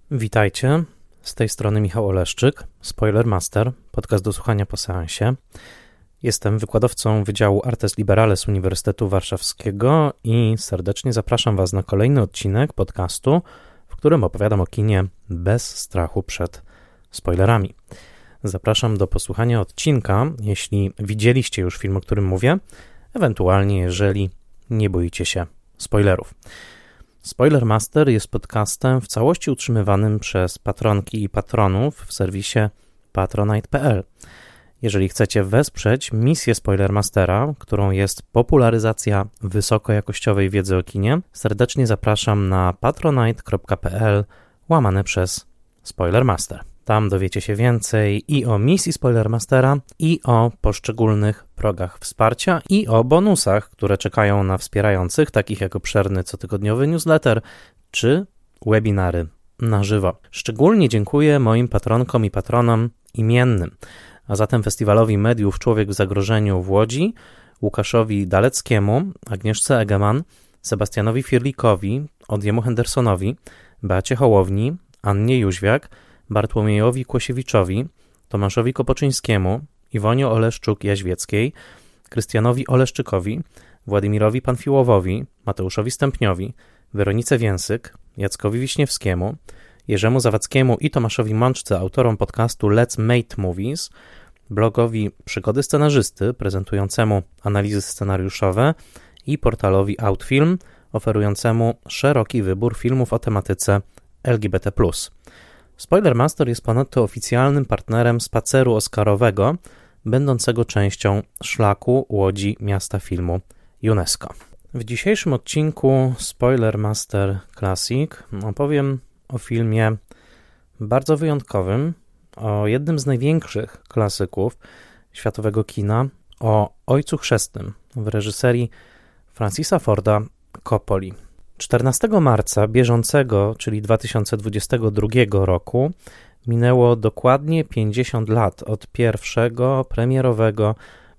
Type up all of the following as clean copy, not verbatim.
Witajcie, z tej strony Michał Oleszczyk, Spoilermaster, podcast do słuchania po seansie. Jestem wykładowcą Wydziału Artes Liberales Uniwersytetu Warszawskiego i serdecznie zapraszam Was na kolejny odcinek podcastu, w którym opowiadam o kinie bez strachu przed spoilerami. Zapraszam do posłuchania odcinka, jeśli widzieliście już film, o którym mówię, ewentualnie jeżeli nie boicie się spoilerów. Spoilermaster jest podcastem w całości utrzymywanym przez patronki i patronów w serwisie patronite.pl. Jeżeli chcecie wesprzeć misję Spoilermastera, którą jest popularyzacja wysokojakościowej wiedzy o kinie, serdecznie zapraszam na patronite.pl/Spoilermaster. Tam dowiecie się więcej i o misji Spoilermastera, i o poszczególnych progach wsparcia, i o bonusach, które czekają na wspierających, takich jak obszerny cotygodniowy newsletter, czy webinary na żywo. Szczególnie dziękuję moim patronkom i patronom imiennym, a zatem Festiwalowi Mediów Człowiek w Zagrożeniu w Łodzi, Łukaszowi Daleckiemu, Agnieszce Egeman, Sebastianowi Firlikowi, Odjemu Hendersonowi, Beacie Hołowni, Annie Jóźwiak, Bartłomiejowi Kłosiewiczowi, Tomaszowi Kopoczyńskiemu, Iwonie Oleszczuk-Jaźwieckiej, Krystianowi Oleszczykowi, Władimirowi Panfiłowowi, Mateuszowi Stępniowi, Weronice Więsyk, Jackowi Wiśniewskiemu, Jerzemu Zawadzkiemu i Tomaszowi Mączce, autorom podcastu Let's Make Movies, blogowi Przygody Scenarzysty, prezentującemu analizy scenariuszowe, i portalowi Outfilm, oferującemu szeroki wybór filmów o tematyce LGBT+. Spoilermaster jest ponadto oficjalnym partnerem spaceru oscarowego, będącego częścią szlaku Łodzi Miasta Filmu UNESCO. W dzisiejszym odcinku Spoilermaster Classic opowiem o filmie bardzo wyjątkowym, o jednym z największych klasyków światowego kina, o Ojcu Chrzestnym w reżyserii Francisa Forda Coppoli. 14 marca bieżącego, czyli 2022 roku, minęło dokładnie 50 lat od pierwszego premierowego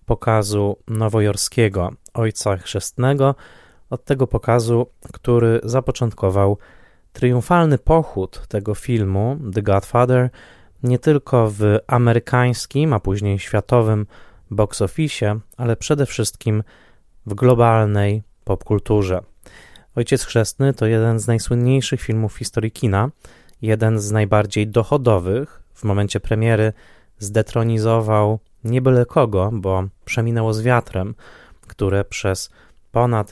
pokazu nowojorskiego Ojca Chrzestnego, od tego pokazu, który zapoczątkował triumfalny pochód tego filmu, The Godfather, nie tylko w amerykańskim, a później światowym box office, ale przede wszystkim w globalnej popkulturze. Ojciec Chrzestny to jeden z najsłynniejszych filmów w historii kina, jeden z najbardziej dochodowych. W momencie premiery zdetronizował nie byle kogo, bo Przeminęło z wiatrem, które przez ponad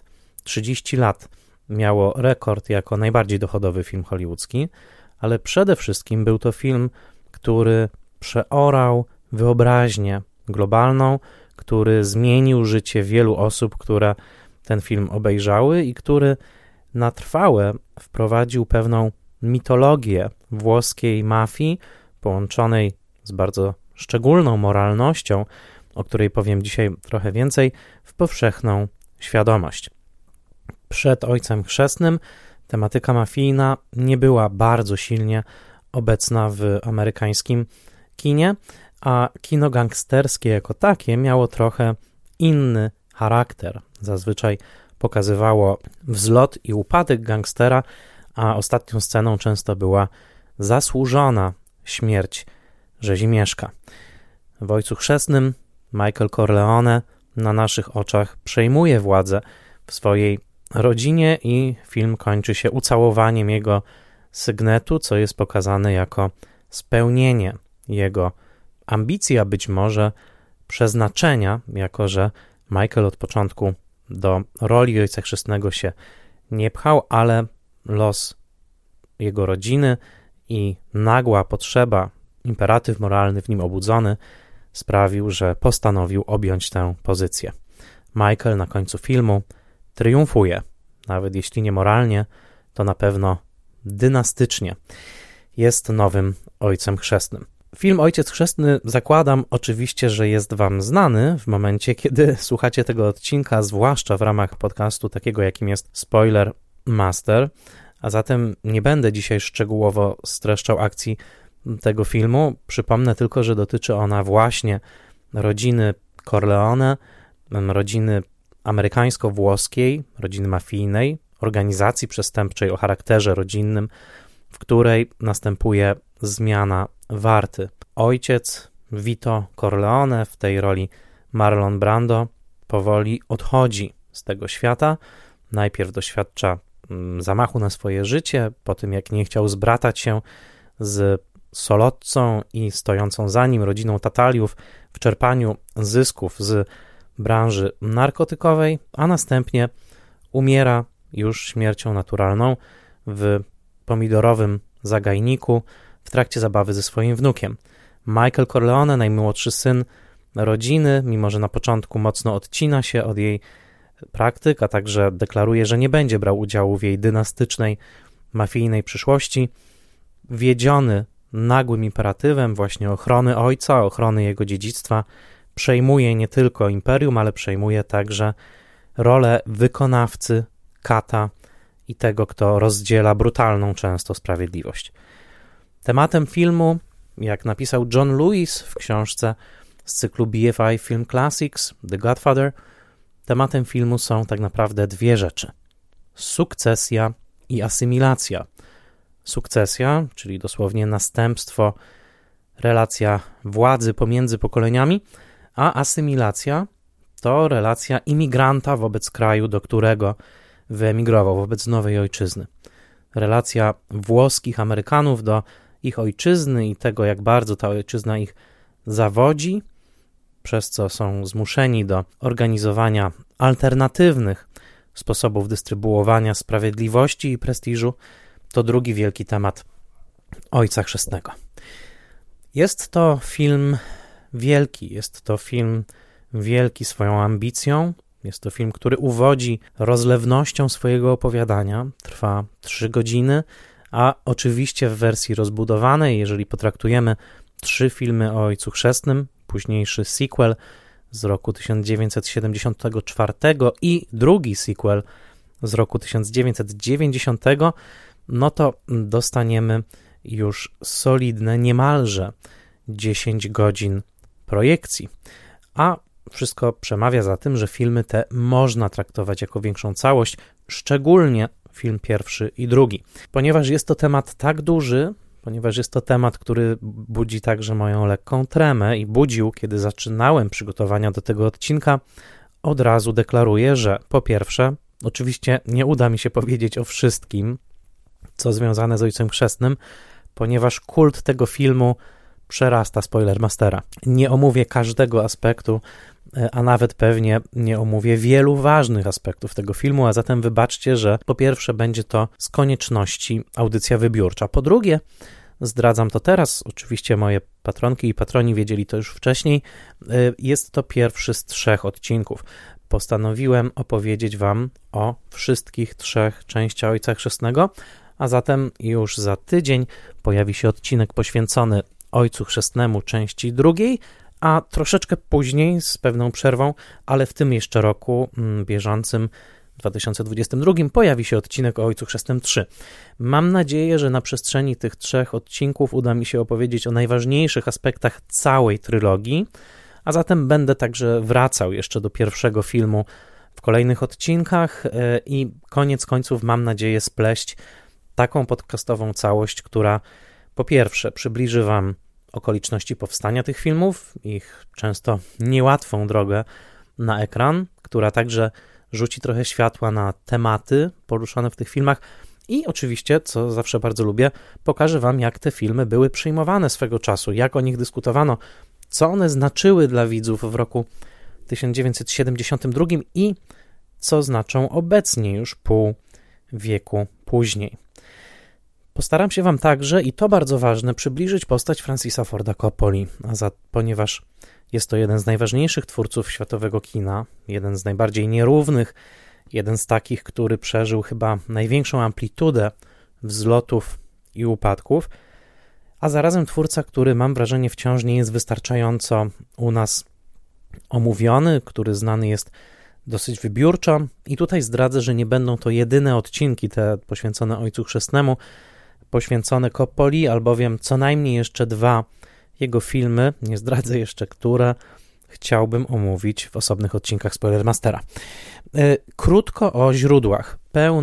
30 lat miało rekord jako najbardziej dochodowy film hollywoodzki, ale przede wszystkim był to film, który przeorał wyobraźnię globalną, który zmienił życie wielu osób, które ten film obejrzały i który na trwałe wprowadził pewną mitologię włoskiej mafii połączonej z bardzo szczególną moralnością, o której powiem dzisiaj trochę więcej, w powszechną świadomość. Przed Ojcem Chrzestnym tematyka mafijna nie była bardzo silnie obecna w amerykańskim kinie, a kino gangsterskie jako takie miało trochę inny charakter. Zazwyczaj pokazywało wzlot i upadek gangstera, a ostatnią sceną często była zasłużona śmierć rzezimieszka. W Ojcu Chrzestnym Michael Corleone na naszych oczach przejmuje władzę w swojej rodzinie i film kończy się ucałowaniem jego sygnetu, co jest pokazane jako spełnienie jego ambicji, a być może przeznaczenia, jako że Michael od początku do roli Ojca Chrzestnego się nie pchał, ale los jego rodziny i nagła potrzeba, imperatyw moralny w nim obudzony sprawił, że postanowił objąć tę pozycję. Michael na końcu filmu triumfuje, nawet jeśli nie moralnie, to na pewno dynastycznie. Jest nowym Ojcem Chrzestnym. Film Ojciec Chrzestny, zakładam oczywiście, że jest Wam znany w momencie, kiedy słuchacie tego odcinka, zwłaszcza w ramach podcastu takiego, jakim jest Spoilermaster, a zatem nie będę dzisiaj szczegółowo streszczał akcji tego filmu. Przypomnę tylko, że dotyczy ona właśnie rodziny Corleone, rodziny amerykańsko-włoskiej, rodziny mafijnej, organizacji przestępczej o charakterze rodzinnym, w której następuje zmiana warty. Ojciec Vito Corleone, w tej roli Marlon Brando, powoli odchodzi z tego świata. Najpierw doświadcza zamachu na swoje życie, po tym jak nie chciał zbratać się z Solozzą i stojącą za nim rodziną Tataliów w czerpaniu zysków z branży narkotykowej, a następnie umiera już śmiercią naturalną w pomidorowym zagajniku w trakcie zabawy ze swoim wnukiem. Michael Corleone, najmłodszy syn rodziny, mimo że na początku mocno odcina się od jej praktyk, a także deklaruje, że nie będzie brał udziału w jej dynastycznej, mafijnej przyszłości, wiedziony nagłym imperatywem właśnie ochrony ojca, ochrony jego dziedzictwa, przejmuje nie tylko imperium, ale przejmuje także rolę wykonawcy, kata i tego, kto rozdziela brutalną często sprawiedliwość. Tematem filmu, jak napisał John Lewis w książce z cyklu BFI Film Classics, The Godfather, tematem filmu są tak naprawdę dwie rzeczy: sukcesja i asymilacja. Sukcesja, czyli dosłownie następstwo, relacja władzy pomiędzy pokoleniami, a asymilacja to relacja imigranta wobec kraju, do którego wyemigrował, wobec nowej ojczyzny. Relacja włoskich Amerykanów do ich ojczyzny i tego, jak bardzo ta ojczyzna ich zawodzi, przez co są zmuszeni do organizowania alternatywnych sposobów dystrybuowania sprawiedliwości i prestiżu, to drugi wielki temat Ojca Chrzestnego. Jest to film wielki, jest to film wielki swoją ambicją, jest to film, który uwodzi rozlewnością swojego opowiadania, trwa 3 godziny, a oczywiście w wersji rozbudowanej, jeżeli potraktujemy 3 filmy o Ojcu Chrzestnym, późniejszy sequel z roku 1974 i drugi sequel z roku 1990, no to dostaniemy już solidne niemalże 10 godzin projekcji. A wszystko przemawia za tym, że filmy te można traktować jako większą całość, szczególnie film pierwszy i drugi. Ponieważ jest to temat tak duży, ponieważ jest to temat, który budzi także moją lekką tremę i budził, kiedy zaczynałem przygotowania do tego odcinka, od razu deklaruję, że po pierwsze, oczywiście nie uda mi się powiedzieć o wszystkim, co związane z Ojcem Chrzestnym, ponieważ kult tego filmu przerasta Spoilermastera. Nie omówię każdego aspektu, a nawet pewnie nie omówię wielu ważnych aspektów tego filmu, a zatem wybaczcie, że po pierwsze będzie to z konieczności audycja wybiórcza. Po drugie, zdradzam to teraz, oczywiście moje patronki i patroni wiedzieli to już wcześniej, jest to pierwszy z 3 odcinków. Postanowiłem opowiedzieć wam o wszystkich 3 częściach Ojca Chrzestnego, a zatem już za tydzień pojawi się odcinek poświęcony Ojcu Chrzestnemu części 2, a troszeczkę później, z pewną przerwą, ale w tym jeszcze roku bieżącym, 2022, pojawi się odcinek o Ojcu Chrzestnym 3. Mam nadzieję, że na przestrzeni tych 3 odcinków uda mi się opowiedzieć o najważniejszych aspektach całej trylogii, a zatem będę także wracał jeszcze do pierwszego filmu w kolejnych odcinkach i koniec końców mam nadzieję spleść taką podcastową całość, która po pierwsze przybliży wam okoliczności powstania tych filmów, ich często niełatwą drogę na ekran, która także rzuci trochę światła na tematy poruszane w tych filmach i oczywiście, co zawsze bardzo lubię, pokażę wam, jak te filmy były przyjmowane swego czasu, jak o nich dyskutowano, co one znaczyły dla widzów w roku 1972 i co znaczą obecnie już pół wieku później. Postaram się wam także, i to bardzo ważne, przybliżyć postać Francisa Forda Coppoli, ponieważ jest to jeden z najważniejszych twórców światowego kina, jeden z najbardziej nierównych, jeden z takich, który przeżył chyba największą amplitudę wzlotów i upadków, a zarazem twórca, który mam wrażenie wciąż nie jest wystarczająco u nas omówiony, który znany jest dosyć wybiórczo i tutaj zdradzę, że nie będą to jedyne odcinki te poświęcone Ojcu Chrzestnemu, poświęcone Coppoli, albowiem co najmniej jeszcze 2 jego filmy, nie zdradzę jeszcze które, chciałbym omówić w osobnych odcinkach Spoilermastera. Krótko o źródłach. Pełna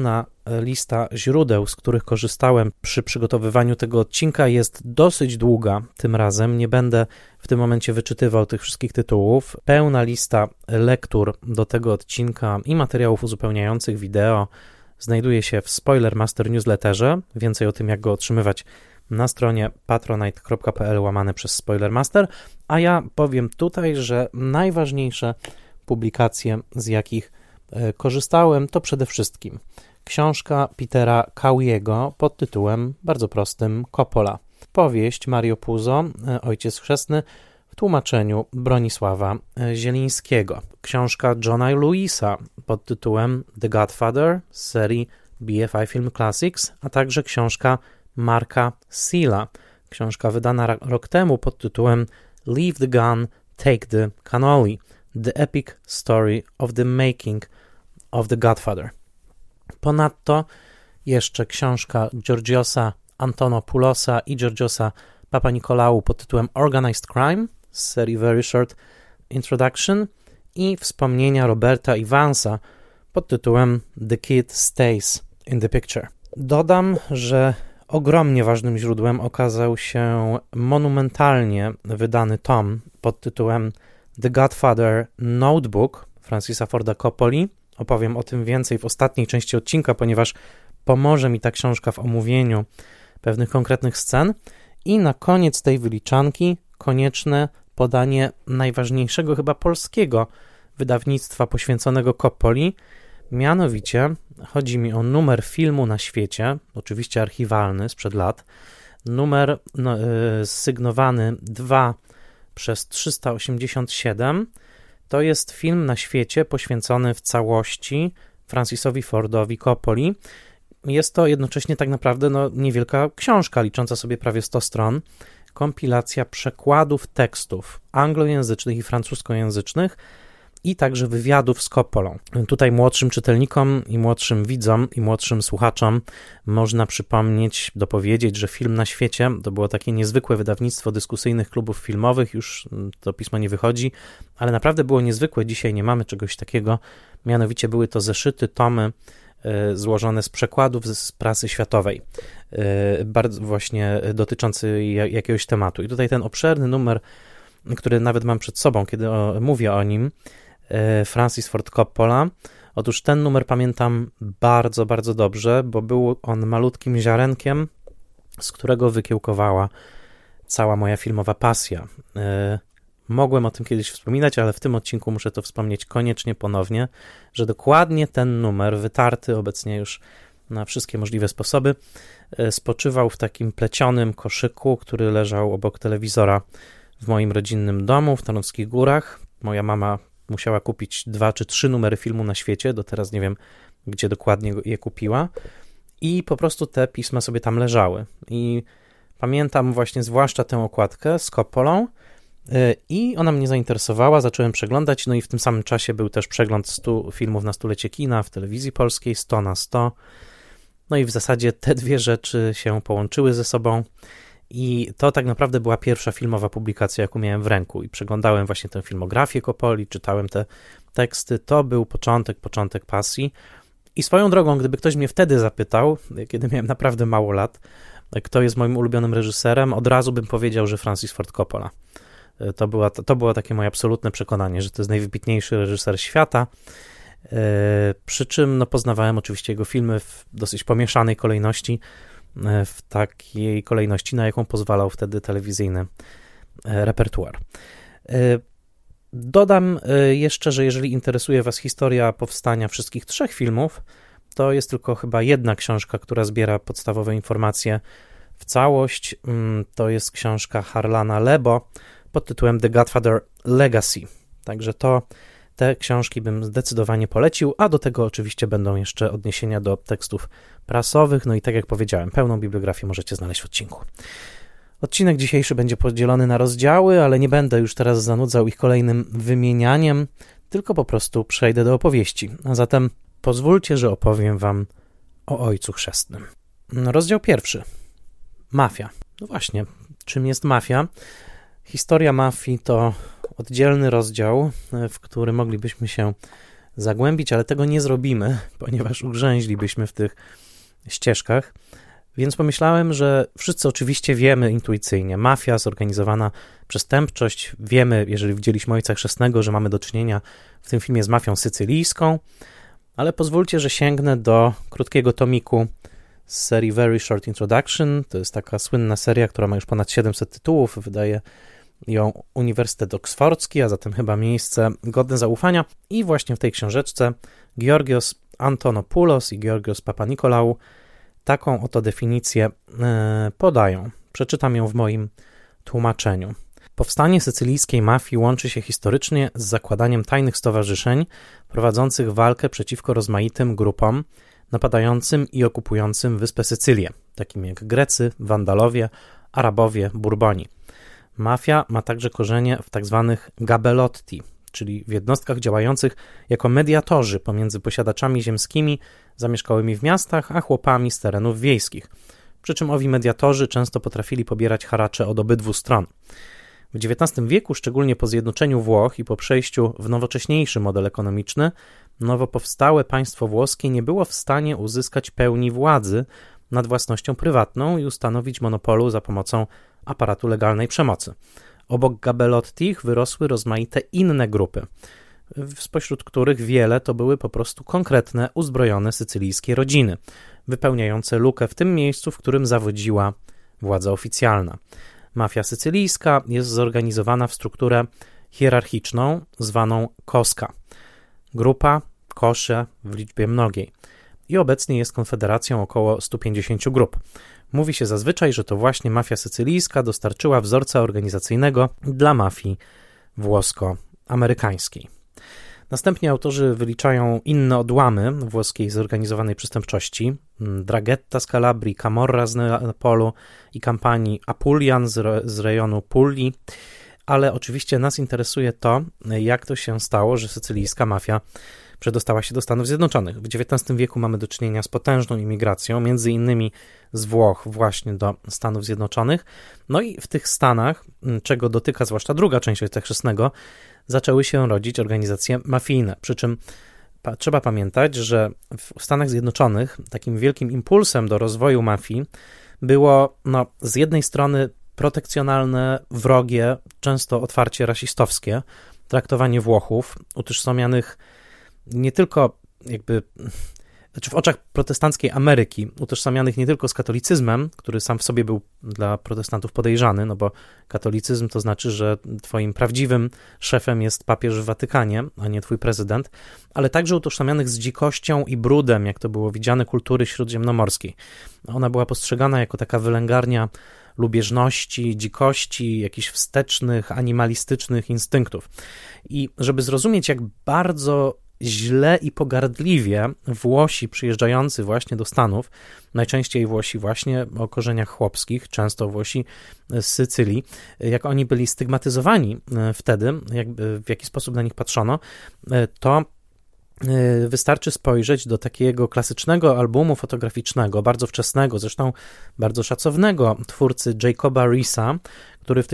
lista źródeł, z których korzystałem przy przygotowywaniu tego odcinka, jest dosyć długa tym razem. Nie będę w tym momencie wyczytywał tych wszystkich tytułów. Pełna lista lektur do tego odcinka i materiałów uzupełniających wideo znajduje się w Spoilermaster newsletterze. Więcej o tym, jak go otrzymywać, na stronie patronite.pl/Spoilermaster, a ja powiem tutaj, że najważniejsze publikacje, z jakich korzystałem, to przede wszystkim książka Petera Cowiego pod tytułem bardzo prostym Coppola. Powieść Mario Puzo, Ojciec Chrzestny, w tłumaczeniu Bronisława Zielińskiego. Książka Johna Lewisa pod tytułem The Godfather z serii BFI Film Classics, a także książka Marka Seala, książka wydana rok temu pod tytułem Leave the Gun, Take the Cannoli, The Epic Story of the Making of the Godfather. Ponadto jeszcze książka Georgiosa Antonopoulosa i Georgiosa Papanikolaou pod tytułem Organized Crime z serii Very Short Introduction i wspomnienia Roberta Evansa pod tytułem The Kid Stays in the Picture. Dodam, że ogromnie ważnym źródłem okazał się monumentalnie wydany tom pod tytułem The Godfather Notebook Francisa Forda Coppoli. Opowiem o tym więcej w ostatniej części odcinka, ponieważ pomoże mi ta książka w omówieniu pewnych konkretnych scen. I na koniec tej wyliczanki konieczne podanie najważniejszego chyba polskiego wydawnictwa poświęconego Coppoli. Mianowicie chodzi mi o numer filmu na świecie, oczywiście archiwalny sprzed lat, numer sygnowany 2/387. To jest film na świecie poświęcony w całości Francisowi Fordowi Coppoli. Jest to jednocześnie tak naprawdę niewielka książka, licząca sobie prawie 100 stron, kompilacja przekładów tekstów anglojęzycznych i francuskojęzycznych i także wywiadów z Coppolą. Tutaj młodszym czytelnikom i młodszym widzom i młodszym słuchaczom można dopowiedzieć, że Film na świecie to było takie niezwykłe wydawnictwo dyskusyjnych klubów filmowych, już to pismo nie wychodzi, ale naprawdę było niezwykłe, dzisiaj nie mamy czegoś takiego, mianowicie były to zeszyty, tomy złożone z przekładów z prasy światowej, bardzo właśnie dotyczący jakiegoś tematu. I tutaj ten obszerny numer, który nawet mam przed sobą, kiedy mówię o nim, Francis Ford Coppola. Otóż ten numer pamiętam bardzo, bardzo dobrze, bo był on malutkim ziarenkiem, z którego wykiełkowała cała moja filmowa pasja. Mogłem o tym kiedyś wspominać, ale w tym odcinku muszę to wspomnieć koniecznie ponownie, że dokładnie ten numer, wytarty obecnie już na wszystkie możliwe sposoby, spoczywał w takim plecionym koszyku, który leżał obok telewizora w moim rodzinnym domu w Tarnowskich Górach. Moja mama musiała kupić 2 czy 3 numery filmu na świecie, do teraz nie wiem, gdzie dokładnie je kupiła, i po prostu te pisma sobie tam leżały. I pamiętam właśnie zwłaszcza tę okładkę z Coppolą i ona mnie zainteresowała, zacząłem przeglądać, no i w tym samym czasie był też przegląd 100 filmów na stulecie kina w telewizji polskiej, 100 na 100. No i w zasadzie te dwie rzeczy się połączyły ze sobą. I to tak naprawdę była pierwsza filmowa publikacja, jaką miałem w ręku, i przeglądałem właśnie tę filmografię Coppoli, czytałem te teksty. To był początek pasji. I swoją drogą, gdyby ktoś mnie wtedy zapytał, kiedy miałem naprawdę mało lat, kto jest moim ulubionym reżyserem, od razu bym powiedział, że Francis Ford Coppola. To było takie moje absolutne przekonanie, że to jest najwybitniejszy reżyser świata. Przy czym poznawałem oczywiście jego filmy w dosyć pomieszanej kolejności, w takiej kolejności, na jaką pozwalał wtedy telewizyjny repertuar. Dodam jeszcze, że jeżeli interesuje Was historia powstania wszystkich 3 filmów, to jest tylko chyba jedna książka, która zbiera podstawowe informacje w całość. To jest książka Harlana Lebo pod tytułem The Godfather Legacy. Także te książki bym zdecydowanie polecił, a do tego oczywiście będą jeszcze odniesienia do tekstów prasowych, no i tak jak powiedziałem, pełną bibliografię możecie znaleźć w odcinku. Odcinek dzisiejszy będzie podzielony na rozdziały, ale nie będę już teraz zanudzał ich kolejnym wymienianiem, tylko po prostu przejdę do opowieści. A zatem pozwólcie, że opowiem Wam o Ojcu Chrzestnym. Rozdział 1. Mafia. No właśnie, czym jest mafia? Historia mafii to oddzielny rozdział, w który moglibyśmy się zagłębić, ale tego nie zrobimy, ponieważ ugrzęźlibyśmy w tych ścieżkach. Więc pomyślałem, że wszyscy oczywiście wiemy intuicyjnie, mafia, zorganizowana przestępczość, wiemy, jeżeli widzieliśmy Ojca Chrzestnego, że mamy do czynienia w tym filmie z mafią sycylijską, ale pozwólcie, że sięgnę do krótkiego tomiku z serii Very Short Introduction. To jest taka słynna seria, która ma już ponad 700 tytułów, wydaje ją Uniwersytet Oksfordzki, a zatem chyba miejsce godne zaufania. I właśnie w tej książeczce Georgios Antonopoulos i Georgios Papanikolaou taką oto definicję podają. Przeczytam ją w moim tłumaczeniu. Powstanie sycylijskiej mafii łączy się historycznie z zakładaniem tajnych stowarzyszeń prowadzących walkę przeciwko rozmaitym grupom napadającym i okupującym wyspę Sycylię, takim jak Grecy, Wandalowie, Arabowie, Burboni. Mafia ma także korzenie w tzw. gabelotti, czyli w jednostkach działających jako mediatorzy pomiędzy posiadaczami ziemskimi zamieszkałymi w miastach, a chłopami z terenów wiejskich. Przy czym owi mediatorzy często potrafili pobierać haracze od obydwu stron. W XIX wieku, szczególnie po zjednoczeniu Włoch i po przejściu w nowocześniejszy model ekonomiczny, nowo powstałe państwo włoskie nie było w stanie uzyskać pełni władzy nad własnością prywatną i ustanowić monopolu za pomocą aparatu legalnej przemocy. Obok gabelottich wyrosły rozmaite inne grupy, spośród których wiele to były po prostu konkretne, uzbrojone sycylijskie rodziny, wypełniające lukę w tym miejscu, w którym zawodziła władza oficjalna. Mafia sycylijska jest zorganizowana w strukturę hierarchiczną, zwaną koska. Grupa, kosze w liczbie mnogiej. I obecnie jest konfederacją około 150 grup. Mówi się zazwyczaj, że to właśnie mafia sycylijska dostarczyła wzorca organizacyjnego dla mafii włosko-amerykańskiej. Następnie autorzy wyliczają inne odłamy włoskiej zorganizowanej przestępczości. Draghetta z Kalabrii, Camorra z Neapolu i kampanii Apulian z rejonu Pugli. Ale oczywiście nas interesuje to, jak to się stało, że sycylijska mafia przedostała się do Stanów Zjednoczonych. W XIX wieku mamy do czynienia z potężną imigracją, między innymi z Włoch właśnie do Stanów Zjednoczonych. No i w tych Stanach, czego dotyka zwłaszcza druga część Ojca Chrzestnego, zaczęły się rodzić organizacje mafijne. Przy czym trzeba pamiętać, że w Stanach Zjednoczonych takim wielkim impulsem do rozwoju mafii było z jednej strony protekcjonalne, wrogie, często otwarcie rasistowskie traktowanie Włochów, utożsamianych nie tylko w oczach protestanckiej Ameryki, utożsamianych nie tylko z katolicyzmem, który sam w sobie był dla protestantów podejrzany, no bo katolicyzm to znaczy, że twoim prawdziwym szefem jest papież w Watykanie, a nie twój prezydent, ale także utożsamianych z dzikością i brudem, jak to było widziane kultury śródziemnomorskiej. Ona była postrzegana jako taka wylęgarnia lubieżności, dzikości, jakichś wstecznych, animalistycznych instynktów. I żeby zrozumieć, jak bardzo źle i pogardliwie Włosi przyjeżdżający właśnie do Stanów, najczęściej Włosi właśnie o korzeniach chłopskich, często Włosi z Sycylii, jak oni byli stygmatyzowani wtedy, w jaki sposób na nich patrzono, to wystarczy spojrzeć do takiego klasycznego albumu fotograficznego, bardzo wczesnego, zresztą bardzo szacownego twórcy Jacoba Riisa, który w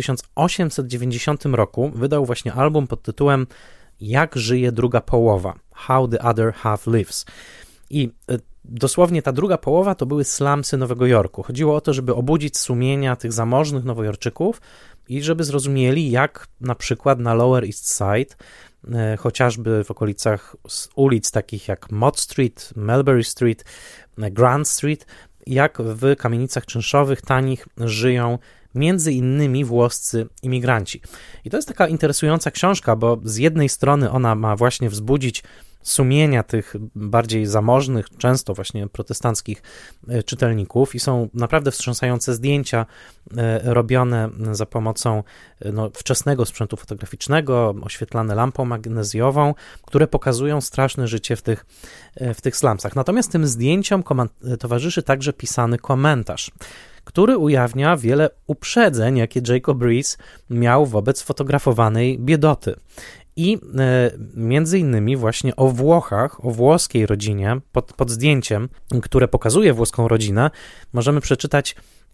1890 roku wydał właśnie album pod tytułem Jak żyje druga połowa, How the Other Half Lives. I dosłownie ta druga połowa to były slumsy Nowego Jorku. Chodziło o to, żeby obudzić sumienia tych zamożnych nowojorczyków i żeby zrozumieli, jak na przykład na Lower East Side, chociażby w okolicach ulic takich jak Mott Street, Melbury Street, Grand Street, jak w kamienicach czynszowych, tanich żyją między innymi włoscy imigranci. I to jest taka interesująca książka, bo z jednej strony ona ma właśnie wzbudzić sumienia tych bardziej zamożnych, często właśnie protestanckich czytelników i są naprawdę wstrząsające zdjęcia robione za pomocą wczesnego sprzętu fotograficznego, oświetlane lampą magnezjową, które pokazują straszne życie w tych slumsach. Natomiast tym zdjęciom towarzyszy także pisany komentarz, który ujawnia wiele uprzedzeń, jakie Jacob Riis miał wobec fotografowanej biedoty. I między innymi właśnie o Włochach, o włoskiej rodzinie, pod zdjęciem, które pokazuje włoską rodzinę, możemy przeczytać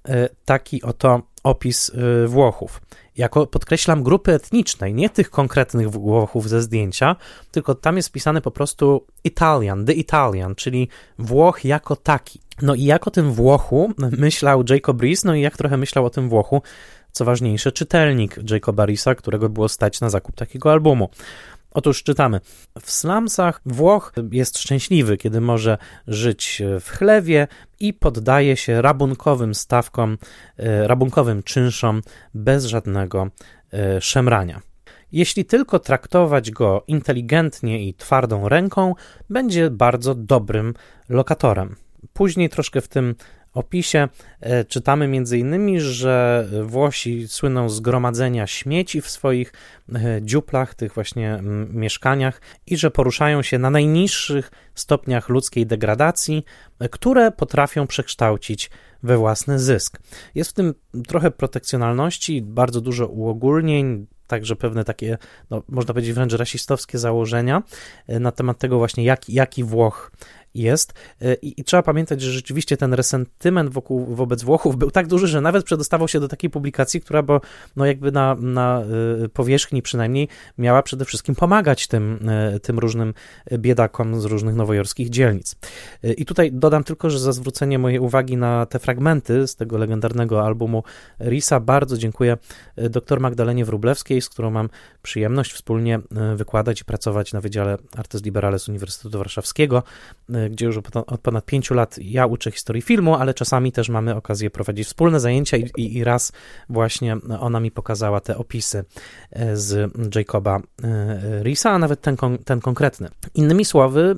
taki oto opis Włochów. Jako, podkreślam, grupy etnicznej, nie tych konkretnych Włochów ze zdjęcia, tylko tam jest wpisane po prostu Italian, the Italian, czyli Włoch jako taki. No i jak o tym Włochu myślał Jacob Riis, no i jak trochę myślał o tym Włochu, co ważniejsze, czytelnik Jacoba Riisa, którego było stać na zakup takiego albumu. Otóż czytamy: w slumsach Włoch jest szczęśliwy, kiedy może żyć w chlewie i poddaje się rabunkowym stawkom, rabunkowym czynszom bez żadnego szemrania. Jeśli tylko traktować go inteligentnie i twardą ręką, będzie bardzo dobrym lokatorem. Później troszkę w tym opisie czytamy m.in., że Włosi słyną z gromadzenia śmieci w swoich dziuplach, tych właśnie mieszkaniach i że poruszają się na najniższych stopniach ludzkiej degradacji, które potrafią przekształcić we własny zysk. Jest w tym trochę protekcjonalności, bardzo dużo uogólnień, także pewne takie, no, można powiedzieć wręcz rasistowskie założenia na temat tego właśnie, jaki Włoch jest. I trzeba pamiętać, że rzeczywiście ten resentyment wobec Włochów był tak duży, że nawet przedostawał się do takiej publikacji, która no jakby na powierzchni przynajmniej miała przede wszystkim pomagać tym różnym biedakom z różnych nowojorskich dzielnic. I tutaj dodam tylko, że za zwrócenie mojej uwagi na te fragmenty z tego legendarnego albumu Riisa bardzo dziękuję dr Magdalenie Wróblewskiej, z którą mam przyjemność wspólnie wykładać i pracować na Wydziale Artes Liberales Uniwersytetu Warszawskiego, gdzie już od ponad 5 lat ja uczę historii filmu, ale czasami też mamy okazję prowadzić wspólne zajęcia i raz właśnie ona mi pokazała te opisy z Jacoba Riisa, a nawet ten konkretny. Innymi słowy,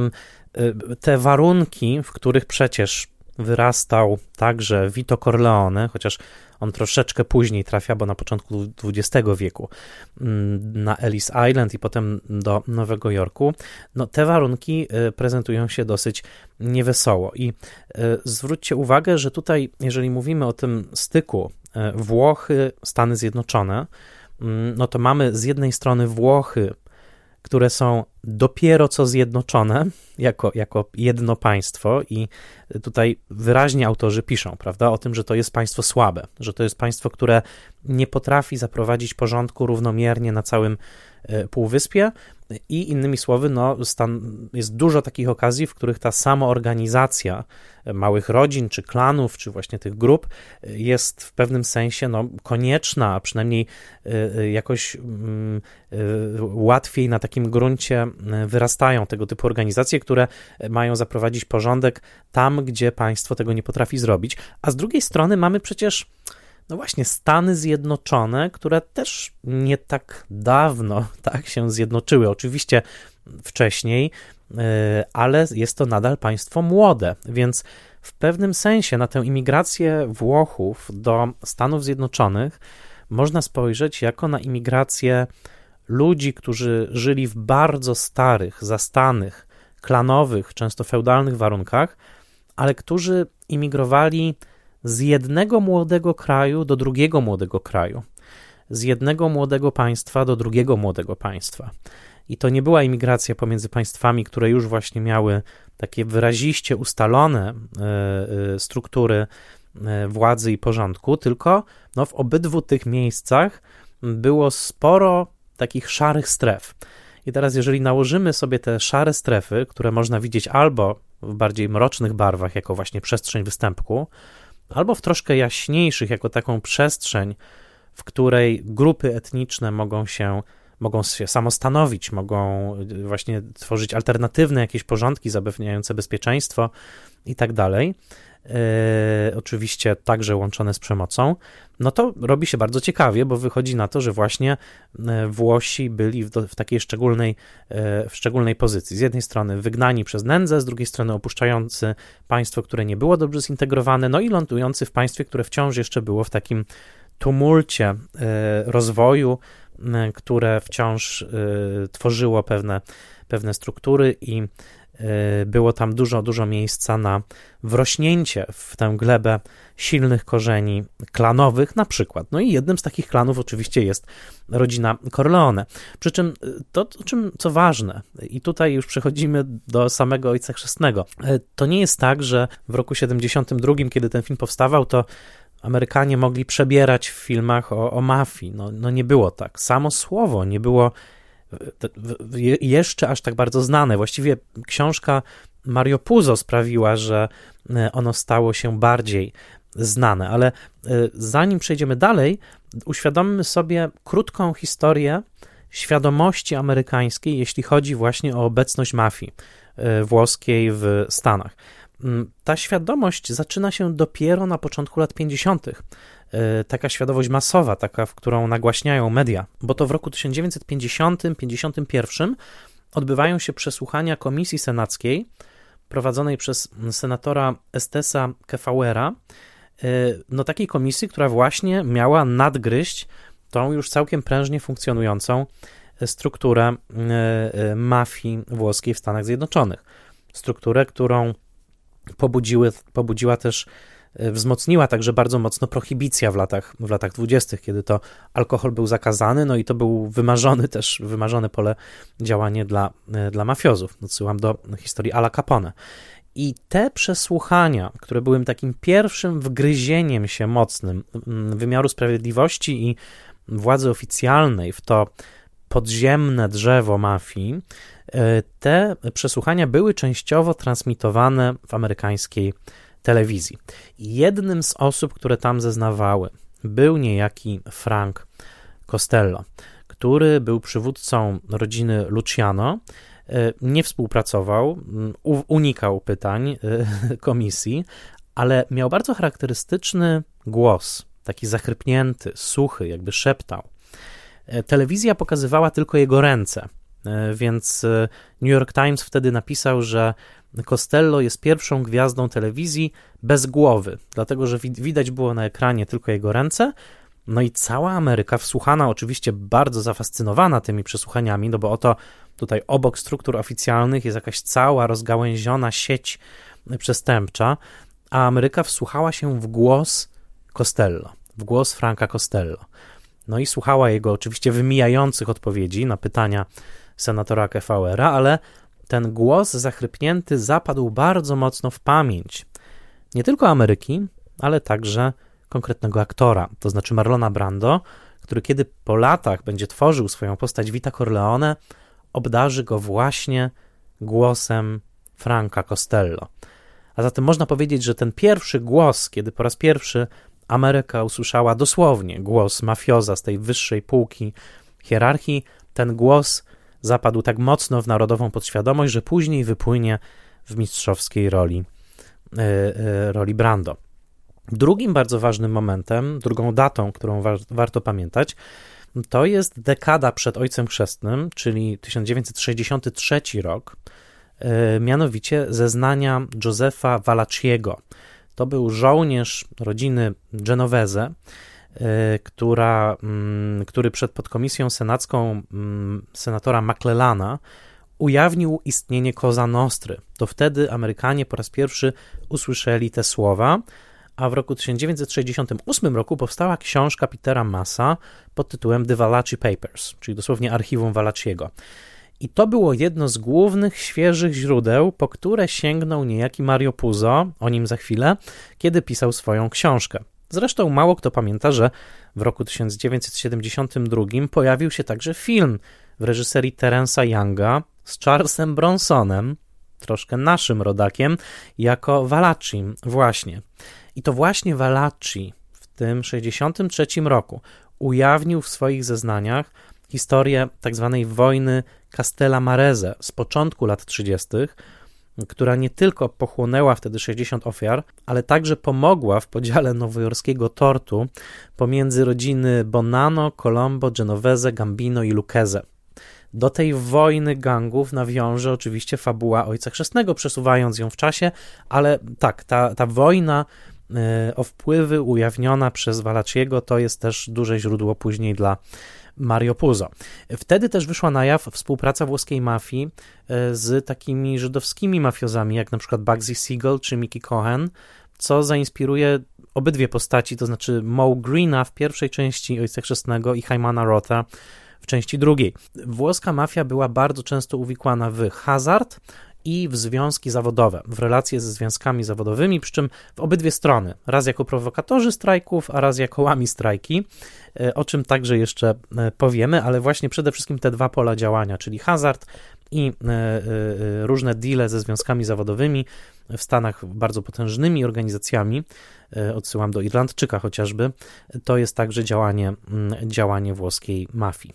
te warunki, w których przecież wyrastał także Vito Corleone, chociaż on troszeczkę później trafia, bo na początku XX wieku na Ellis Island i potem do Nowego Jorku, no te warunki prezentują się dosyć niewesoło. I zwróćcie uwagę, że tutaj, jeżeli mówimy o tym styku Włochy, Stany Zjednoczone, no to mamy z jednej strony Włochy, które są dopiero co zjednoczone jako jedno państwo i tutaj wyraźnie autorzy piszą, prawda, o tym, że to jest państwo słabe, że to jest państwo, które nie potrafi zaprowadzić porządku równomiernie na całym półwyspie i innymi słowy, no, jest dużo takich okazji, w których ta samoorganizacja małych rodzin, czy klanów, czy właśnie tych grup jest w pewnym sensie no, konieczna, a przynajmniej jakoś łatwiej na takim gruncie wyrastają tego typu organizacje, które mają zaprowadzić porządek tam, gdzie państwo tego nie potrafi zrobić, a z drugiej strony mamy przecież no właśnie Stany Zjednoczone, które też nie tak dawno tak się zjednoczyły, oczywiście wcześniej, ale jest to nadal państwo młode, więc w pewnym sensie na tę imigrację Włochów do Stanów Zjednoczonych można spojrzeć jako na imigrację ludzi, którzy żyli w bardzo starych, zastanych, klanowych, często feudalnych warunkach, ale którzy imigrowali z jednego młodego kraju do drugiego młodego kraju, z jednego młodego państwa do drugiego młodego państwa. I to nie była imigracja pomiędzy państwami, które już właśnie miały takie wyraziście ustalone struktury władzy i porządku, tylko no, w obydwu tych miejscach było sporo takich szarych stref. I teraz jeżeli nałożymy sobie te szare strefy, które można widzieć albo w bardziej mrocznych barwach, jako właśnie przestrzeń występku, albo w troszkę jaśniejszych, jako taką przestrzeń, w której grupy etniczne mogą się samostanowić, mogą właśnie tworzyć alternatywne jakieś porządki zapewniające bezpieczeństwo i tak dalej, oczywiście także łączone z przemocą, no to robi się bardzo ciekawie, bo wychodzi na to, że właśnie Włosi byli w takiej szczególnej pozycji. Z jednej strony wygnani przez nędzę, z drugiej strony opuszczający państwo, które nie było dobrze zintegrowane, no i lądujący w państwie, które wciąż jeszcze było w takim tumulcie rozwoju, które wciąż tworzyło pewne struktury i Było tam dużo miejsca na wrośnięcie w tę glebę silnych korzeni klanowych na przykład. No i jednym z takich klanów oczywiście jest rodzina Corleone. Przy czym to, co ważne, i tutaj już przechodzimy do samego Ojca Chrzestnego, to nie jest tak, że w roku 72, kiedy ten film powstawał, to Amerykanie mogli przebierać w filmach o mafii. No nie było tak. Samo słowo nie było jeszcze aż tak bardzo znane. Właściwie książka Mario Puzo sprawiła, że ono stało się bardziej znane, ale zanim przejdziemy dalej, uświadommy sobie krótką historię świadomości amerykańskiej, jeśli chodzi właśnie o obecność mafii włoskiej w Stanach. Ta świadomość zaczyna się dopiero na początku lat 50. Taka świadomość masowa, taka, w którą nagłaśniają media, bo to w roku 1950-51 odbywają się przesłuchania komisji senackiej prowadzonej przez senatora Estesa Kefauera, takiej komisji, która właśnie miała nadgryźć tą już całkiem prężnie funkcjonującą strukturę mafii włoskiej w Stanach Zjednoczonych. Strukturę, którą pobudziła też, wzmocniła także bardzo mocno prohibicja w latach 20., kiedy to alkohol był zakazany, no i to był wymarzone pole działania dla mafiozów. Odsyłam do historii Ala Capone. I te przesłuchania, które były takim pierwszym wgryzieniem się mocnym wymiaru sprawiedliwości i władzy oficjalnej w to podziemne drzewo mafii, te przesłuchania były częściowo transmitowane w amerykańskiej telewizji. Jednym z osób, które tam zeznawały, był niejaki Frank Costello, który był przywódcą rodziny Luciano, nie współpracował, unikał pytań komisji, ale miał bardzo charakterystyczny głos, taki zachrypnięty, suchy, jakby szeptał. Telewizja pokazywała tylko jego ręce, więc New York Times wtedy napisał, że Costello jest pierwszą gwiazdą telewizji bez głowy, dlatego że widać było na ekranie tylko jego ręce. No i cała Ameryka, wsłuchana, oczywiście bardzo zafascynowana tymi przesłuchaniami, no bo oto tutaj obok struktur oficjalnych jest jakaś cała rozgałęziona sieć przestępcza, a Ameryka wsłuchała się w głos Costello, w głos Franka Costello. No i słuchała jego oczywiście wymijających odpowiedzi na pytania senatora Kefauera, ale ten głos zachrypnięty zapadł bardzo mocno w pamięć nie tylko Ameryki, ale także konkretnego aktora, to znaczy Marlona Brando, który kiedy po latach będzie tworzył swoją postać Vita Corleone, obdarzy go właśnie głosem Franka Costello. A zatem można powiedzieć, że ten pierwszy głos, kiedy po raz pierwszy Ameryka usłyszała dosłownie głos mafioza z tej wyższej półki hierarchii, ten głos zapadł tak mocno w narodową podświadomość, że później wypłynie w mistrzowskiej roli Brando. Drugim bardzo ważnym momentem, drugą datą, którą warto pamiętać, to jest dekada przed Ojcem Chrzestnym, czyli 1963 rok, mianowicie zeznania Josefa Valachiego. To był żołnierz rodziny Genovese, który przed podkomisją senacką senatora McClellana ujawnił istnienie Cosa Nostry. To wtedy Amerykanie po raz pierwszy usłyszeli te słowa, a w roku 1968 roku powstała książka Petera Massa pod tytułem The Valachi Papers, czyli dosłownie archiwum Valachiego. I to było jedno z głównych, świeżych źródeł, po które sięgnął niejaki Mario Puzo, o nim za chwilę, kiedy pisał swoją książkę. Zresztą mało kto pamięta, że w roku 1972 pojawił się także film w reżyserii Terence'a Younga z Charlesem Bronsonem, troszkę naszym rodakiem, jako Valachi właśnie. I to właśnie Valachi w tym 1963 roku ujawnił w swoich zeznaniach historię tak zwanej wojny Castellamarese z początku lat 30., która nie tylko pochłonęła wtedy 60 ofiar, ale także pomogła w podziale nowojorskiego tortu pomiędzy rodziny Bonanno, Colombo, Genovese, Gambino i Lucchese. Do tej wojny gangów nawiąże oczywiście fabuła Ojca Chrzestnego, przesuwając ją w czasie, ale tak, ta wojna o wpływy ujawniona przez Valachiego to jest też duże źródło później dla Mario Puzo. Wtedy też wyszła na jaw współpraca włoskiej mafii z takimi żydowskimi mafiozami, jak na przykład Bugsy Siegel czy Mickey Cohen, co zainspiruje obydwie postaci, to znaczy Moe Greena w pierwszej części Ojca Chrzestnego i Hymana Rotha w części drugiej. Włoska mafia była bardzo często uwikłana w hazard i w związki zawodowe, w relacje ze związkami zawodowymi, przy czym w obydwie strony, raz jako prowokatorzy strajków, a raz jako łami strajki, o czym także jeszcze powiemy, ale właśnie przede wszystkim te dwa pola działania, czyli hazard i różne deale ze związkami zawodowymi, w Stanach bardzo potężnymi organizacjami, odsyłam do Irlandczyka chociażby, to jest także działanie włoskiej mafii.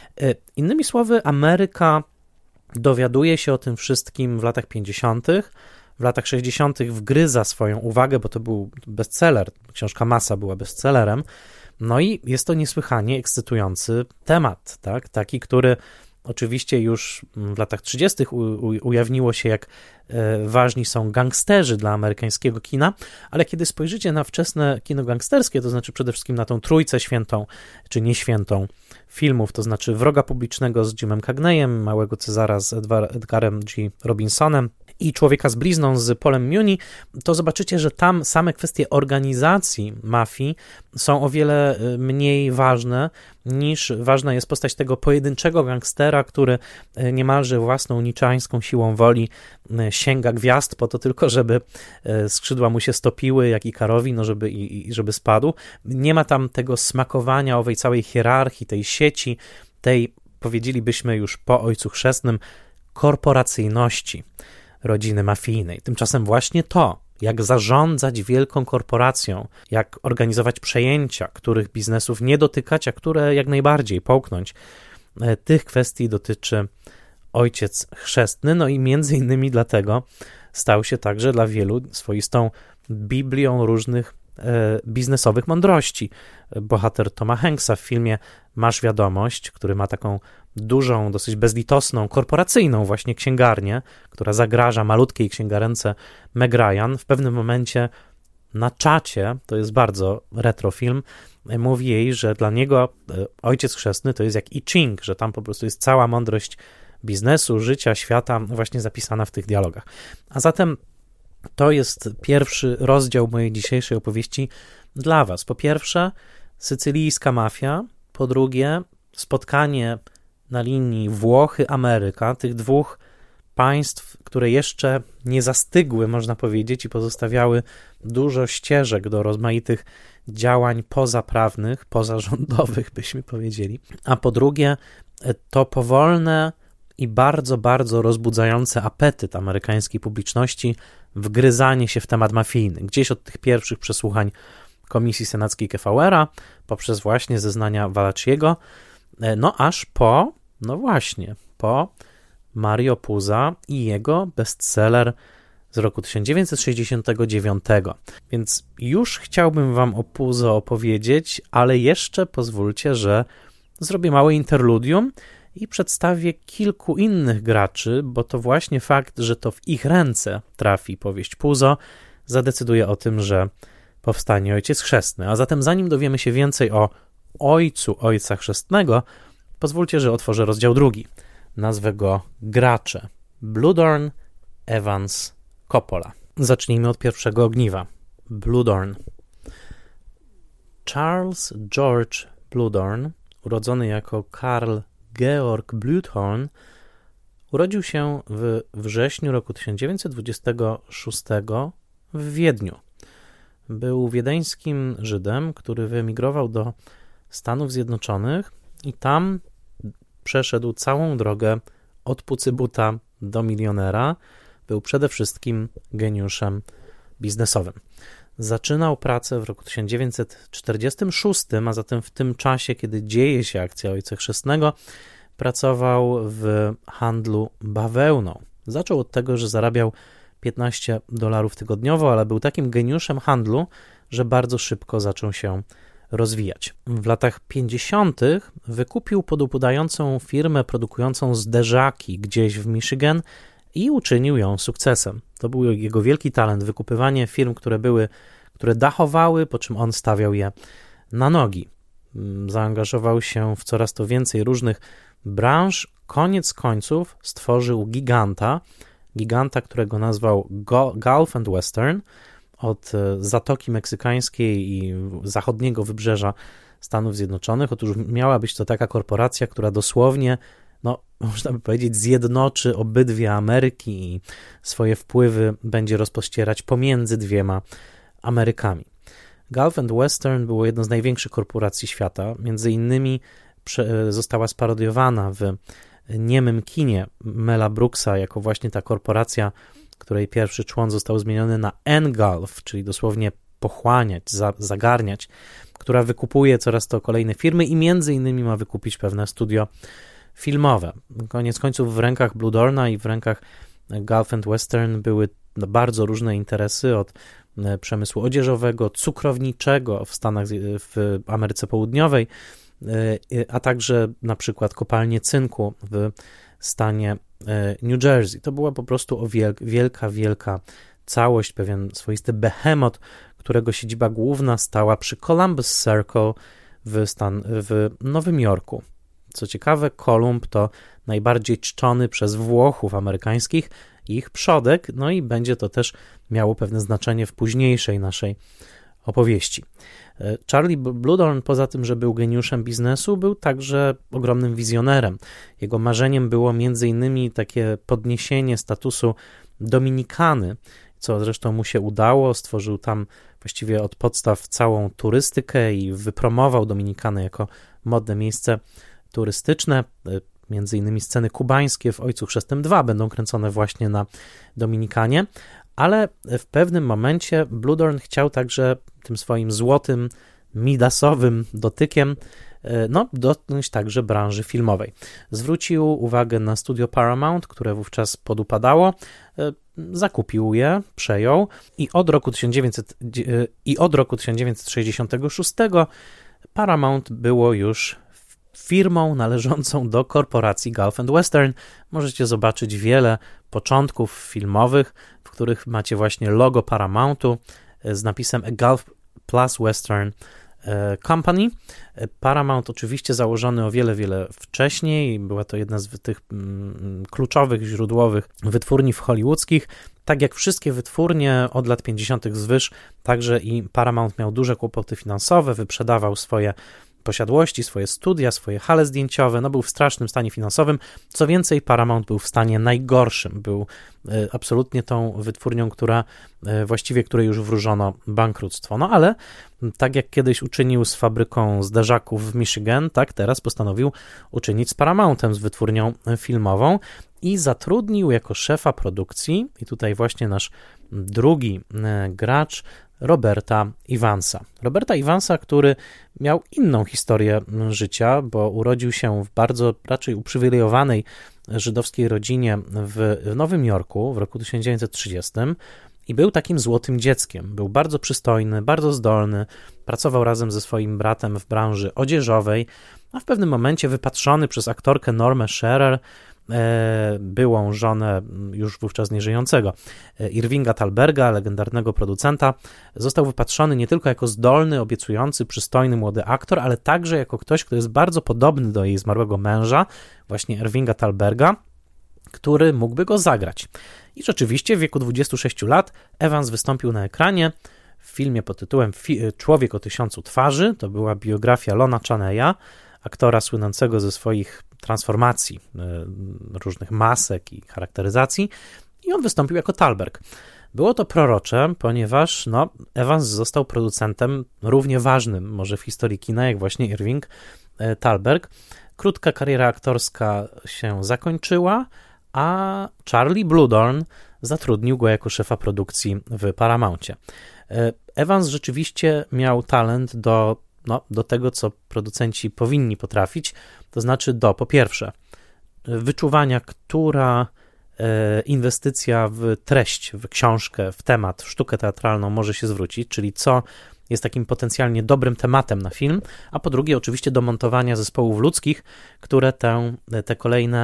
Innymi słowy, Ameryka dowiaduje się o tym wszystkim w latach 50., w latach 60. wgryza swoją uwagę, bo to był bestseller, książka Massa była bestsellerem, no i jest to niesłychanie ekscytujący temat, tak? Taki, który oczywiście już w latach 30. ujawniło się, jak ważni są gangsterzy dla amerykańskiego kina, ale kiedy spojrzycie na wczesne kino gangsterskie, to znaczy przede wszystkim na tą trójcę świętą, czy nieświętą filmów, to znaczy Wroga Publicznego z Jimem Cagneyem, Małego Cezara z Edgarem G. Robinsonem i Człowieka z blizną z Paulem Muni, to zobaczycie, że tam same kwestie organizacji mafii są o wiele mniej ważne, niż ważna jest postać tego pojedynczego gangstera, który niemalże własną niczańską siłą woli sięga gwiazd po to tylko, żeby skrzydła mu się stopiły, jak Ikarowi, no żeby spadł. Nie ma tam tego smakowania owej całej hierarchii, tej sieci, tej, powiedzielibyśmy już po Ojcu Chrzestnym, korporacyjności rodziny mafijnej. Tymczasem właśnie to, jak zarządzać wielką korporacją, jak organizować przejęcia, których biznesów nie dotykać, a które jak najbardziej połknąć, tych kwestii dotyczy Ojciec Chrzestny, no i między innymi dlatego stał się także dla wielu swoistą biblią różnych biznesowych mądrości. Bohater Toma Hanksa w filmie Masz wiadomość, który ma taką dużą, dosyć bezlitosną, korporacyjną właśnie księgarnię, która zagraża malutkiej księgarence Meg Ryan. W pewnym momencie na czacie, to jest bardzo retro film, mówi jej, że dla niego Ojciec Chrzestny to jest jak I Ching, że tam po prostu jest cała mądrość biznesu, życia, świata właśnie zapisana w tych dialogach. A zatem to jest pierwszy rozdział mojej dzisiejszej opowieści dla was. Po pierwsze, sycylijska mafia, po drugie, spotkanie na linii Włochy-Ameryka, tych dwóch państw, które jeszcze nie zastygły, można powiedzieć, i pozostawiały dużo ścieżek do rozmaitych działań pozaprawnych, pozarządowych, byśmy powiedzieli. A po drugie, to powolne i bardzo, bardzo rozbudzające apetyt amerykańskiej publiczności wgryzanie się w temat mafijny. Gdzieś od tych pierwszych przesłuchań Komisji Senackiej Kefauera, poprzez właśnie zeznania Valachiego, no aż po, no właśnie, po Mario Puza i jego bestseller z roku 1969. Więc już chciałbym wam o Puzo opowiedzieć, ale jeszcze pozwólcie, że zrobię małe interludium i przedstawię kilku innych graczy, bo to właśnie fakt, że to w ich ręce trafi powieść Puzo, zadecyduje o tym, że powstanie Ojciec Chrzestny. A zatem zanim dowiemy się więcej o ojcu Ojca Chrzestnego, pozwólcie, że otworzę rozdział drugi. Nazwę go Gracze. Bluedorn, Evans, Coppola. Zacznijmy od pierwszego ogniwa. Bluedorn. Charles George Bluedorn, urodzony jako Karl Georg Bluedorn, urodził się w wrześniu roku 1926 w Wiedniu. Był wiedeńskim Żydem, który wyemigrował do Stanów Zjednoczonych i tam przeszedł całą drogę od pucybuta do milionera. Był przede wszystkim geniuszem biznesowym. Zaczynał pracę w roku 1946, a zatem w tym czasie, kiedy dzieje się akcja Ojca Chrzestnego, pracował w handlu bawełną. Zaczął od tego, że zarabiał $15 tygodniowo, ale był takim geniuszem handlu, że bardzo szybko zaczął się rozwijać. W latach 50. wykupił podupadającą firmę produkującą zderzaki gdzieś w Michigan i uczynił ją sukcesem. To był jego wielki talent, wykupywanie firm, które dachowały, po czym on stawiał je na nogi. Zaangażował się w coraz to więcej różnych branż. Koniec końców stworzył giganta, którego nazwał Gulf and Western, od Zatoki Meksykańskiej i zachodniego wybrzeża Stanów Zjednoczonych. Otóż miała być to taka korporacja, która dosłownie, można by powiedzieć, zjednoczy obydwie Ameryki i swoje wpływy będzie rozpościerać pomiędzy dwiema Amerykami. Gulf and Western było jedną z największych korporacji świata. Między innymi została sparodiowana w niemym kinie Mela Brooksa jako właśnie ta korporacja, której pierwszy człon został zmieniony na Engulf, czyli dosłownie pochłaniać, zagarniać, która wykupuje coraz to kolejne firmy i między innymi ma wykupić pewne studio filmowe. Koniec końców w rękach Blue Dorna i w rękach Gulf and Western były bardzo różne interesy, od przemysłu odzieżowego, cukrowniczego w Ameryce Południowej, a także na przykład kopalnie cynku w stanie New Jersey. To była po prostu wielka całość, pewien swoisty behemoth, którego siedziba główna stała przy Columbus Circle w Nowym Jorku. Co ciekawe, Kolumb to najbardziej czczony przez Włochów amerykańskich ich przodek, i będzie to też miało pewne znaczenie w późniejszej naszej opowieści. Charlie Blue Dorn, poza tym, że był geniuszem biznesu, był także ogromnym wizjonerem. Jego marzeniem było m.in. takie podniesienie statusu Dominikany, co zresztą mu się udało. Stworzył tam właściwie od podstaw całą turystykę i wypromował Dominikanę jako modne miejsce turystyczne. Między innymi sceny kubańskie w Ojcu Chrzestnym 2 będą kręcone właśnie na Dominikanie, ale w pewnym momencie Blue Dorn chciał także tym swoim złotym, midasowym dotykiem dotknąć także branży filmowej. Zwrócił uwagę na studio Paramount, które wówczas podupadało, zakupił je, przejął i od roku 1966 Paramount było już firmą należącą do korporacji Gulf and Western. Możecie zobaczyć wiele początków filmowych, w których macie właśnie logo Paramountu z napisem A Gulf plus Western Company. Paramount oczywiście założony o wiele wcześniej. Była to jedna z tych kluczowych, źródłowych wytwórni hollywoodzkich. Tak jak wszystkie wytwórnie od lat 50. wzwyż, także i Paramount miał duże kłopoty finansowe, wyprzedawał swoje posiadłości, swoje studia, swoje hale zdjęciowe, był w strasznym stanie finansowym. Co więcej, Paramount był w stanie najgorszym. Był absolutnie tą wytwórnią, której już wróżono bankructwo. Ale tak jak kiedyś uczynił z fabryką zderzaków w Michigan, tak teraz postanowił uczynić z Paramountem, z wytwórnią filmową i zatrudnił jako szefa produkcji, i tutaj właśnie nasz drugi gracz, Roberta Evansa, który miał inną historię życia, bo urodził się w bardzo raczej uprzywilejowanej żydowskiej rodzinie w Nowym Jorku w roku 1930 i był takim złotym dzieckiem. Był bardzo przystojny, bardzo zdolny, pracował razem ze swoim bratem w branży odzieżowej, a w pewnym momencie wypatrzony przez aktorkę Normę Shearer, byłą żonę już wówczas nieżyjącego Irvinga Thalberga, legendarnego producenta, został wypatrzony nie tylko jako zdolny, obiecujący, przystojny młody aktor, ale także jako ktoś, kto jest bardzo podobny do jej zmarłego męża, właśnie Irvinga Thalberga, który mógłby go zagrać. I rzeczywiście w wieku 26 lat Evans wystąpił na ekranie w filmie pod tytułem Człowiek o 1000 twarzy. To była biografia Lona Chaneya, aktora słynącego ze swoich transformacji, różnych masek i charakteryzacji, i on wystąpił jako Thalberg. Było to prorocze, ponieważ Evans został producentem równie ważnym może w historii kina, jak właśnie Irving Thalberg. Krótka kariera aktorska się zakończyła, a Charlie Blue Dorn zatrudnił go jako szefa produkcji w Paramouncie. Evans rzeczywiście miał talent do tego, co producenci powinni potrafić, to znaczy po pierwsze, wyczuwania, która inwestycja w treść, w książkę, w temat, w sztukę teatralną może się zwrócić, czyli co jest takim potencjalnie dobrym tematem na film, a po drugie oczywiście do montowania zespołów ludzkich, które te kolejne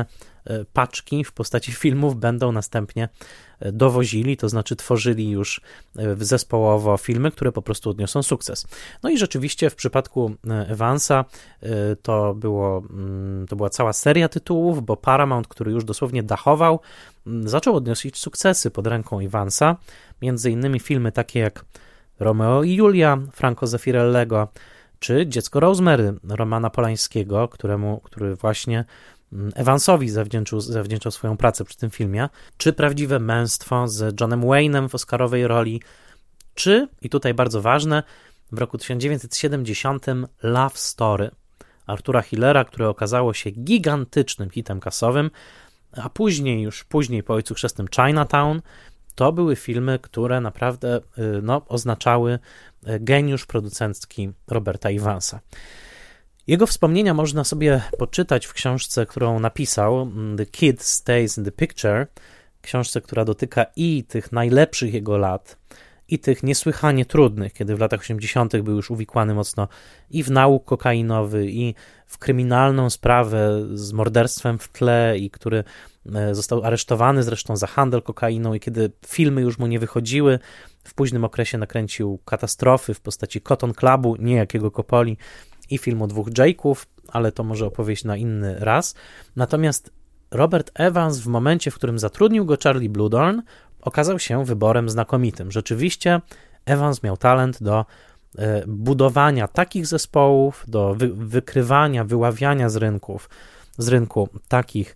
paczki w postaci filmów będą następnie dowozili, to znaczy tworzyli już zespołowo filmy, które po prostu odniosą sukces. No i rzeczywiście w przypadku Evansa to była cała seria tytułów, bo Paramount, który już dosłownie dachował, zaczął odnosić sukcesy pod ręką Evansa, między innymi filmy takie jak Romeo i Julia Franco Zeffirellego, czy Dziecko Rosemary Romana Polańskiego, który właśnie Evansowi zawdzięczał swoją pracę przy tym filmie, czy Prawdziwe męstwo z Johnem Wayne'em w oscarowej roli, czy, i tutaj bardzo ważne, w roku 1970 Love Story Artura Hillera, które okazało się gigantycznym hitem kasowym, a później po Ojcu Chrzestnym Chinatown. To były filmy, które naprawdę oznaczały geniusz producencki Roberta Evansa. Jego wspomnienia można sobie poczytać w książce, którą napisał, The Kid Stays in the Picture, książce, która dotyka i tych najlepszych jego lat, i tych niesłychanie trudnych, kiedy w latach 80. był już uwikłany mocno i w nałóg kokainowy, i w kryminalną sprawę z morderstwem w tle, i który został aresztowany zresztą za handel kokainą, i kiedy filmy już mu nie wychodziły, w późnym okresie nakręcił katastrofy w postaci Cotton Clubu, niejakiego Coppoli, i filmu Dwóch Jake'ów, ale to może opowieść na inny raz. Natomiast Robert Evans w momencie, w którym zatrudnił go Charlie Bluhdorn, okazał się wyborem znakomitym. Rzeczywiście Evans miał talent do budowania takich zespołów, do wykrywania, wyławiania z rynku takich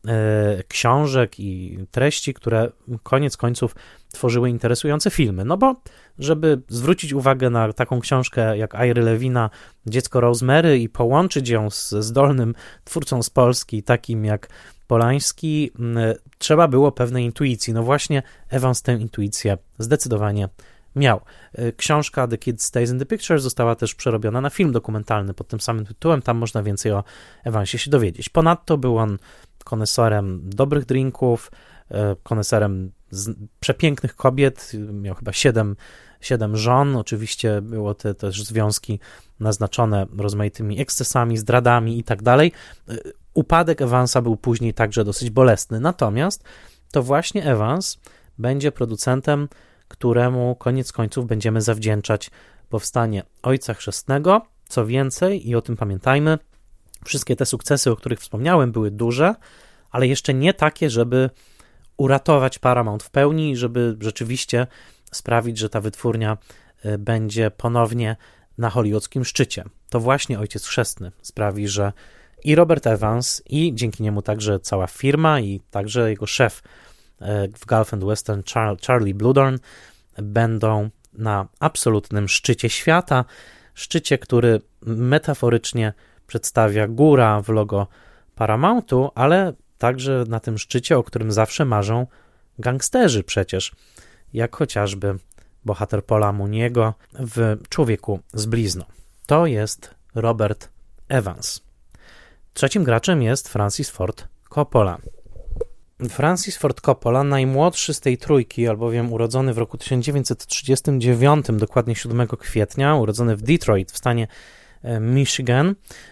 książek i treści, które koniec końców tworzyły interesujące filmy. No bo żeby zwrócić uwagę na taką książkę jak Iry Levina Dziecko Rosemary i połączyć ją ze zdolnym twórcą z Polski, takim jak Polański, trzeba było pewnej intuicji. No właśnie Evans tę intuicję zdecydowanie miał. Książka The Kid Stays in the Picture została też przerobiona na film dokumentalny pod tym samym tytułem. Tam można więcej o Evansie się dowiedzieć. Ponadto był on koneserem dobrych drinków, koneserem przepięknych kobiet, miał chyba 7 żon, oczywiście było te też związki naznaczone rozmaitymi ekscesami, zdradami i tak dalej. Upadek Evansa był później także dosyć bolesny, natomiast to właśnie Evans będzie producentem, któremu koniec końców będziemy zawdzięczać powstanie Ojca Chrzestnego. Co więcej, i o tym pamiętajmy, wszystkie te sukcesy, o których wspomniałem, były duże, ale jeszcze nie takie, żeby uratować Paramount w pełni i żeby rzeczywiście sprawić, że ta wytwórnia będzie ponownie na hollywoodzkim szczycie. To właśnie Ojciec Chrzestny sprawi, że i Robert Evans, i dzięki niemu także cała firma, i także jego szef w Gulf and Western, Charlie Bluhdorn, będą na absolutnym szczycie świata, szczycie, który metaforycznie przedstawia góra w logo Paramountu, ale także na tym szczycie, o którym zawsze marzą gangsterzy przecież, jak chociażby bohater Paula Mooniego w Człowieku z blizną. To jest Robert Evans. Trzecim graczem jest Francis Ford Coppola. Francis Ford Coppola, najmłodszy z tej trójki, albowiem urodzony w roku 1939, dokładnie 7 kwietnia, urodzony w Detroit w stanie Michigan,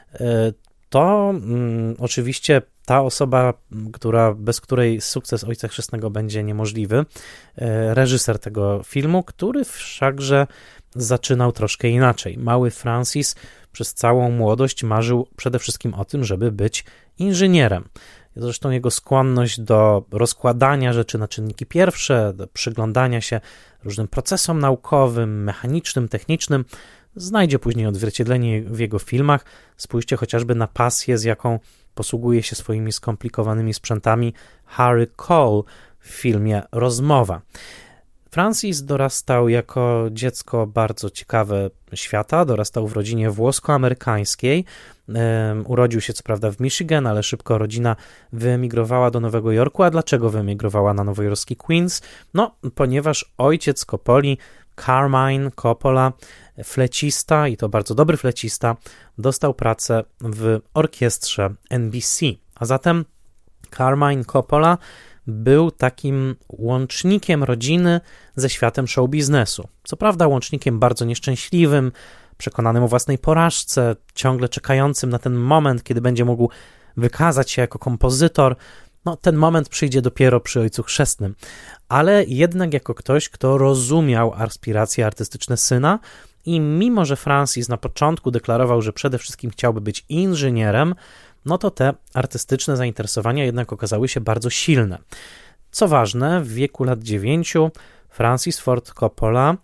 to oczywiście ta osoba, bez której sukces Ojca Chrzestnego będzie niemożliwy, reżyser tego filmu, który wszakże zaczynał troszkę inaczej. Mały Francis przez całą młodość marzył przede wszystkim o tym, żeby być inżynierem. Zresztą jego skłonność do rozkładania rzeczy na czynniki pierwsze, do przyglądania się różnym procesom naukowym, mechanicznym, technicznym, znajdzie później odzwierciedlenie w jego filmach. Spójrzcie chociażby na pasję, z jaką posługuje się swoimi skomplikowanymi sprzętami Harry Cole w filmie Rozmowa. Francis dorastał jako dziecko bardzo ciekawe świata, dorastał w rodzinie włosko-amerykańskiej, urodził się co prawda w Michigan, ale szybko rodzina wyemigrowała do Nowego Jorku. A dlaczego wyemigrowała na nowojorski Queens? No, ponieważ ojciec Coppoli, Carmine Coppola, flecista, i to bardzo dobry flecista, dostał pracę w orkiestrze NBC, a zatem Carmine Coppola był takim łącznikiem rodziny ze światem show biznesu. Co prawda łącznikiem bardzo nieszczęśliwym, przekonanym o własnej porażce, ciągle czekającym na ten moment, kiedy będzie mógł wykazać się jako kompozytor. No, ten moment przyjdzie dopiero przy Ojcu Chrzestnym, ale jednak jako ktoś, kto rozumiał aspiracje artystyczne syna i mimo, że Francis na początku deklarował, że przede wszystkim chciałby być inżynierem, no to te artystyczne zainteresowania jednak okazały się bardzo silne. Co ważne, w wieku lat 9 Francis Ford Coppola,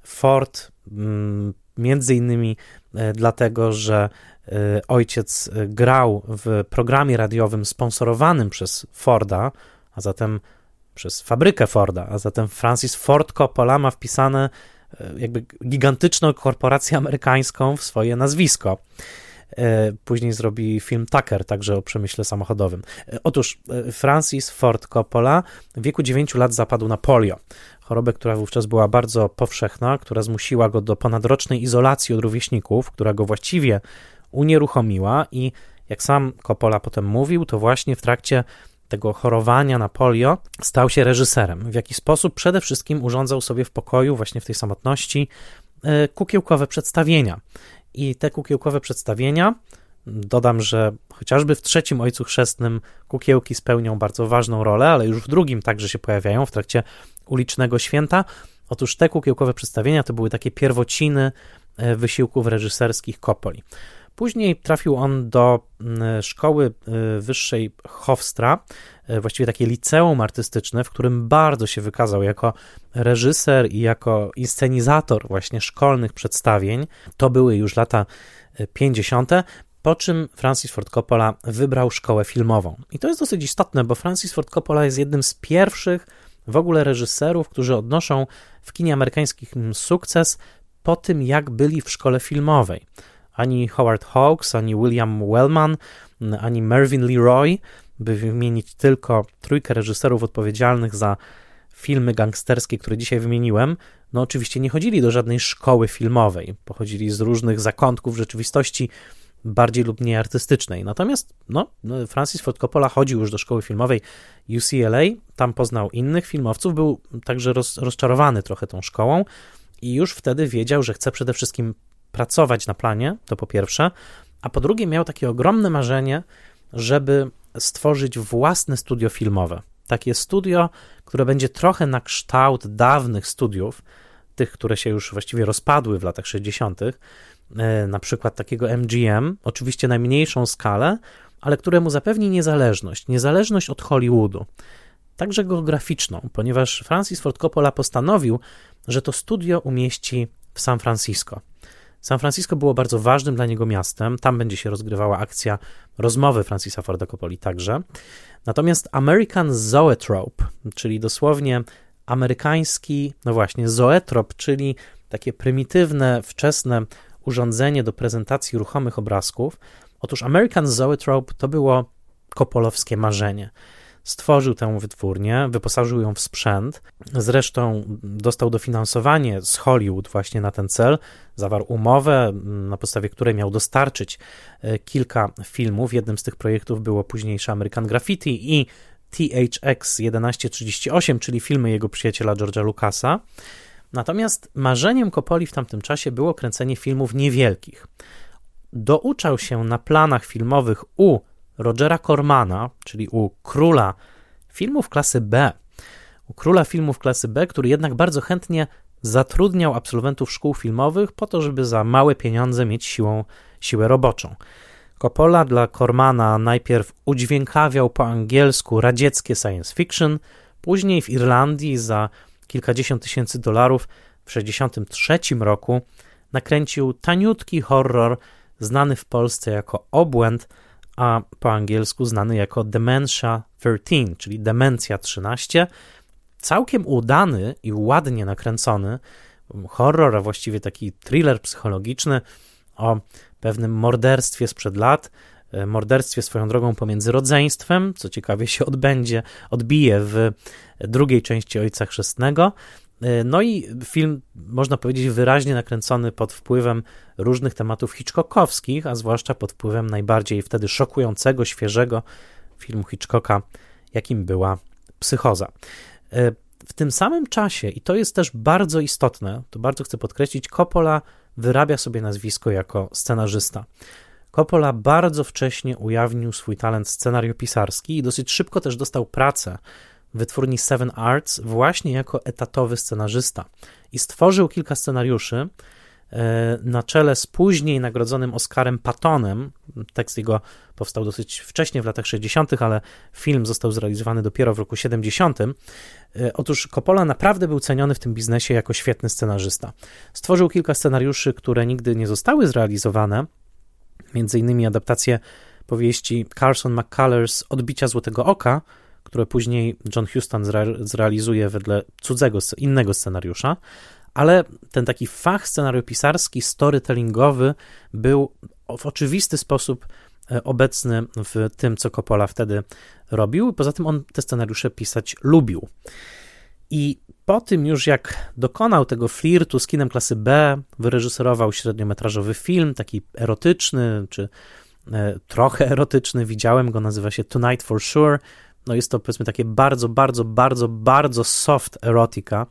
między innymi dlatego, że ojciec grał w programie radiowym sponsorowanym przez Forda, a zatem przez fabrykę Forda, a zatem Francis Ford Coppola ma wpisane jakby gigantyczną korporację amerykańską w swoje nazwisko. Później zrobi film Tucker, także o przemyśle samochodowym. Otóż Francis Ford Coppola w wieku 9 lat zapadł na polio. Chorobę, która wówczas była bardzo powszechna, która zmusiła go do ponadrocznej izolacji od rówieśników, która go właściwie unieruchomiła i jak sam Coppola potem mówił, to właśnie w trakcie tego chorowania na polio stał się reżyserem. W jaki sposób? Przede wszystkim urządzał sobie w pokoju, właśnie w tej samotności, kukiełkowe przedstawienia. I te kukiełkowe przedstawienia, dodam, że chociażby w trzecim Ojcu Chrzestnym kukiełki spełnią bardzo ważną rolę, ale już w drugim także się pojawiają w trakcie ulicznego święta. Otóż te kukiełkowe przedstawienia to były takie pierwociny wysiłków reżyserskich Coppoli. Później trafił on do szkoły wyższej Hofstra, właściwie takie liceum artystyczne, w którym bardzo się wykazał jako reżyser i jako inscenizator właśnie szkolnych przedstawień. To były już lata 50., po czym Francis Ford Coppola wybrał szkołę filmową. I to jest dosyć istotne, bo Francis Ford Coppola jest jednym z pierwszych w ogóle reżyserów, którzy odnoszą w kinie amerykańskim sukces po tym, jak byli w szkole filmowej. Ani Howard Hawks, ani William Wellman, ani Mervyn LeRoy, by wymienić tylko trójkę reżyserów odpowiedzialnych za filmy gangsterskie, które dzisiaj wymieniłem, no oczywiście nie chodzili do żadnej szkoły filmowej, pochodzili z różnych zakątków rzeczywistości bardziej lub mniej artystycznej. Natomiast Francis Ford Coppola chodził już do szkoły filmowej UCLA, tam poznał innych filmowców, był także rozczarowany trochę tą szkołą i już wtedy wiedział, że chce przede wszystkim pracować na planie, to po pierwsze, a po drugie miał takie ogromne marzenie, żeby stworzyć własne studio filmowe. Takie studio, które będzie trochę na kształt dawnych studiów, tych, które się już właściwie rozpadły w latach 60., na przykład takiego MGM, oczywiście na mniejszą skalę, ale które mu zapewni niezależność od Hollywoodu, także geograficzną, ponieważ Francis Ford Coppola postanowił, że to studio umieści w San Francisco. San Francisco było bardzo ważnym dla niego miastem, tam będzie się rozgrywała akcja rozmowy Francisa Forda Coppoli także. Natomiast American Zoetrope, czyli dosłownie amerykański, zoetrop, czyli takie prymitywne, wczesne urządzenie do prezentacji ruchomych obrazków. Otóż American Zoetrope to było koppolowskie marzenie. Stworzył tę wytwórnię, wyposażył ją w sprzęt, zresztą dostał dofinansowanie z Hollywood właśnie na ten cel, zawarł umowę, na podstawie której miał dostarczyć kilka filmów. Jednym z tych projektów było późniejsze American Graffiti i THX 1138, czyli filmy jego przyjaciela George'a Lucasa. Natomiast marzeniem Coppoli w tamtym czasie było kręcenie filmów niewielkich. Douczał się na planach filmowych u Rogera Cormana, czyli u króla filmów klasy B. U króla filmów klasy B, który jednak bardzo chętnie zatrudniał absolwentów szkół filmowych po to, żeby za małe pieniądze mieć siłę roboczą. Coppola dla Cormana najpierw udźwiękawiał po angielsku radzieckie science fiction, później w Irlandii za kilkadziesiąt tysięcy dolarów w 1963 roku nakręcił taniutki horror znany w Polsce jako Obłęd, a po angielsku znany jako Dementia 13, czyli Demencja 13. Całkiem udany i ładnie nakręcony horror, a właściwie taki thriller psychologiczny o pewnym morderstwie sprzed lat, morderstwie swoją drogą pomiędzy rodzeństwem, co ciekawie się odbije w drugiej części Ojca Chrzestnego. No i film, można powiedzieć, wyraźnie nakręcony pod wpływem różnych tematów hitchcockowskich, a zwłaszcza pod wpływem najbardziej wtedy szokującego, świeżego filmu Hitchcocka, jakim była Psychoza. W tym samym czasie, i to jest też bardzo istotne, to bardzo chcę podkreślić, Coppola wyrabia sobie nazwisko jako scenarzysta. Coppola bardzo wcześnie ujawnił swój talent scenariopisarski i dosyć szybko też dostał pracę w wytwórni Seven Arts właśnie jako etatowy scenarzysta i stworzył kilka scenariuszy na czele z później nagrodzonym Oscarem Pattonem. Tekst jego powstał dosyć wcześnie, w latach 60., ale film został zrealizowany dopiero w roku 70. Otóż Coppola naprawdę był ceniony w tym biznesie jako świetny scenarzysta. Stworzył kilka scenariuszy, które nigdy nie zostały zrealizowane, między innymi adaptację powieści Carson McCullers Odbicia Złotego Oka, które później John Huston zrealizuje wedle innego scenariusza, ale ten taki fach scenariopisarski, storytellingowy był w oczywisty sposób obecny w tym, co Coppola wtedy robił. Poza tym on te scenariusze pisać lubił. I po tym już jak dokonał tego flirtu z kinem klasy B, wyreżyserował średniometrażowy film, taki erotyczny, czy trochę erotyczny, widziałem go, nazywa się Tonight for Sure. No jest to, powiedzmy, takie bardzo soft erotica.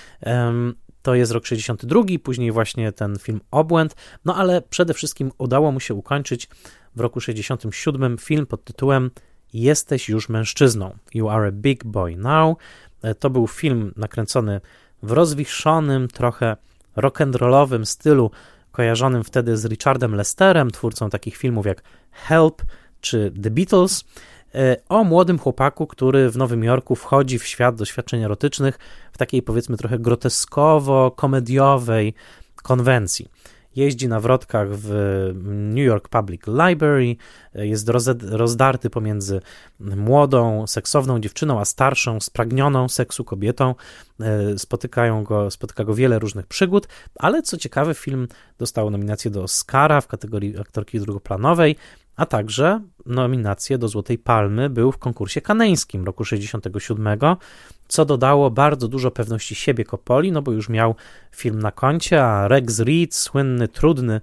To jest rok 62, później właśnie ten film Obłęd, no ale przede wszystkim udało mu się ukończyć w roku 67 film pod tytułem Jesteś już mężczyzną, You are a big boy now. To był film nakręcony w rozwichrzonym, trochę rock'n'rollowym stylu, kojarzonym wtedy z Richardem Lesterem, twórcą takich filmów jak Help czy The Beatles, o młodym chłopaku, który w Nowym Jorku wchodzi w świat doświadczeń erotycznych w takiej, powiedzmy, trochę groteskowo-komediowej konwencji. Jeździ na wrotkach w New York Public Library, jest rozdarty pomiędzy młodą, seksowną dziewczyną, a starszą, spragnioną seksu kobietą. Spotyka go wiele różnych przygód, ale co ciekawe, film dostał nominację do Oscara w kategorii aktorki drugoplanowej, a także nominację do Złotej Palmy był w konkursie kaneńskim roku 67, co dodało bardzo dużo pewności siebie Coppoli, no bo już miał film na koncie, a Rex Reed, słynny, trudny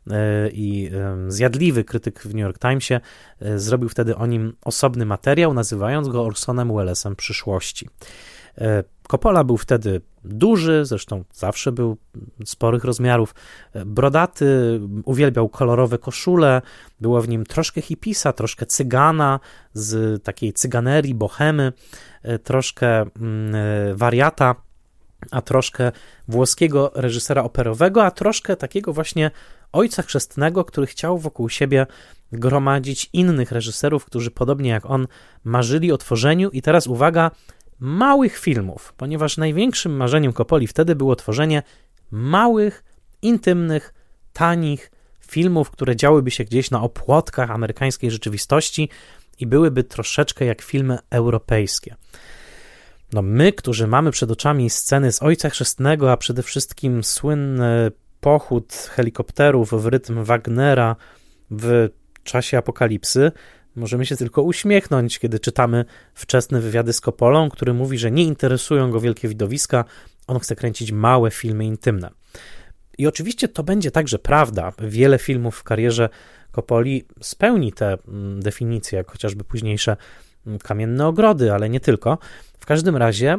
i zjadliwy krytyk w New York Timesie, zrobił wtedy o nim osobny materiał, nazywając go Orsonem Wellesem przyszłości. Coppola był wtedy duży, zresztą zawsze był sporych rozmiarów, brodaty, uwielbiał kolorowe koszule, było w nim troszkę hipisa, troszkę cygana z takiej cyganerii, bohemy, troszkę wariata, a troszkę włoskiego reżysera operowego, a troszkę takiego właśnie ojca chrzestnego, który chciał wokół siebie gromadzić innych reżyserów, którzy podobnie jak on marzyli o tworzeniu i teraz uwaga, małych filmów, ponieważ największym marzeniem Coppoli wtedy było tworzenie małych, intymnych, tanich filmów, które działyby się gdzieś na opłotkach amerykańskiej rzeczywistości i byłyby troszeczkę jak filmy europejskie. No my, którzy mamy przed oczami sceny z Ojca Chrzestnego, a przede wszystkim słynny pochód helikopterów w rytm Wagnera w czasie apokalipsy, możemy się tylko uśmiechnąć, kiedy czytamy wczesne wywiady z Coppolą, który mówi, że nie interesują go wielkie widowiska, on chce kręcić małe filmy intymne. I oczywiście to będzie także prawda. Wiele filmów w karierze Coppoli spełni te definicje, jak chociażby późniejsze Kamienne Ogrody, ale nie tylko. W każdym razie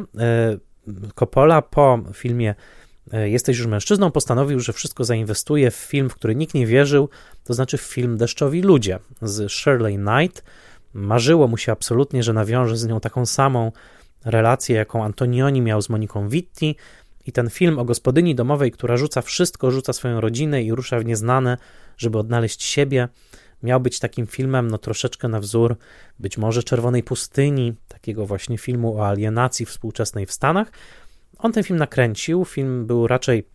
Coppola po filmie Jesteś już mężczyzną postanowił, że wszystko zainwestuje w film, w który nikt nie wierzył, to znaczy w film Deszczowi ludzie z Shirley Knight. Marzyło mu się absolutnie, że nawiąże z nią taką samą relację, jaką Antonioni miał z Moniką Witti i ten film o gospodyni domowej, która rzuca wszystko, rzuca swoją rodzinę i rusza w nieznane, żeby odnaleźć siebie, miał być takim filmem, no troszeczkę na wzór być może Czerwonej Pustyni, takiego właśnie filmu o alienacji współczesnej w Stanach. On ten film nakręcił, film był raczej,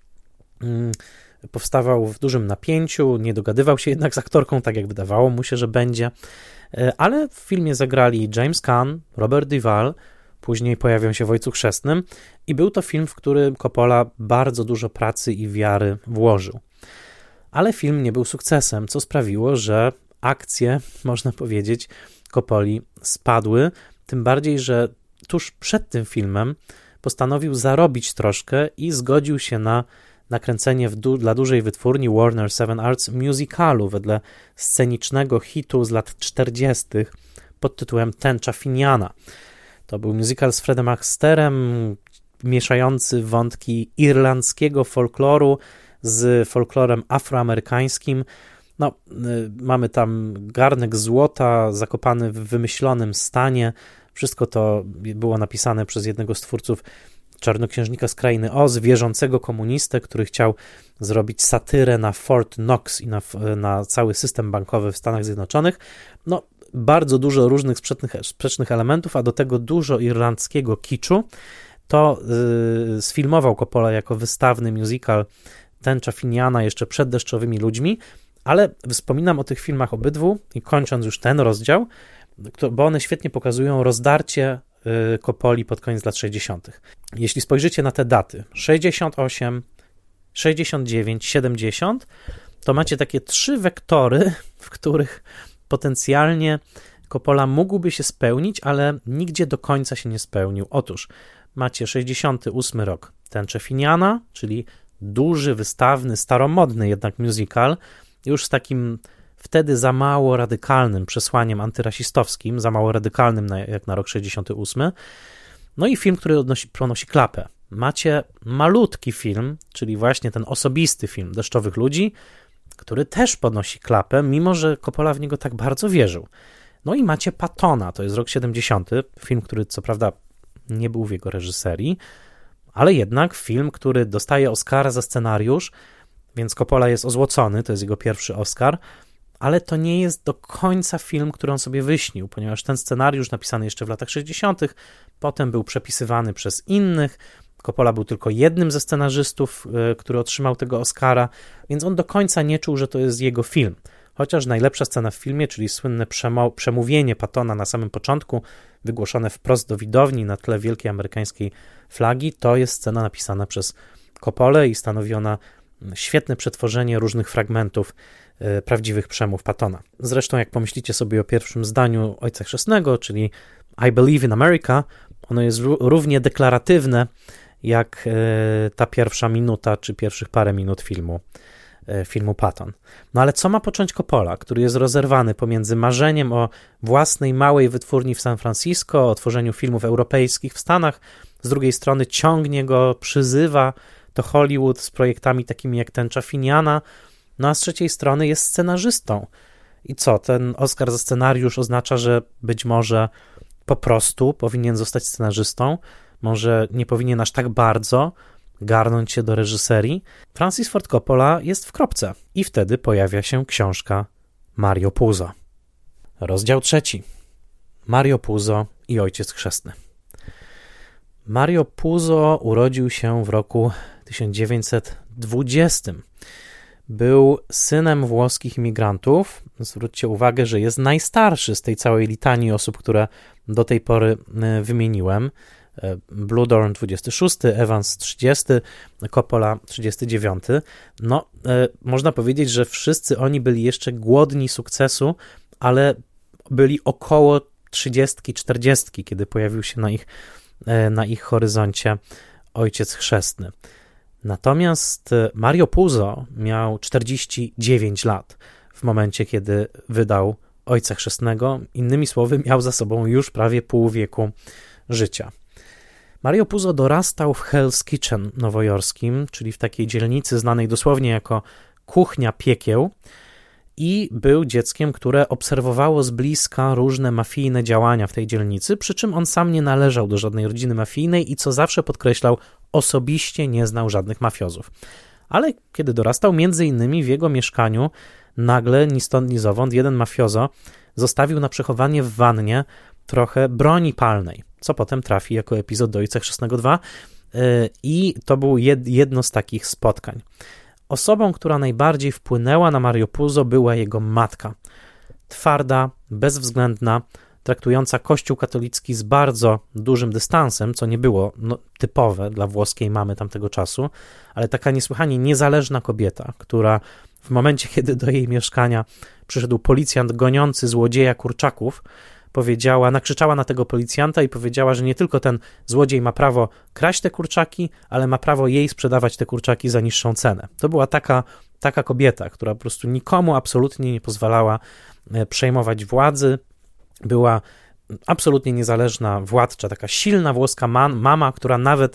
powstawał w dużym napięciu, nie dogadywał się jednak z aktorką, tak jak wydawało mu się, że będzie, ale w filmie zagrali James Caan, Robert Duvall, później pojawią się w Ojcu Chrzestnym i był to film, w który Coppola bardzo dużo pracy i wiary włożył. Ale film nie był sukcesem, co sprawiło, że akcje, można powiedzieć, Coppoli spadły, tym bardziej, że tuż przed tym filmem postanowił zarobić troszkę i zgodził się na nakręcenie dla dużej wytwórni Warner Seven Arts musicalu wedle scenicznego hitu z lat 40. pod tytułem Tęcza Finiana. To był musical z Fredem Axterem, mieszający wątki irlandzkiego folkloru z folklorem afroamerykańskim. Mamy tam garnek złota zakopany w wymyślonym stanie. Wszystko to było napisane przez jednego z twórców Czarnoksiężnika z Krainy Oz, wierzącego komunistę, który chciał zrobić satyrę na Fort Knox i na cały system bankowy w Stanach Zjednoczonych. Bardzo dużo różnych sprzecznych elementów, a do tego dużo irlandzkiego kiczu. To sfilmował Coppola jako wystawny musical Tęcza Finiana jeszcze przed Deszczowymi ludźmi, ale wspominam o tych filmach obydwu i kończąc już ten rozdział, bo one świetnie pokazują rozdarcie Coppoli pod koniec lat 60. Jeśli spojrzycie na te daty 68, 69, 70, to macie takie 3 wektory, w których potencjalnie Coppola mógłby się spełnić, ale nigdzie do końca się nie spełnił. Otóż macie 68 rok Tęczę Finiana, czyli duży, wystawny, staromodny jednak musical, już z takim wtedy za mało radykalnym przesłaniem antyrasistowskim, za mało radykalnym jak na rok 68. I film, który pronosi klapę. Macie malutki film, czyli właśnie ten osobisty film Deszczowych ludzi, który też podnosi klapę, mimo że Coppola w niego tak bardzo wierzył. I macie Pattona, to jest rok 70, film, który co prawda nie był w jego reżyserii, ale jednak film, który dostaje Oscara za scenariusz, więc Coppola jest ozłocony, to jest jego pierwszy Oscar, ale to nie jest do końca film, który on sobie wyśnił, ponieważ ten scenariusz napisany jeszcze w latach 60. potem był przepisywany przez innych. Coppola był tylko jednym ze scenarzystów, który otrzymał tego Oscara, więc on do końca nie czuł, że to jest jego film. Chociaż najlepsza scena w filmie, czyli słynne przemówienie Pattona na samym początku, wygłoszone wprost do widowni na tle wielkiej amerykańskiej flagi, to jest scena napisana przez Coppolę i stanowi ona świetne przetworzenie różnych fragmentów prawdziwych przemów Pattona. Zresztą jak pomyślicie sobie o pierwszym zdaniu Ojca Chrzestnego, czyli I believe in America, ono jest równie deklaratywne jak ta pierwsza minuta, czy pierwszych parę minut filmu Patton. Ale co ma począć Coppola, który jest rozerwany pomiędzy marzeniem o własnej małej wytwórni w San Francisco, o tworzeniu filmów europejskich w Stanach, z drugiej strony ciągnie go, przyzywa do Hollywood z projektami takimi jak Tęcza Finiana, a z trzeciej strony jest scenarzystą. I co, ten Oscar za scenariusz oznacza, że być może po prostu powinien zostać scenarzystą, może nie powinien aż tak bardzo garnąć się do reżyserii. Francis Ford Coppola jest w kropce i wtedy pojawia się książka Mario Puzo. Rozdział 3. Mario Puzo i Ojciec Chrzestny. Mario Puzo urodził się w roku 1920. Był synem włoskich imigrantów. Zwróćcie uwagę, że jest najstarszy z tej całej litanii osób, które do tej pory wymieniłem. Bluedorn 26, Evans 30, Coppola 39. Można powiedzieć, że wszyscy oni byli jeszcze głodni sukcesu, ale byli około 30-40, kiedy pojawił się na ich horyzoncie Ojciec Chrzestny. Natomiast Mario Puzo miał 49 lat w momencie, kiedy wydał Ojca Chrzestnego. Innymi słowy, miał za sobą już prawie pół wieku życia. Mario Puzo dorastał w Hell's Kitchen nowojorskim, czyli w takiej dzielnicy znanej dosłownie jako kuchnia piekieł, i był dzieckiem, które obserwowało z bliska różne mafijne działania w tej dzielnicy, przy czym on sam nie należał do żadnej rodziny mafijnej i co zawsze podkreślał, osobiście nie znał żadnych mafiozów. Ale kiedy dorastał, między innymi w jego mieszkaniu nagle, ni stąd, ni zowąd, jeden mafiozo zostawił na przechowanie w wannie trochę broni palnej, co potem trafi jako epizod do Ojca Chrzestnego 2 i to było jedno z takich spotkań. Osobą, która najbardziej wpłynęła na Mario Puzo, była jego matka. Twarda, bezwzględna, traktująca Kościół katolicki z bardzo dużym dystansem, co nie było typowe dla włoskiej mamy tamtego czasu, ale taka niesłychanie niezależna kobieta, która w momencie, kiedy do jej mieszkania przyszedł policjant goniący złodzieja kurczaków, nakrzyczała na tego policjanta i powiedziała, że nie tylko ten złodziej ma prawo kraść te kurczaki, ale ma prawo jej sprzedawać te kurczaki za niższą cenę. To była taka kobieta, która po prostu nikomu absolutnie nie pozwalała przejmować władzy. Była absolutnie niezależna władcza, taka silna włoska mama, która nawet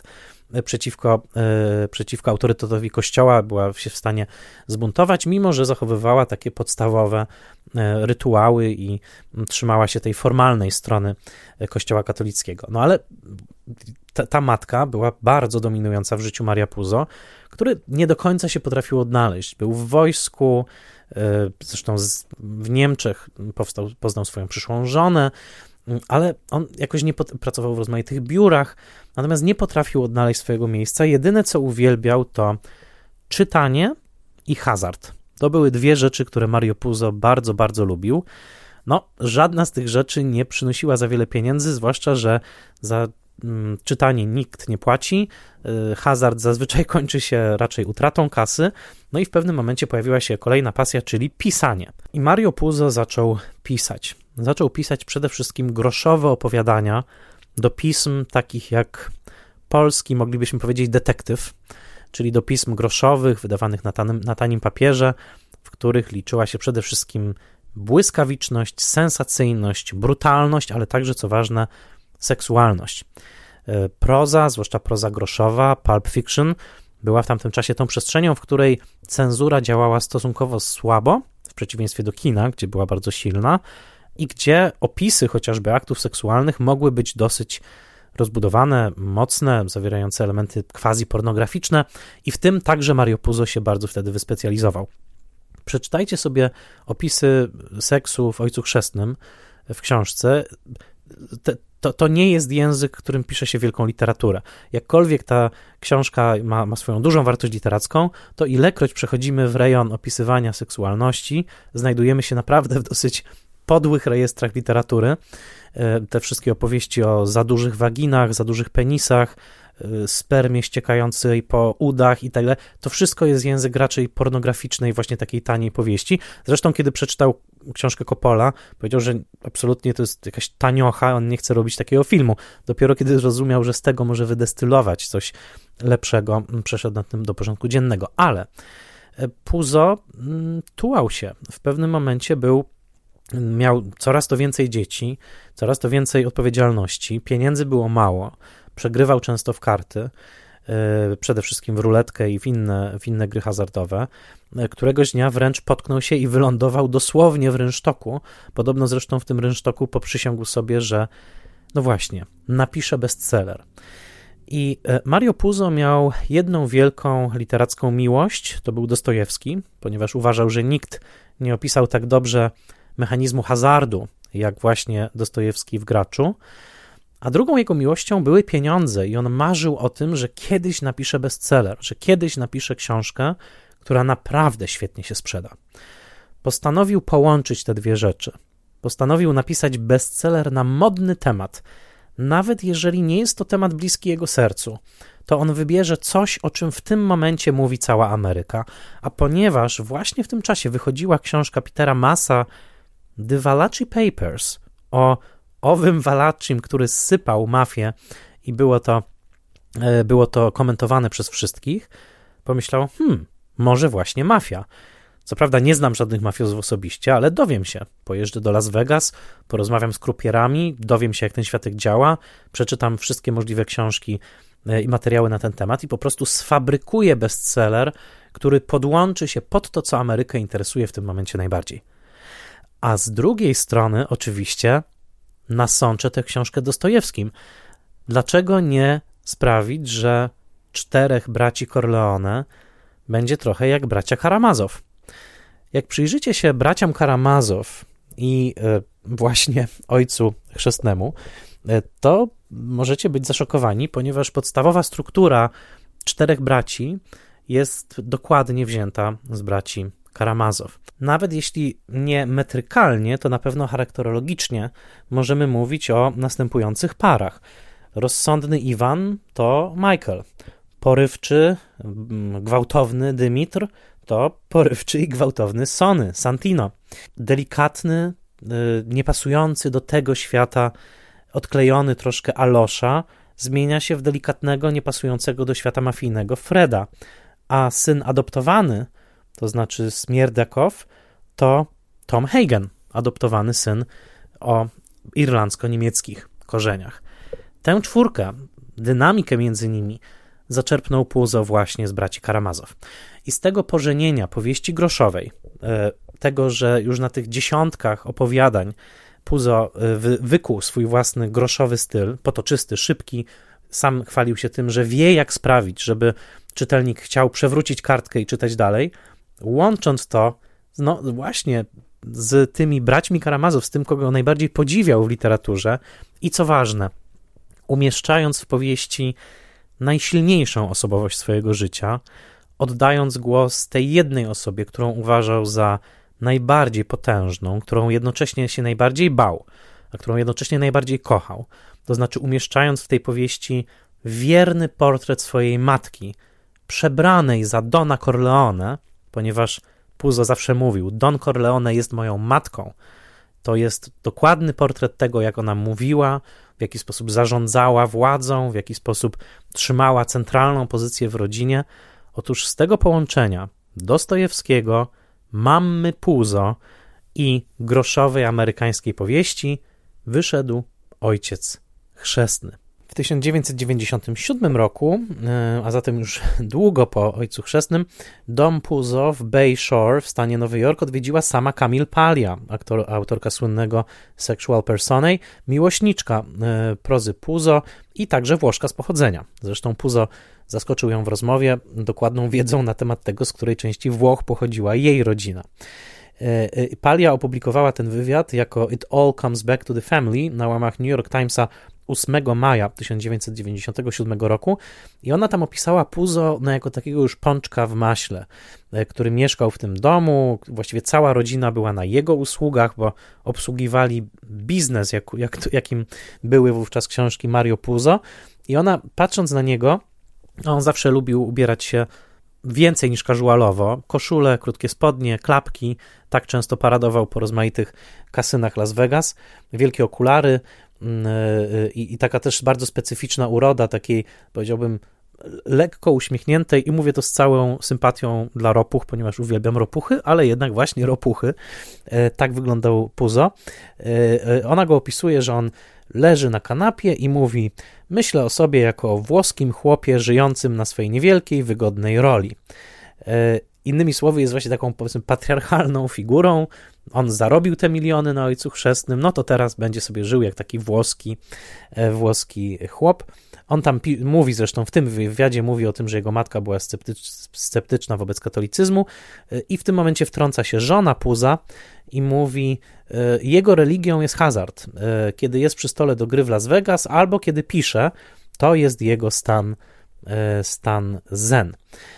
przeciwko autorytetowi Kościoła, była się w stanie zbuntować, mimo że zachowywała takie podstawowe rytuały i trzymała się tej formalnej strony Kościoła katolickiego. No ale ta matka była bardzo dominująca w życiu Maria Puzo, który nie do końca się potrafił odnaleźć. Był w wojsku, zresztą w Niemczech poznał swoją przyszłą żonę, ale on jakoś nie pracował w rozmaitych biurach, natomiast nie potrafił odnaleźć swojego miejsca. Jedyne, co uwielbiał, to czytanie i hazard. To były dwie rzeczy, które Mario Puzo bardzo, bardzo lubił. No, żadna z tych rzeczy nie przynosiła za wiele pieniędzy, zwłaszcza, że za czytanie nikt nie płaci, hazard zazwyczaj kończy się raczej utratą kasy, no i w pewnym momencie pojawiła się kolejna pasja, czyli pisanie. I Mario Puzo zaczął pisać. Zaczął pisać przede wszystkim groszowe opowiadania do pism takich jak polski, moglibyśmy powiedzieć, detektyw, czyli do pism groszowych, wydawanych na tanim papierze, w których liczyła się przede wszystkim błyskawiczność, sensacyjność, brutalność, ale także, co ważne, seksualność. Proza, zwłaszcza proza groszowa, pulp fiction, była w tamtym czasie tą przestrzenią, w której cenzura działała stosunkowo słabo, w przeciwieństwie do kina, gdzie była bardzo silna i gdzie opisy chociażby aktów seksualnych mogły być dosyć rozbudowane, mocne, zawierające elementy quasi-pornograficzne i w tym także Mario Puzo się bardzo wtedy wyspecjalizował. Przeczytajcie sobie opisy seksu w Ojcu Chrzestnym w książce. To nie jest język, którym pisze się wielką literaturę. Jakkolwiek ta książka ma swoją dużą wartość literacką, to ilekroć przechodzimy w rejon opisywania seksualności, znajdujemy się naprawdę w dosyć podłych rejestrach literatury. Te wszystkie opowieści o za dużych waginach, za dużych penisach, spermie ściekającej po udach i tak dalej, to wszystko jest język raczej pornograficznej, właśnie takiej taniej powieści. Zresztą, kiedy przeczytał książkę Coppola, powiedział, że absolutnie to jest jakaś taniocha, on nie chce robić takiego filmu. Dopiero kiedy zrozumiał, że z tego może wydestylować coś lepszego, przeszedł nad tym do porządku dziennego. Ale Puzo tułał się. W pewnym momencie miał coraz to więcej dzieci, coraz to więcej odpowiedzialności, pieniędzy było mało, przegrywał często w karty, przede wszystkim w ruletkę i w inne gry hazardowe. Któregoś dnia wręcz potknął się i wylądował dosłownie w rynsztoku. Podobno zresztą w tym rynsztoku poprzysiągł sobie, że no właśnie, napisze bestseller. I Mario Puzo miał jedną wielką literacką miłość, to był Dostojewski, ponieważ uważał, że nikt nie opisał tak dobrze mechanizmu hazardu, jak właśnie Dostojewski w Graczu. A drugą jego miłością były pieniądze i on marzył o tym, że kiedyś napisze bestseller, że kiedyś napisze książkę, która naprawdę świetnie się sprzeda. Postanowił połączyć te dwie rzeczy. Postanowił napisać bestseller na modny temat. Nawet jeżeli nie jest to temat bliski jego sercu, to on wybierze coś, o czym w tym momencie mówi cała Ameryka. A ponieważ właśnie w tym czasie wychodziła książka Petera Massa The Valachi Papers o owym Valachim, który zsypał mafię i było to komentowane przez wszystkich, pomyślał, może właśnie mafia. Co prawda nie znam żadnych mafiozów osobiście, ale dowiem się. Pojeżdżę do Las Vegas, porozmawiam z krupierami, dowiem się, jak ten światek działa, przeczytam wszystkie możliwe książki i materiały na ten temat i po prostu sfabrykuję bestseller, który podłączy się pod to, co Amerykę interesuje w tym momencie najbardziej. A z drugiej strony oczywiście nasączę tę książkę Dostojewskim. Dlaczego nie sprawić, że 4 braci Corleone będzie trochę jak bracia Karamazow? Jak przyjrzycie się braciom Karamazow i właśnie Ojcu Chrzestnemu, to możecie być zaszokowani, ponieważ podstawowa struktura 4 braci jest dokładnie wzięta z braci Karamazow. Nawet jeśli nie metrykalnie, to na pewno charakterologicznie możemy mówić o następujących parach. Rozsądny Iwan to Michael. Porywczy, gwałtowny Dymitr to porywczy i gwałtowny Sonny, Santino. Delikatny, niepasujący do tego świata, odklejony troszkę Alosza zmienia się w delikatnego, niepasującego do świata mafijnego Freda. A syn adoptowany, to znaczy Smierdakow, to Tom Hagen, adoptowany syn o irlandzko-niemieckich korzeniach. Tę czwórkę, dynamikę między nimi zaczerpnął Puzo właśnie z braci Karamazow. I z tego pożenienia powieści groszowej, tego, że już na tych dziesiątkach opowiadań Puzo wykuł swój własny groszowy styl, potoczysty, szybki, sam chwalił się tym, że wie jak sprawić, żeby czytelnik chciał przewrócić kartkę i czytać dalej, łącząc to no właśnie z tymi braćmi Karamazow, z tym, kogo najbardziej podziwiał w literaturze i co ważne, umieszczając w powieści najsilniejszą osobowość swojego życia, oddając głos tej jednej osobie, którą uważał za najbardziej potężną, którą jednocześnie się najbardziej bał, a którą jednocześnie najbardziej kochał. To znaczy umieszczając w tej powieści wierny portret swojej matki, przebranej za Dona Corleone, ponieważ Puzo zawsze mówił, Don Corleone jest moją matką. To jest dokładny portret tego, jak ona mówiła, w jaki sposób zarządzała władzą, w jaki sposób trzymała centralną pozycję w rodzinie. Otóż z tego połączenia Dostojewskiego, Mammy Puzo i groszowej amerykańskiej powieści wyszedł Ojciec Chrzestny. W 1997 roku, a zatem już długo po Ojcu Chrzestnym, dom Puzo w Bay Shore w stanie Nowy Jork odwiedziła sama Camille Paglia, autorka słynnego Sexual Personae, miłośniczka prozy Puzo i także Włoszka z pochodzenia. Zresztą Puzo zaskoczył ją w rozmowie dokładną wiedzą na temat tego, z której części Włoch pochodziła jej rodzina. Paglia opublikowała ten wywiad jako It All Comes Back to the Family na łamach New York Timesa 8 maja 1997 roku i ona tam opisała Puzo jako takiego już pączka w maśle, który mieszkał w tym domu, właściwie cała rodzina była na jego usługach, bo obsługiwali biznes, jakim były wówczas książki Mario Puzo i ona patrząc na niego, on zawsze lubił ubierać się więcej niż casualowo, koszule, krótkie spodnie, klapki, tak często paradował po rozmaitych kasynach Las Vegas, wielkie okulary i taka też bardzo specyficzna uroda, takiej powiedziałbym lekko uśmiechniętej i mówię to z całą sympatią dla ropuch, ponieważ uwielbiam ropuchy, ale jednak właśnie ropuchy. Tak wyglądał Puzo. Ona go opisuje, że on leży na kanapie i mówi: myślę o sobie jako o włoskim chłopie żyjącym na swojej niewielkiej, wygodnej roli. Innymi słowy, jest właśnie taką, powiedzmy, patriarchalną figurą. On zarobił te miliony na Ojcu Chrzestnym, no to teraz będzie sobie żył jak taki włoski chłop. On tam mówi, zresztą w tym wywiadzie mówi o tym, że jego matka była sceptyczna wobec katolicyzmu i w tym momencie wtrąca się żona Puza i mówi, jego religią jest hazard. Kiedy jest przy stole do gry w Las Vegas albo kiedy pisze, to jest jego stan zen.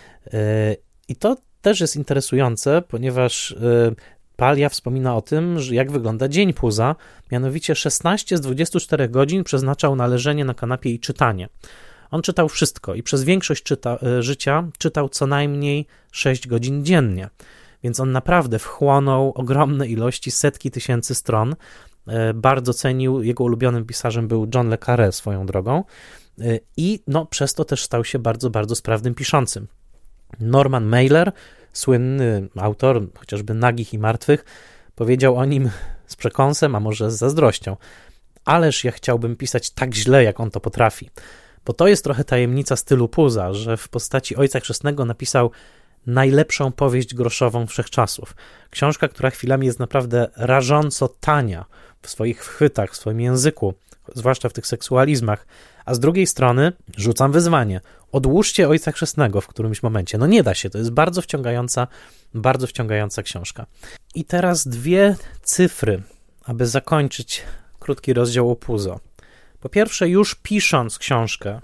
I to też jest interesujące, ponieważ Paglia wspomina o tym, że jak wygląda dzień Puza, mianowicie 16 z 24 godzin przeznaczał na leżenie na kanapie i czytanie. On czytał wszystko i przez większość życia czytał co najmniej 6 godzin dziennie, więc on naprawdę wchłonął ogromne ilości, setki tysięcy stron. Bardzo cenił, jego ulubionym pisarzem był John le Carré swoją drogą i no, przez to też stał się bardzo, bardzo sprawnym piszącym. Norman Mailer, słynny autor chociażby Nagich i Martwych, powiedział o nim z przekąsem, a może z zazdrością: ależ ja chciałbym pisać tak źle, jak on to potrafi. Bo to jest trochę tajemnica stylu Puza, że w postaci Ojca Chrzestnego napisał najlepszą powieść groszową wszechczasów. Książka, która chwilami jest naprawdę rażąco tania w swoich chwytach, w swoim języku, zwłaszcza w tych seksualizmach, a z drugiej strony rzucam wyzwanie. Odłóżcie Ojca Chrzestnego w którymś momencie. No nie da się, to jest bardzo wciągająca książka. I teraz 2 cyfry, aby zakończyć krótki rozdział o Puzo. Po pierwsze, już pisząc książkę,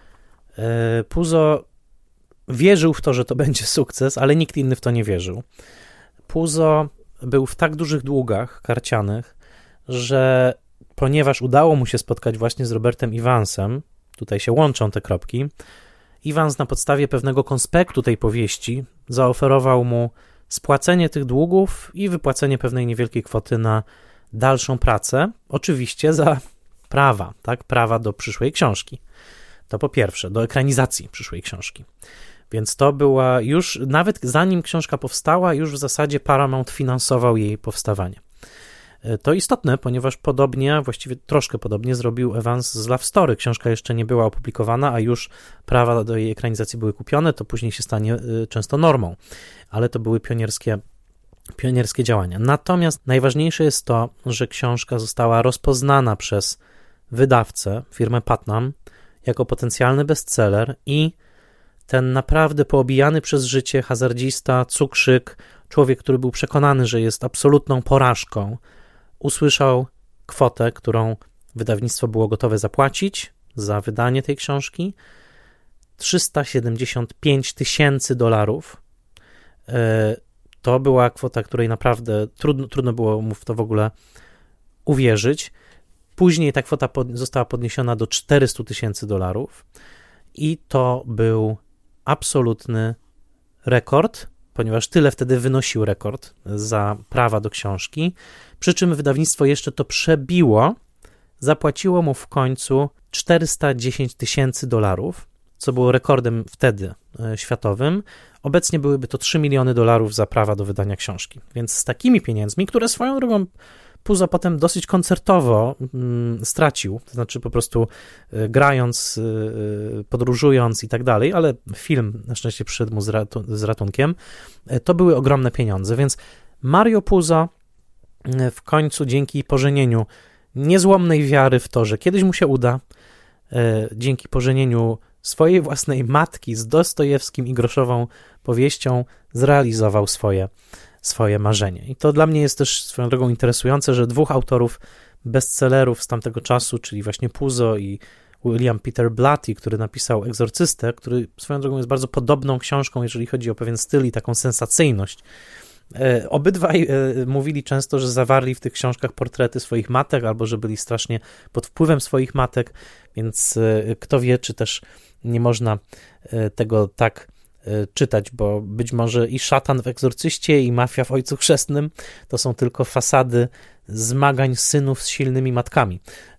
Puzo wierzył w to, że to będzie sukces, ale nikt inny w to nie wierzył. Puzo był w tak dużych długach karcianych, że ponieważ udało mu się spotkać właśnie z Robertem Evansem, tutaj się łączą te kropki, Evans na podstawie pewnego konspektu tej powieści zaoferował mu spłacenie tych długów i wypłacenie pewnej niewielkiej kwoty na dalszą pracę, oczywiście za prawa, tak, prawa do przyszłej książki. To po pierwsze, do ekranizacji przyszłej książki. Więc to była już, nawet zanim książka powstała, już w zasadzie Paramount finansował jej powstawanie. To istotne, ponieważ podobnie, właściwie troszkę podobnie zrobił Evans z Love Story. Książka jeszcze nie była opublikowana, a już prawa do jej ekranizacji były kupione, to później się stanie często normą, ale to były pionierskie działania. Natomiast najważniejsze jest to, że książka została rozpoznana przez wydawcę, firmę Putnam, jako potencjalny bestseller i ten naprawdę poobijany przez życie hazardzista, cukrzyk, człowiek, który był przekonany, że jest absolutną porażką, usłyszał kwotę, którą wydawnictwo było gotowe zapłacić za wydanie tej książki. $375,000. To była kwota, której naprawdę trudno było mu w to w ogóle uwierzyć. Później ta kwota została podniesiona do $400,000 i to był absolutny rekord, ponieważ tyle wtedy wynosił rekord za prawa do książki, przy czym wydawnictwo jeszcze to przebiło, zapłaciło mu w końcu $410,000, co było rekordem wtedy światowym. Obecnie byłyby to $3 miliony za prawa do wydania książki. Więc z takimi pieniędzmi, które swoją drogą Puzo potem dosyć koncertowo stracił, to znaczy po prostu grając, podróżując i tak dalej, ale film na szczęście przyszedł mu z ratunkiem, to były ogromne pieniądze, więc Mario Puzo w końcu dzięki pożenieniu niezłomnej wiary w to, że kiedyś mu się uda, dzięki pożenieniu swojej własnej matki z Dostojewskim i groszową powieścią zrealizował swoje marzenie. I to dla mnie jest też swoją drogą interesujące, że dwóch autorów bestsellerów z tamtego czasu, czyli właśnie Puzo i William Peter Blatty, który napisał Egzorcystę, który swoją drogą jest bardzo podobną książką, jeżeli chodzi o pewien styl i taką sensacyjność. Obydwaj mówili często, że zawarli w tych książkach portrety swoich matek, albo że byli strasznie pod wpływem swoich matek, więc kto wie, czy też nie można tego tak czytać, bo być może i szatan w Egzorcyście, i mafia w Ojcu Chrzestnym to są tylko fasady zmagań synów z silnymi matkami,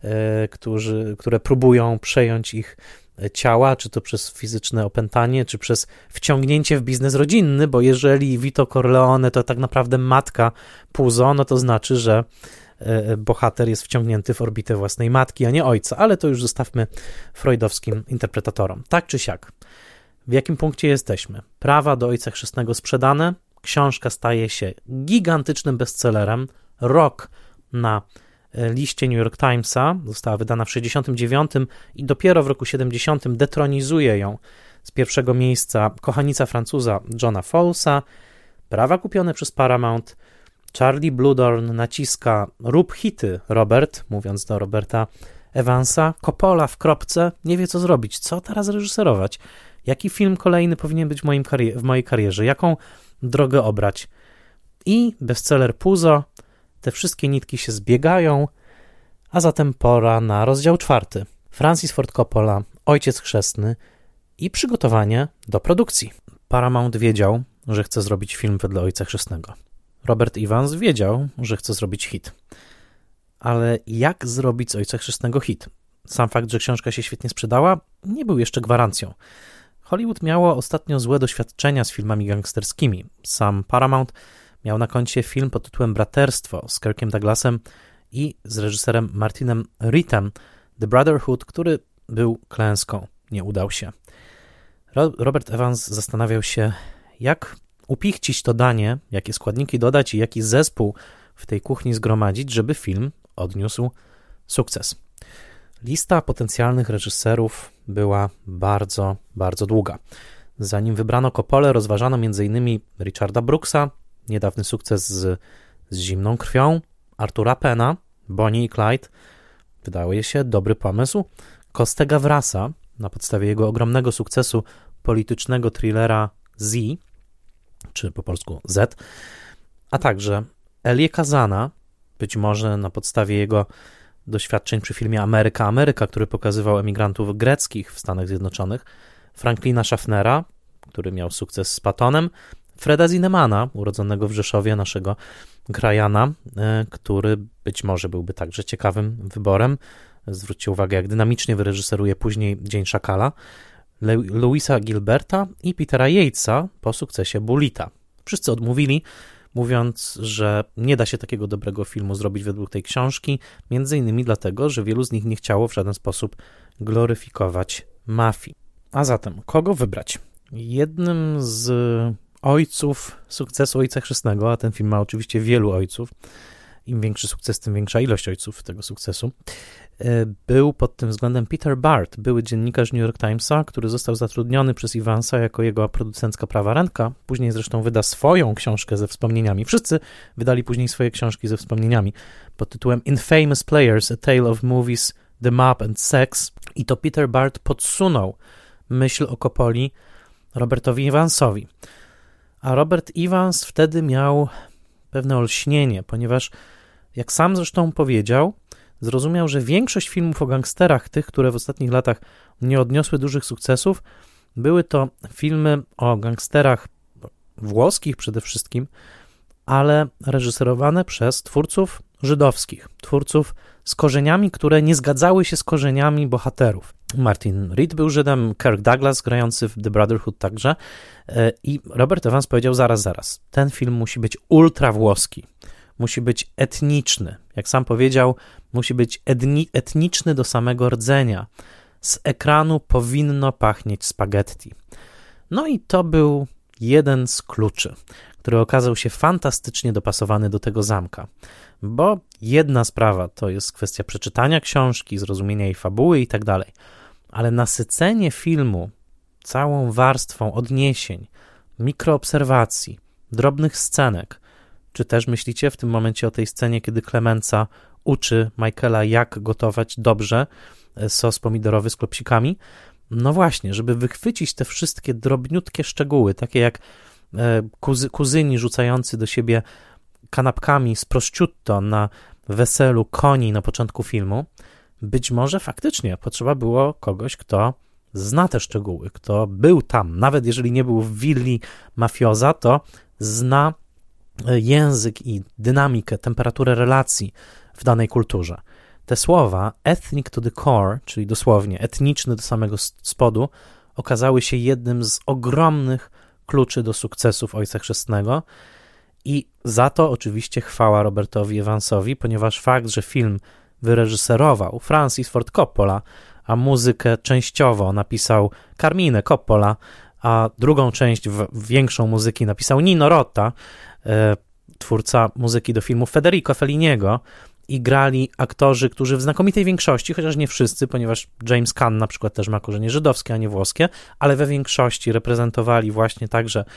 które próbują przejąć ich ciała, czy to przez fizyczne opętanie, czy przez wciągnięcie w biznes rodzinny, bo jeżeli Vito Corleone to tak naprawdę matka Puzo, no to znaczy, że bohater jest wciągnięty w orbitę własnej matki, a nie ojca, ale to już zostawmy freudowskim interpretatorom. Tak czy siak. W jakim punkcie jesteśmy? Prawa do Ojca Chrzestnego sprzedane, książka staje się gigantycznym bestsellerem, rok na liście New York Timesa, została wydana w 69 i dopiero w roku 70 detronizuje ją z pierwszego miejsca kochanica Francuza Johna Fowlesa, prawa kupione przez Paramount, Charlie Bluhdorn naciska rób hity, Robert, mówiąc do Roberta Evansa, Coppola w kropce, nie wie co zrobić, co teraz reżyserować, jaki film kolejny powinien być w mojej karierze, jaką drogę obrać. I bestseller Puzo, te wszystkie nitki się zbiegają, a zatem pora na rozdział 4. Francis Ford Coppola, Ojciec Chrzestny i przygotowanie do produkcji. Paramount wiedział, że chce zrobić film wedle Ojca Chrzestnego. Robert Evans wiedział, że chce zrobić hit. Ale jak zrobić z Ojca Chrzestnego hit? Sam fakt, że książka się świetnie sprzedała, nie był jeszcze gwarancją. Hollywood miało ostatnio złe doświadczenia z filmami gangsterskimi. Sam Paramount miał na koncie film pod tytułem Braterstwo z Kirkiem Douglasem i z reżyserem Martinem Rittem, The Brotherhood, który był klęską. Nie udał się. Robert Evans zastanawiał się, jak upichcić to danie, jakie składniki dodać i jaki zespół w tej kuchni zgromadzić, żeby film odniósł sukces. Lista potencjalnych reżyserów była bardzo, bardzo długa. Zanim wybrano Coppolę, rozważano m.in. Richarda Brooksa, niedawny sukces z Zimną krwią, Artura Penna, Bonnie i Clyde, wydaje się dobry pomysł, Costę Gavrasa, na podstawie jego ogromnego sukcesu politycznego thrillera Z, czy po polsku Z, a także Elie Kazana, być może na podstawie jego doświadczeń przy filmie Ameryka, który pokazywał emigrantów greckich w Stanach Zjednoczonych, Franklina Schaffnera, który miał sukces z Patonem, Freda Zinnemana, urodzonego w Rzeszowie, naszego krajana, który być może byłby także ciekawym wyborem. Zwróćcie uwagę, jak dynamicznie wyreżyseruje później Dzień Szakala, Louisa Gilberta i Petera Yatesa po sukcesie Bullita. Wszyscy odmówili, mówiąc, że nie da się takiego dobrego filmu zrobić według tej książki, między innymi dlatego, że wielu z nich nie chciało w żaden sposób gloryfikować mafii. A zatem, kogo wybrać? Jednym z ojców sukcesu Ojca Chrzestnego, a ten film ma oczywiście wielu ojców, im większy sukces, tym większa ilość ojców tego sukcesu, był pod tym względem Peter Bart, były dziennikarz New York Timesa, który został zatrudniony przez Evansa jako jego producencka prawa ręka. Później zresztą wyda swoją książkę ze wspomnieniami. Wszyscy wydali później swoje książki ze wspomnieniami pod tytułem Infamous Players, A Tale of Movies, The Mob and Sex. I to Peter Bart podsunął myśl o Coppoli Robertowi Evansowi. A Robert Evans wtedy miał pewne olśnienie, ponieważ jak sam zresztą powiedział, zrozumiał, że większość filmów o gangsterach, tych, które w ostatnich latach nie odniosły dużych sukcesów, były to filmy o gangsterach włoskich przede wszystkim, ale reżyserowane przez twórców żydowskich, twórców z korzeniami, które nie zgadzały się z korzeniami bohaterów. Martin Reed był Żydem, Kirk Douglas grający w The Brotherhood także i Robert Evans powiedział zaraz, ten film musi być ultra włoski, musi być etniczny, jak sam powiedział, musi być etniczny do samego rdzenia. Z ekranu powinno pachnieć spaghetti. No i to był jeden z kluczy, który okazał się fantastycznie dopasowany do tego zamka. Bo jedna sprawa to jest kwestia przeczytania książki, zrozumienia jej fabuły i tak dalej, ale nasycenie filmu całą warstwą odniesień, mikroobserwacji, drobnych scenek, czy też myślicie w tym momencie o tej scenie, kiedy Clemenza uczy Michaela, jak gotować dobrze sos pomidorowy z klopsikami? No właśnie, żeby wychwycić te wszystkie drobniutkie szczegóły, takie jak kuzyni rzucający do siebie kanapkami z prosciutto na weselu koni na początku filmu, być może faktycznie potrzeba było kogoś, kto zna te szczegóły, kto był tam, nawet jeżeli nie był w willi mafioza, to zna język i dynamikę, temperaturę relacji w danej kulturze. Te słowa ethnic to the core, czyli dosłownie etniczny do samego spodu, okazały się jednym z ogromnych kluczy do sukcesów Ojca Chrzestnego i za to oczywiście chwała Robertowi Evansowi, ponieważ fakt, że film wyreżyserował Francis Ford Coppola, a muzykę częściowo napisał Carmine Coppola, a drugą część, większą muzyki napisał Nino Rota, twórca muzyki do filmu Federico Felliniego, i grali aktorzy, którzy w znakomitej większości, chociaż nie wszyscy, ponieważ James Caan na przykład też ma korzenie żydowskie, a nie włoskie, ale we większości reprezentowali właśnie także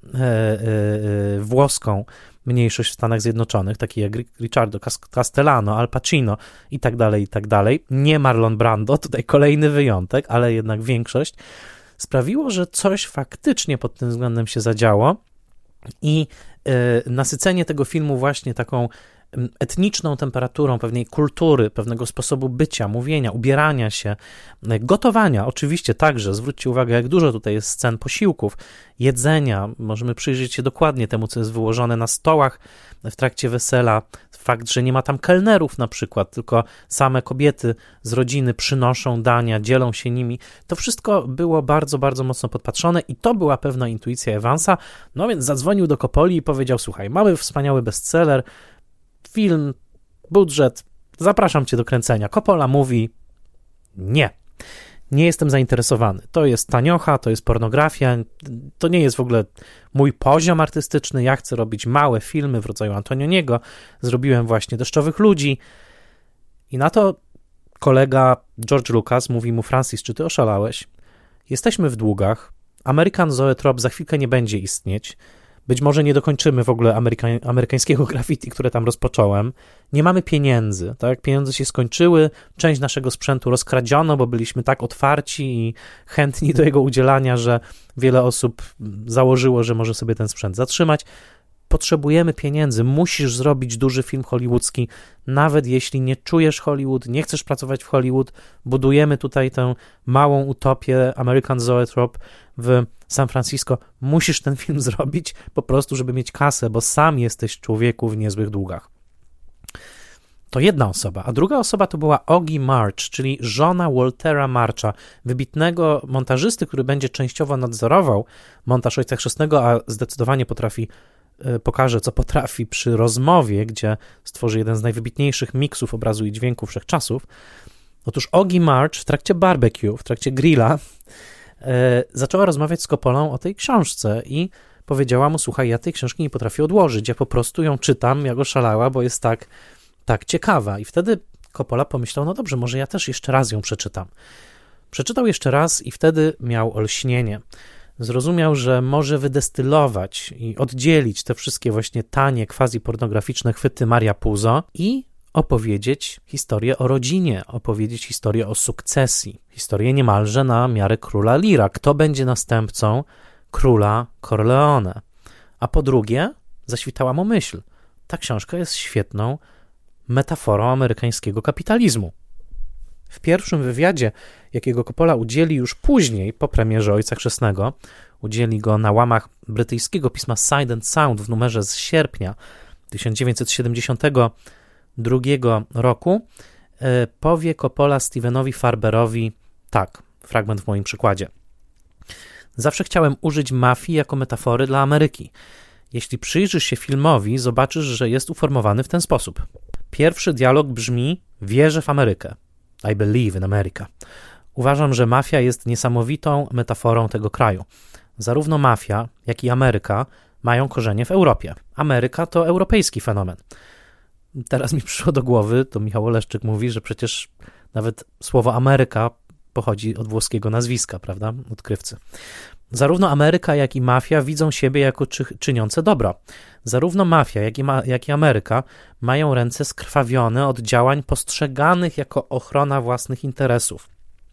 włoską mniejszość w Stanach Zjednoczonych, takie jak Riccardo Castellano, Al Pacino i tak dalej. Nie Marlon Brando, tutaj kolejny wyjątek, ale jednak większość, sprawiło, że coś faktycznie pod tym względem się zadziało i nasycenie tego filmu właśnie taką etniczną temperaturą pewnej kultury, pewnego sposobu bycia, mówienia, ubierania się, gotowania, oczywiście także, zwróćcie uwagę, jak dużo tutaj jest scen posiłków, jedzenia, możemy przyjrzeć się dokładnie temu, co jest wyłożone na stołach w trakcie wesela, fakt, że nie ma tam kelnerów na przykład, tylko same kobiety z rodziny przynoszą dania, dzielą się nimi, to wszystko było bardzo, bardzo mocno podpatrzone i to była pewna intuicja Evansa, no więc zadzwonił do Coppoli i powiedział, słuchaj, mamy wspaniały bestseller, film, budżet, zapraszam cię do kręcenia. Coppola mówi, nie jestem zainteresowany. To jest taniocha, to jest pornografia, to nie jest w ogóle mój poziom artystyczny, ja chcę robić małe filmy w rodzaju Antonioniego, zrobiłem właśnie Deszczowych ludzi i na to kolega George Lucas mówi mu, Francis, czy ty oszalałeś? Jesteśmy w długach, American Zoetrope za chwilkę nie będzie istnieć, być może nie dokończymy w ogóle amerykańskiego graffiti, które tam rozpocząłem. Nie mamy pieniędzy, tak? Pieniądze się skończyły, część naszego sprzętu rozkradziono, bo byliśmy tak otwarci i chętni do jego udzielania, że wiele osób założyło, że może sobie ten sprzęt zatrzymać. Potrzebujemy pieniędzy, musisz zrobić duży film hollywoodzki, nawet jeśli nie czujesz Hollywood, nie chcesz pracować w Hollywood, budujemy tutaj tę małą utopię American Zoetrope w San Francisco, musisz ten film zrobić po prostu, żeby mieć kasę, bo sam jesteś człowieku w niezłych długach. To jedna osoba, a druga osoba to była Ogie March, czyli żona Waltera Marcha, wybitnego montażysty, który będzie częściowo nadzorował montaż Ojca Chrzestnego, a zdecydowanie potrafi pokaże, co potrafi przy rozmowie, gdzie stworzy jeden z najwybitniejszych miksów obrazu i dźwięku wszechczasów. Otóż Augie March w trakcie barbecue, w trakcie grilla zaczęła rozmawiać z Coppolą o tej książce i powiedziała mu, słuchaj, ja tej książki nie potrafię odłożyć, ja po prostu ją czytam, jak oszalała, bo jest tak ciekawa. I wtedy Coppola pomyślał, no dobrze, może ja też jeszcze raz ją przeczytam. Przeczytał jeszcze raz i wtedy miał olśnienie. Zrozumiał, że może wydestylować i oddzielić te wszystkie właśnie tanie, quasi-pornograficzne chwyty Maria Puzo i opowiedzieć historię o rodzinie, opowiedzieć historię o sukcesji, historię niemalże na miarę króla Leara. Kto będzie następcą króla Corleone? A po drugie, zaświtała mu myśl. Ta książka jest świetną metaforą amerykańskiego kapitalizmu. W pierwszym wywiadzie, jakiego Coppola udzieli już później, po premierze Ojca Chrzestnego, udzieli go na łamach brytyjskiego pisma Sight and Sound w numerze z sierpnia 1972 roku, powie Coppola Stevenowi Farberowi tak, fragment w moim przykładzie. Zawsze chciałem użyć mafii jako metafory dla Ameryki. Jeśli przyjrzysz się filmowi, zobaczysz, że jest uformowany w ten sposób. Pierwszy dialog brzmi: wierzę w Amerykę. I believe in America. Uważam, że mafia jest niesamowitą metaforą tego kraju. Zarówno mafia, jak i Ameryka mają korzenie w Europie. Ameryka to europejski fenomen. Teraz mi przyszło do głowy, to Michał Oleszczyk mówi, że przecież nawet słowo Ameryka pochodzi od włoskiego nazwiska, prawda? Odkrywcy. Zarówno Ameryka, jak i mafia widzą siebie jako czyniące dobro. Zarówno mafia, jak i Ameryka mają ręce skrwawione od działań postrzeganych jako ochrona własnych interesów.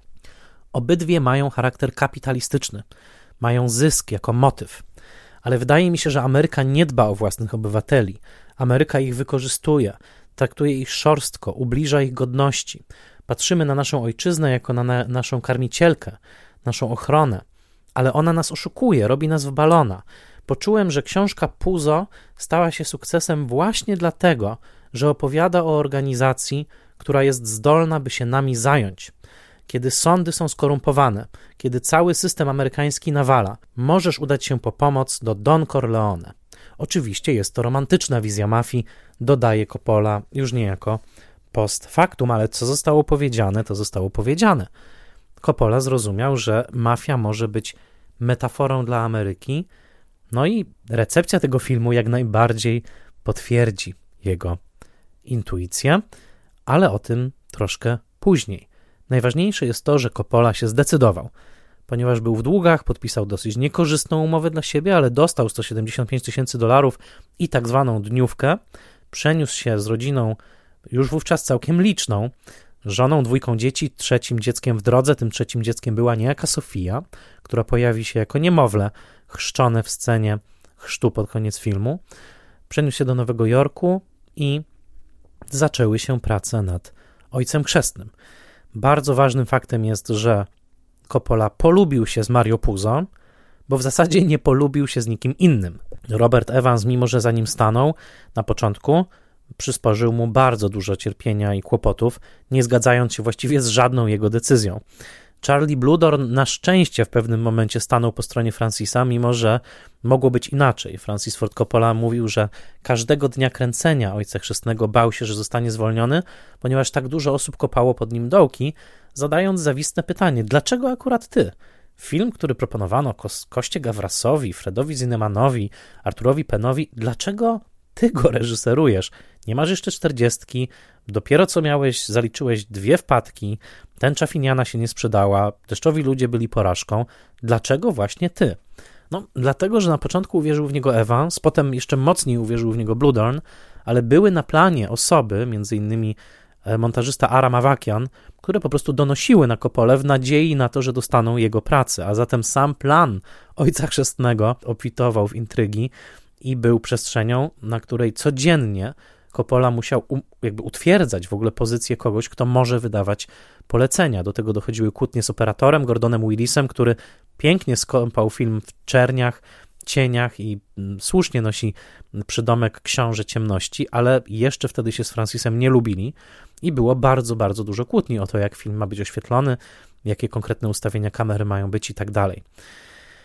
Obydwie mają charakter kapitalistyczny, mają zysk jako motyw. Ale wydaje mi się, że Ameryka nie dba o własnych obywateli. Ameryka ich wykorzystuje, traktuje ich szorstko, ubliża ich godności. Patrzymy na naszą ojczyznę jako na naszą karmicielkę, naszą ochronę, ale ona nas oszukuje, robi nas w balona. Poczułem, że książka Puzo stała się sukcesem właśnie dlatego, że opowiada o organizacji, która jest zdolna, by się nami zająć. Kiedy sądy są skorumpowane, kiedy cały system amerykański nawala, możesz udać się po pomoc do Don Corleone. Oczywiście jest to romantyczna wizja mafii, dodaje Coppola już niejako post factum, ale co zostało powiedziane, to zostało powiedziane. Coppola zrozumiał, że mafia może być metaforą dla Ameryki, no i recepcja tego filmu jak najbardziej potwierdzi jego intuicję, ale o tym troszkę później. Najważniejsze jest to, że Coppola się zdecydował. Ponieważ był w długach, podpisał dosyć niekorzystną umowę dla siebie, ale dostał $175 000 i tak zwaną dniówkę, przeniósł się z rodziną już wówczas całkiem liczną, żoną, 2 dzieci, 3 dzieckiem w drodze. Tym 3 dzieckiem była niejaka Sofia, która pojawi się jako niemowlę chrzczone w scenie chrztu pod koniec filmu. Przeniósł się do Nowego Jorku i zaczęły się prace nad Ojcem Chrzestnym. Bardzo ważnym faktem jest, że Coppola polubił się z Mario Puzo, bo w zasadzie nie polubił się z nikim innym. Robert Evans, mimo że za nim stanął na początku, przysporzył mu bardzo dużo cierpienia i kłopotów, nie zgadzając się właściwie z żadną jego decyzją. Charlie Bluhdorn na szczęście w pewnym momencie stanął po stronie Francisa, mimo że mogło być inaczej. Francis Ford Coppola mówił, że każdego dnia kręcenia Ojca Chrzestnego bał się, że zostanie zwolniony, ponieważ tak dużo osób kopało pod nim dołki, zadając zawistne pytanie, dlaczego akurat ty? Film, który proponowano Koście Gawrasowi, Fredowi Zinnemanowi, Arturowi Pennowi, dlaczego ty go reżyserujesz? Nie masz jeszcze 40, dopiero co zaliczyłeś 2 wpadki, Tęcza Finiana się nie sprzedała, Deszczowi ludzie byli porażką. Dlaczego właśnie ty? No, dlatego, że na początku uwierzył w niego Evans, potem jeszcze mocniej uwierzył w niego Bluhdorn, ale były na planie osoby, między innymi montażysta Aram Avakian, które po prostu donosiły na Coppolę w nadziei na to, że dostaną jego pracę, a zatem sam plan Ojca Chrzestnego obfitował w intrygi i był przestrzenią, na której codziennie Coppola musiał jakby utwierdzać w ogóle pozycję kogoś, kto może wydawać polecenia. Do tego dochodziły kłótnie z operatorem Gordonem Willisem, który pięknie skąpał film w czerniach, cieniach i słusznie nosi przydomek Książę Ciemności, ale jeszcze wtedy się z Francisem nie lubili i było bardzo, bardzo dużo kłótni o to, jak film ma być oświetlony, jakie konkretne ustawienia kamery mają być i tak dalej.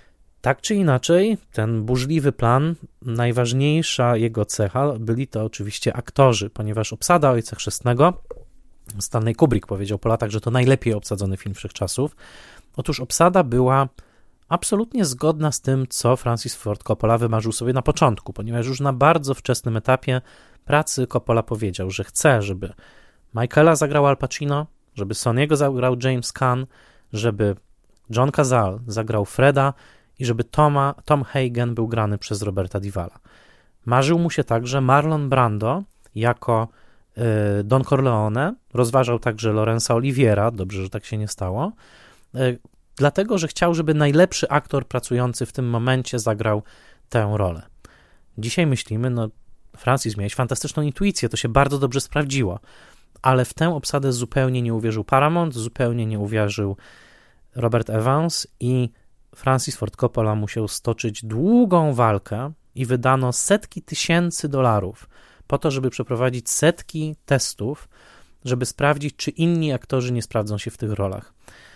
Tak czy inaczej, ten burzliwy plan, najważniejsza jego cecha byli to oczywiście aktorzy, ponieważ obsada Ojca Chrzestnego, Stanley Kubrick powiedział po latach, że to najlepiej obsadzony film wszechczasów. Otóż obsada była absolutnie zgodna z tym, co Francis Ford Coppola wymarzył sobie na początku, ponieważ już na bardzo wczesnym etapie pracy Coppola powiedział, że chce, żeby Michaela zagrał Al Pacino, żeby Sonniego zagrał James Caan, żeby John Cazale zagrał Freda i żeby Tom Hagen był grany przez Roberta Duvalla. Marzył mu się także Marlon Brando jako Don Corleone, rozważał także Laurence'a Oliviera, dobrze, że tak się nie stało, dlatego, że chciał, żeby najlepszy aktor pracujący w tym momencie zagrał tę rolę. Dzisiaj myślimy, Francis, miałeś fantastyczną intuicję, to się bardzo dobrze sprawdziło, ale w tę obsadę zupełnie nie uwierzył Paramount, zupełnie nie uwierzył Robert Evans i Francis Ford Coppola musiał stoczyć długą walkę i wydano setki tysięcy dolarów po to, żeby przeprowadzić setki testów, żeby sprawdzić, czy inni aktorzy nie sprawdzą się w tych rolach.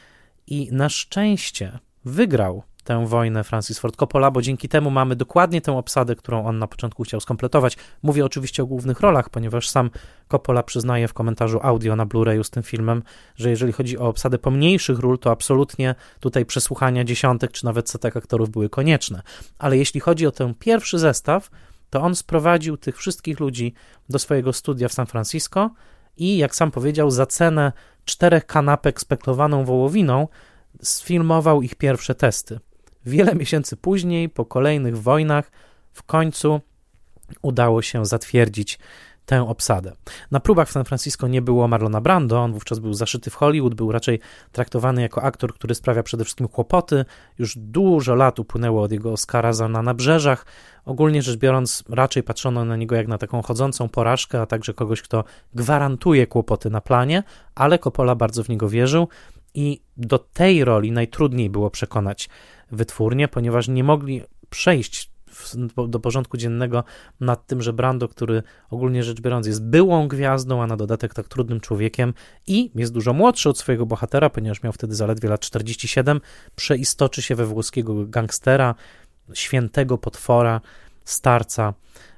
I na szczęście wygrał tę wojnę Francis Ford Coppola, bo dzięki temu mamy dokładnie tę obsadę, którą on na początku chciał skompletować. Mówię oczywiście o głównych rolach, ponieważ sam Coppola przyznaje w komentarzu audio na Blu-rayu z tym filmem, że jeżeli chodzi o obsadę pomniejszych ról, to absolutnie tutaj przesłuchania dziesiątek czy nawet setek aktorów były konieczne. Ale jeśli chodzi o ten pierwszy zestaw, to on sprowadził tych wszystkich ludzi do swojego studia w San Francisco i, jak sam powiedział, za cenę 4 kanapek z peklowaną wołowiną sfilmował ich pierwsze testy. Wiele miesięcy później, po kolejnych wojnach, w końcu udało się zatwierdzić tę obsadę. Na próbach w San Francisco nie było Marlona Brando, on wówczas był zaszyty w Hollywood, był raczej traktowany jako aktor, który sprawia przede wszystkim kłopoty. Już dużo lat upłynęło od jego Oscara za Na nabrzeżach. Ogólnie rzecz biorąc, raczej patrzono na niego jak na taką chodzącą porażkę, a także kogoś, kto gwarantuje kłopoty na planie, ale Coppola bardzo w niego wierzył i do tej roli najtrudniej było przekonać wytwórnię, ponieważ nie mogli przejść do porządku dziennego nad tym, że Brando, który ogólnie rzecz biorąc jest byłą gwiazdą, a na dodatek tak trudnym człowiekiem i jest dużo młodszy od swojego bohatera, ponieważ miał wtedy zaledwie lat 47, przeistoczy się we włoskiego gangstera, świętego potwora, starca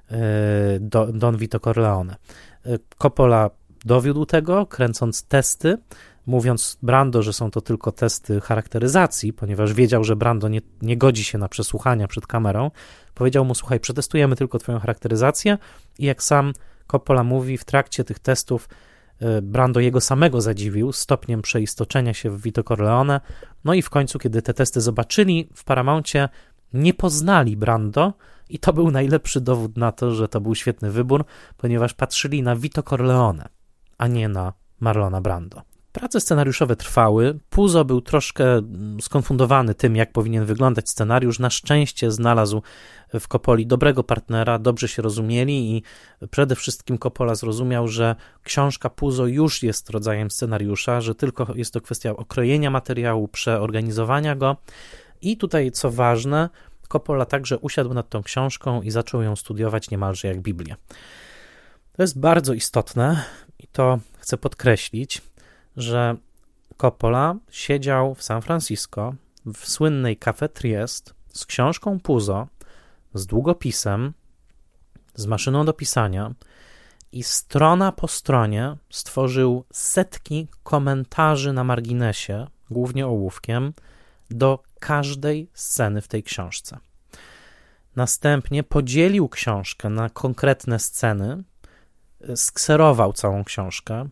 Don Vito Corleone. Coppola dowiódł tego, kręcąc testy, mówiąc Brando, że są to tylko testy charakteryzacji, ponieważ wiedział, że Brando nie godzi się na przesłuchania przed kamerą, powiedział mu, słuchaj, przetestujemy tylko twoją charakteryzację i jak sam Coppola mówi, w trakcie tych testów Brando jego samego zadziwił stopniem przeistoczenia się w Vito Corleone, no i w końcu, kiedy te testy zobaczyli w Paramouncie, nie poznali Brando i to był najlepszy dowód na to, że to był świetny wybór, ponieważ patrzyli na Vito Corleone, a nie na Marlona Brando. Prace scenariuszowe trwały, Puzo był troszkę skonfundowany tym, jak powinien wyglądać scenariusz. Na szczęście znalazł w Coppoli dobrego partnera, dobrze się rozumieli i przede wszystkim Coppola zrozumiał, że książka Puzo już jest rodzajem scenariusza, że tylko jest to kwestia okrojenia materiału, przeorganizowania go i tutaj, co ważne, Coppola także usiadł nad tą książką i zaczął ją studiować niemalże jak Biblię. To jest bardzo istotne i to chcę podkreślić, że Coppola siedział w San Francisco w słynnej Café Trieste z książką Puzo, z długopisem, z maszyną do pisania i strona po stronie stworzył setki komentarzy na marginesie, głównie ołówkiem, do każdej sceny w tej książce. Następnie podzielił książkę na konkretne sceny, skserował całą książkę,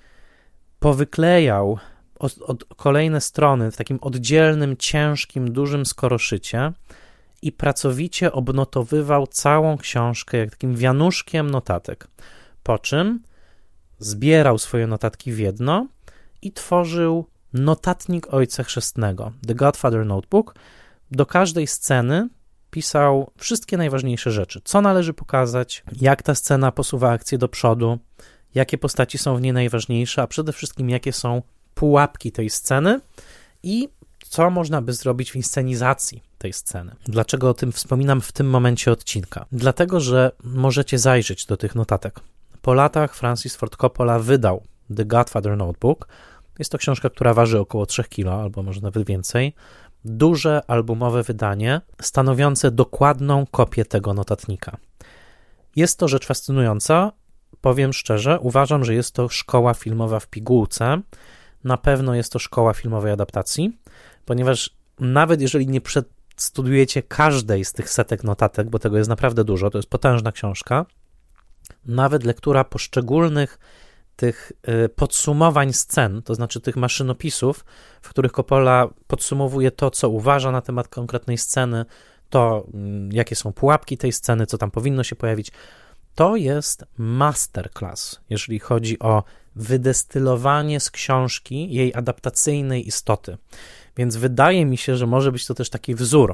powyklejał kolejne strony w takim oddzielnym, ciężkim, dużym skoroszycie i pracowicie obnotowywał całą książkę jak takim wianuszkiem notatek, po czym zbierał swoje notatki w jedno i tworzył notatnik Ojca Chrzestnego, The Godfather Notebook. Do każdej sceny pisał wszystkie najważniejsze rzeczy, co należy pokazać, jak ta scena posuwa akcję do przodu, jakie postaci są w niej najważniejsze, a przede wszystkim jakie są pułapki tej sceny i co można by zrobić w inscenizacji tej sceny. Dlaczego o tym wspominam w tym momencie odcinka? Dlatego, że możecie zajrzeć do tych notatek. Po latach Francis Ford Coppola wydał The Godfather Notebook. Jest to książka, która waży około 3 kg, albo może nawet więcej. duże albumowe wydanie stanowiące dokładną kopię tego notatnika. Jest to rzecz fascynująca, powiem szczerze, uważam, że jest to szkoła filmowa w pigułce, na pewno jest to szkoła filmowej adaptacji, ponieważ nawet jeżeli nie studiujecie każdej z tych setek notatek, bo tego jest naprawdę dużo, to jest potężna książka, nawet lektura poszczególnych tych podsumowań scen, to znaczy tych maszynopisów, w których Coppola podsumowuje to, co uważa na temat konkretnej sceny, to jakie są pułapki tej sceny, co tam powinno się pojawić, to jest masterclass, jeżeli chodzi o wydestylowanie z książki jej adaptacyjnej istoty. Więc wydaje mi się, że może być to też taki wzór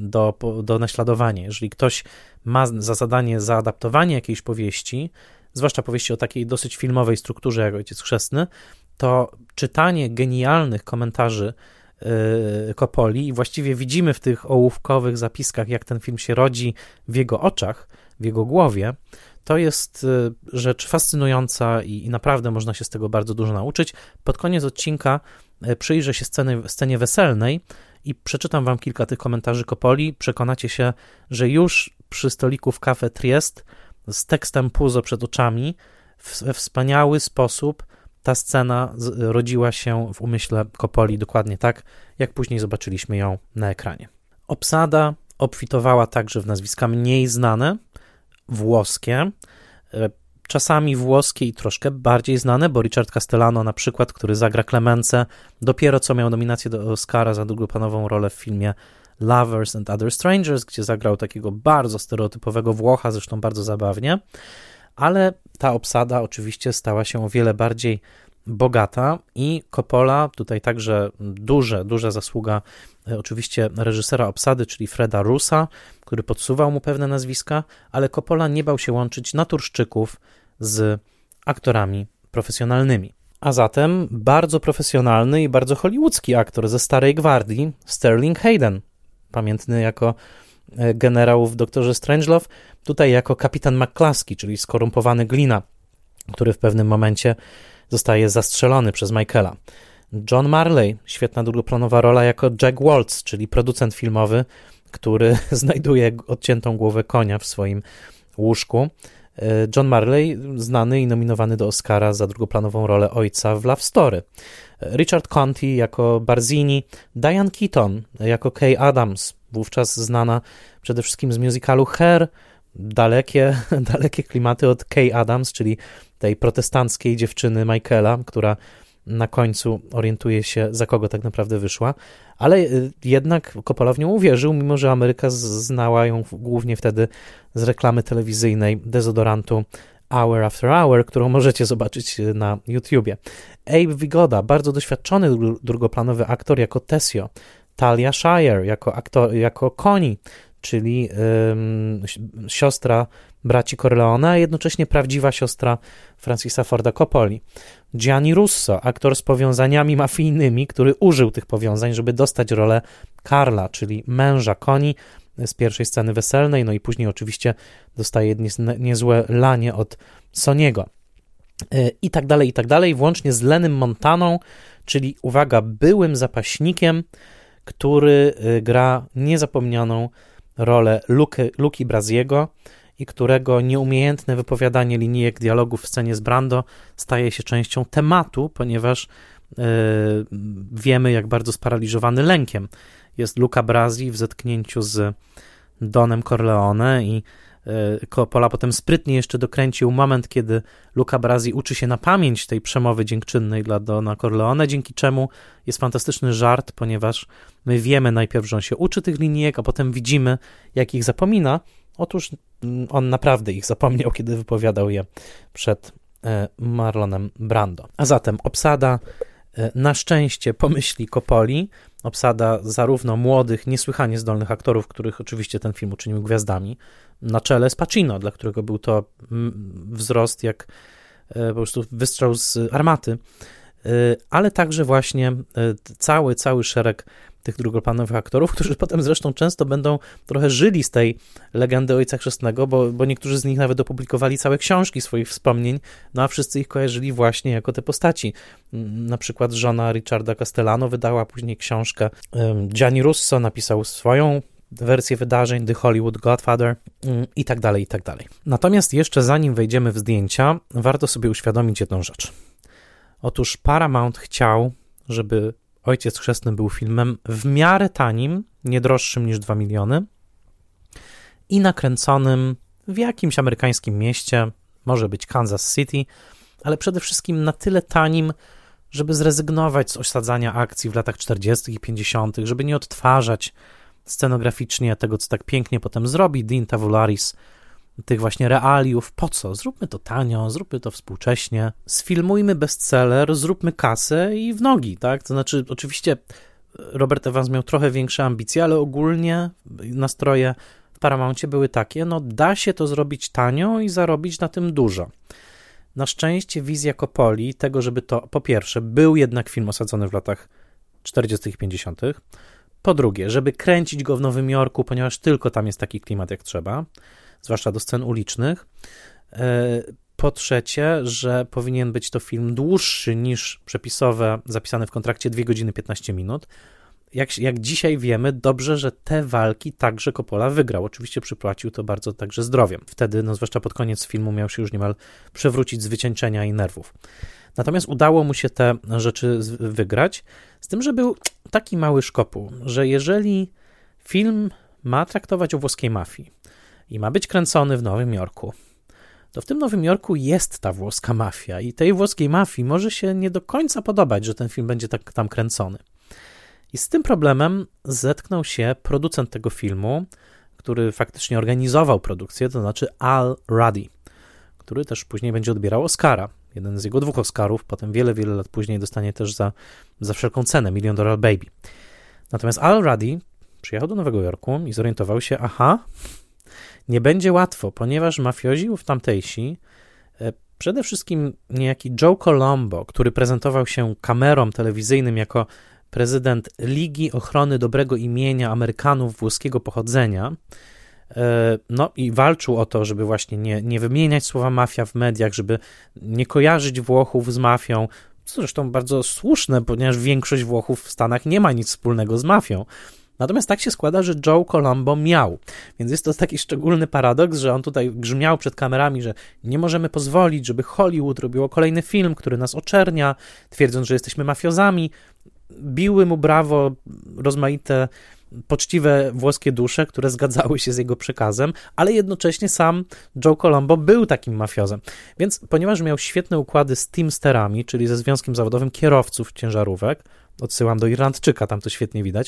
do naśladowania. Jeżeli ktoś ma za zadanie zaadaptowanie jakiejś powieści, zwłaszcza powieści o takiej dosyć filmowej strukturze jak Ojciec Chrzestny, to czytanie genialnych komentarzy Coppoli i właściwie widzimy w tych ołówkowych zapiskach, jak ten film się rodzi w jego oczach, w jego głowie, to jest rzecz fascynująca i naprawdę można się z tego bardzo dużo nauczyć. Pod koniec odcinka przyjrzę się scenie weselnej i przeczytam wam kilka tych komentarzy Coppoli. Przekonacie się, że już przy stoliku w Café Triest z tekstem Puzo przed oczami we wspaniały sposób ta scena rodziła się w umyśle Coppoli dokładnie tak, jak później zobaczyliśmy ją na ekranie. Obsada obfitowała także w nazwiska mniej znane, włoskie, czasami włoskie i troszkę bardziej znane, bo Richard Castellano na przykład, który zagra Clemence, dopiero co miał nominację do Oscara za drugoplanową rolę w filmie Lovers and Other Strangers, gdzie zagrał takiego bardzo stereotypowego Włocha, zresztą bardzo zabawnie, ale ta obsada oczywiście stała się o wiele bardziej bogata i Coppola, tutaj także duża zasługa oczywiście reżysera obsady, czyli Freda Russa, który podsuwał mu pewne nazwiska, ale Coppola nie bał się łączyć naturszczyków z aktorami profesjonalnymi. A zatem bardzo profesjonalny i bardzo hollywoodzki aktor ze starej gwardii, Sterling Hayden, pamiętny jako generał w Doktorze Strangelove, tutaj jako kapitan McCluskey, czyli skorumpowany glina, który w pewnym momencie zostaje zastrzelony przez Michaela. John Marley, świetna drugoplanowa rola jako Jack Waltz, czyli producent filmowy, który znajduje odciętą głowę konia w swoim łóżku. John Marley, znany i nominowany do Oscara za drugoplanową rolę ojca w Love Story. Richard Conte jako Barzini, Diane Keaton jako Kay Adams, wówczas znana przede wszystkim z musicalu Hair, dalekie klimaty od Kay Adams, czyli tej protestanckiej dziewczyny Michaela, która na końcu orientuje się, za kogo tak naprawdę wyszła, ale jednak Coppola w nią uwierzył, mimo że Ameryka znała ją głównie wtedy z reklamy telewizyjnej dezodorantu Hour After Hour, którą możecie zobaczyć na YouTubie. Abe Vigoda, bardzo doświadczony drugoplanowy aktor jako Tessio, Talia Shire jako Connie, czyli siostra braci Corleone, a jednocześnie prawdziwa siostra Francisa Forda Coppoli. Gianni Russo, aktor z powiązaniami mafijnymi, który użył tych powiązań, żeby dostać rolę Karla, czyli męża Connie z pierwszej sceny weselnej, no i później oczywiście dostaje niezłe lanie od Soniego. I tak dalej, włącznie z Lenym Montaną, czyli, uwaga, byłym zapaśnikiem, który gra niezapomnianą rolę Luki Braziego i którego nieumiejętne wypowiadanie linijek dialogów w scenie z Brando staje się częścią tematu, ponieważ wiemy, jak bardzo sparaliżowany lękiem jest Luca Brasi w zetknięciu z Donem Corleone i Coppola potem sprytnie jeszcze dokręcił moment, kiedy Luca Brasi uczy się na pamięć tej przemowy dziękczynnej dla Dona Corleone, dzięki czemu jest fantastyczny żart, ponieważ my wiemy najpierw, że on się uczy tych linijek, a potem widzimy, jak ich zapomina. Otóż on naprawdę ich zapomniał, kiedy wypowiadał je przed Marlonem Brando. A zatem obsada na szczęście pomyśli Coppoli, obsada zarówno młodych, niesłychanie zdolnych aktorów, których oczywiście ten film uczynił gwiazdami, na czele z Pacino, dla którego był to wzrost jak po prostu wystrzał z armaty, ale także właśnie cały szereg tych drugoplanowych aktorów, którzy potem zresztą często będą trochę żyli z tej legendy Ojca Chrzestnego, bo niektórzy z nich nawet opublikowali całe książki swoich wspomnień, no a wszyscy ich kojarzyli właśnie jako te postaci. Na przykład żona Richarda Castellano wydała później książkę, Gianni Russo napisał swoją wersję wydarzeń, The Hollywood Godfather i tak dalej, i tak dalej. Natomiast jeszcze zanim wejdziemy w zdjęcia, warto sobie uświadomić jedną rzecz. Otóż Paramount chciał, żeby Ojciec Chrzestny był filmem w miarę tanim, nie droższym niż 2 miliony i nakręconym w jakimś amerykańskim mieście, może być Kansas City, ale przede wszystkim na tyle tanim, żeby zrezygnować z osadzania akcji w latach 40. i 50., żeby nie odtwarzać scenograficznie tego, co tak pięknie potem zrobi Dean Tavoularis, tych właśnie realiów. Po co? Zróbmy to tanio, zróbmy to współcześnie, sfilmujmy bestseller, zróbmy kasę i w nogi, tak? To znaczy, oczywiście Robert Evans miał trochę większe ambicje, ale ogólnie nastroje w Paramouncie były takie, no da się to zrobić tanio i zarobić na tym dużo. Na szczęście wizja Coppoli, tego, żeby to po pierwsze był jednak film osadzony w latach 40. i 50., po drugie, żeby kręcić go w Nowym Jorku, ponieważ tylko tam jest taki klimat jak trzeba, zwłaszcza do scen ulicznych. Po trzecie, że powinien być to film dłuższy niż przepisowe, zapisane w kontrakcie 2 godziny 15 minut. Jak dzisiaj wiemy, dobrze, że te walki także Coppola wygrał. Oczywiście przypłacił to bardzo także zdrowiem. Wtedy, no zwłaszcza pod koniec filmu, miał się już niemal przewrócić z wycieńczenia i nerwów. Natomiast udało mu się te rzeczy wygrać, z tym, że był taki mały szkopuł, że jeżeli film ma traktować o włoskiej mafii i ma być kręcony w Nowym Jorku, to w tym Nowym Jorku jest ta włoska mafia i tej włoskiej mafii może się nie do końca podobać, że ten film będzie tak tam kręcony. I z tym problemem zetknął się producent tego filmu, który faktycznie organizował produkcję, to znaczy Al Ruddy, który też później będzie odbierał Oscara. Jeden z jego 2 Oscarów, potem wiele, wiele lat później dostanie też za wszelką cenę $1 Million Baby. Natomiast Al Ruddy przyjechał do Nowego Jorku i zorientował się, nie będzie łatwo, ponieważ mafiozi tamtejsi, przede wszystkim niejaki Joe Colombo, który prezentował się kamerom telewizyjnym jako prezydent Ligi Ochrony Dobrego Imienia Amerykanów włoskiego pochodzenia, no i walczył o to, żeby właśnie nie wymieniać słowa mafia w mediach, żeby nie kojarzyć Włochów z mafią, co zresztą bardzo słuszne, ponieważ większość Włochów w Stanach nie ma nic wspólnego z mafią. Natomiast tak się składa, że Joe Colombo miał. Więc jest to taki szczególny paradoks, że on tutaj grzmiał przed kamerami, że nie możemy pozwolić, żeby Hollywood robiło kolejny film, który nas oczernia, twierdząc, że jesteśmy mafiozami. Biły mu brawo rozmaite, poczciwe włoskie dusze, które zgadzały się z jego przekazem, ale jednocześnie sam Joe Colombo był takim mafiozem. Więc ponieważ miał świetne układy z Teamsterami, czyli ze Związkiem Zawodowym Kierowców Ciężarówek, odsyłam do Irlandczyka, tam to świetnie widać,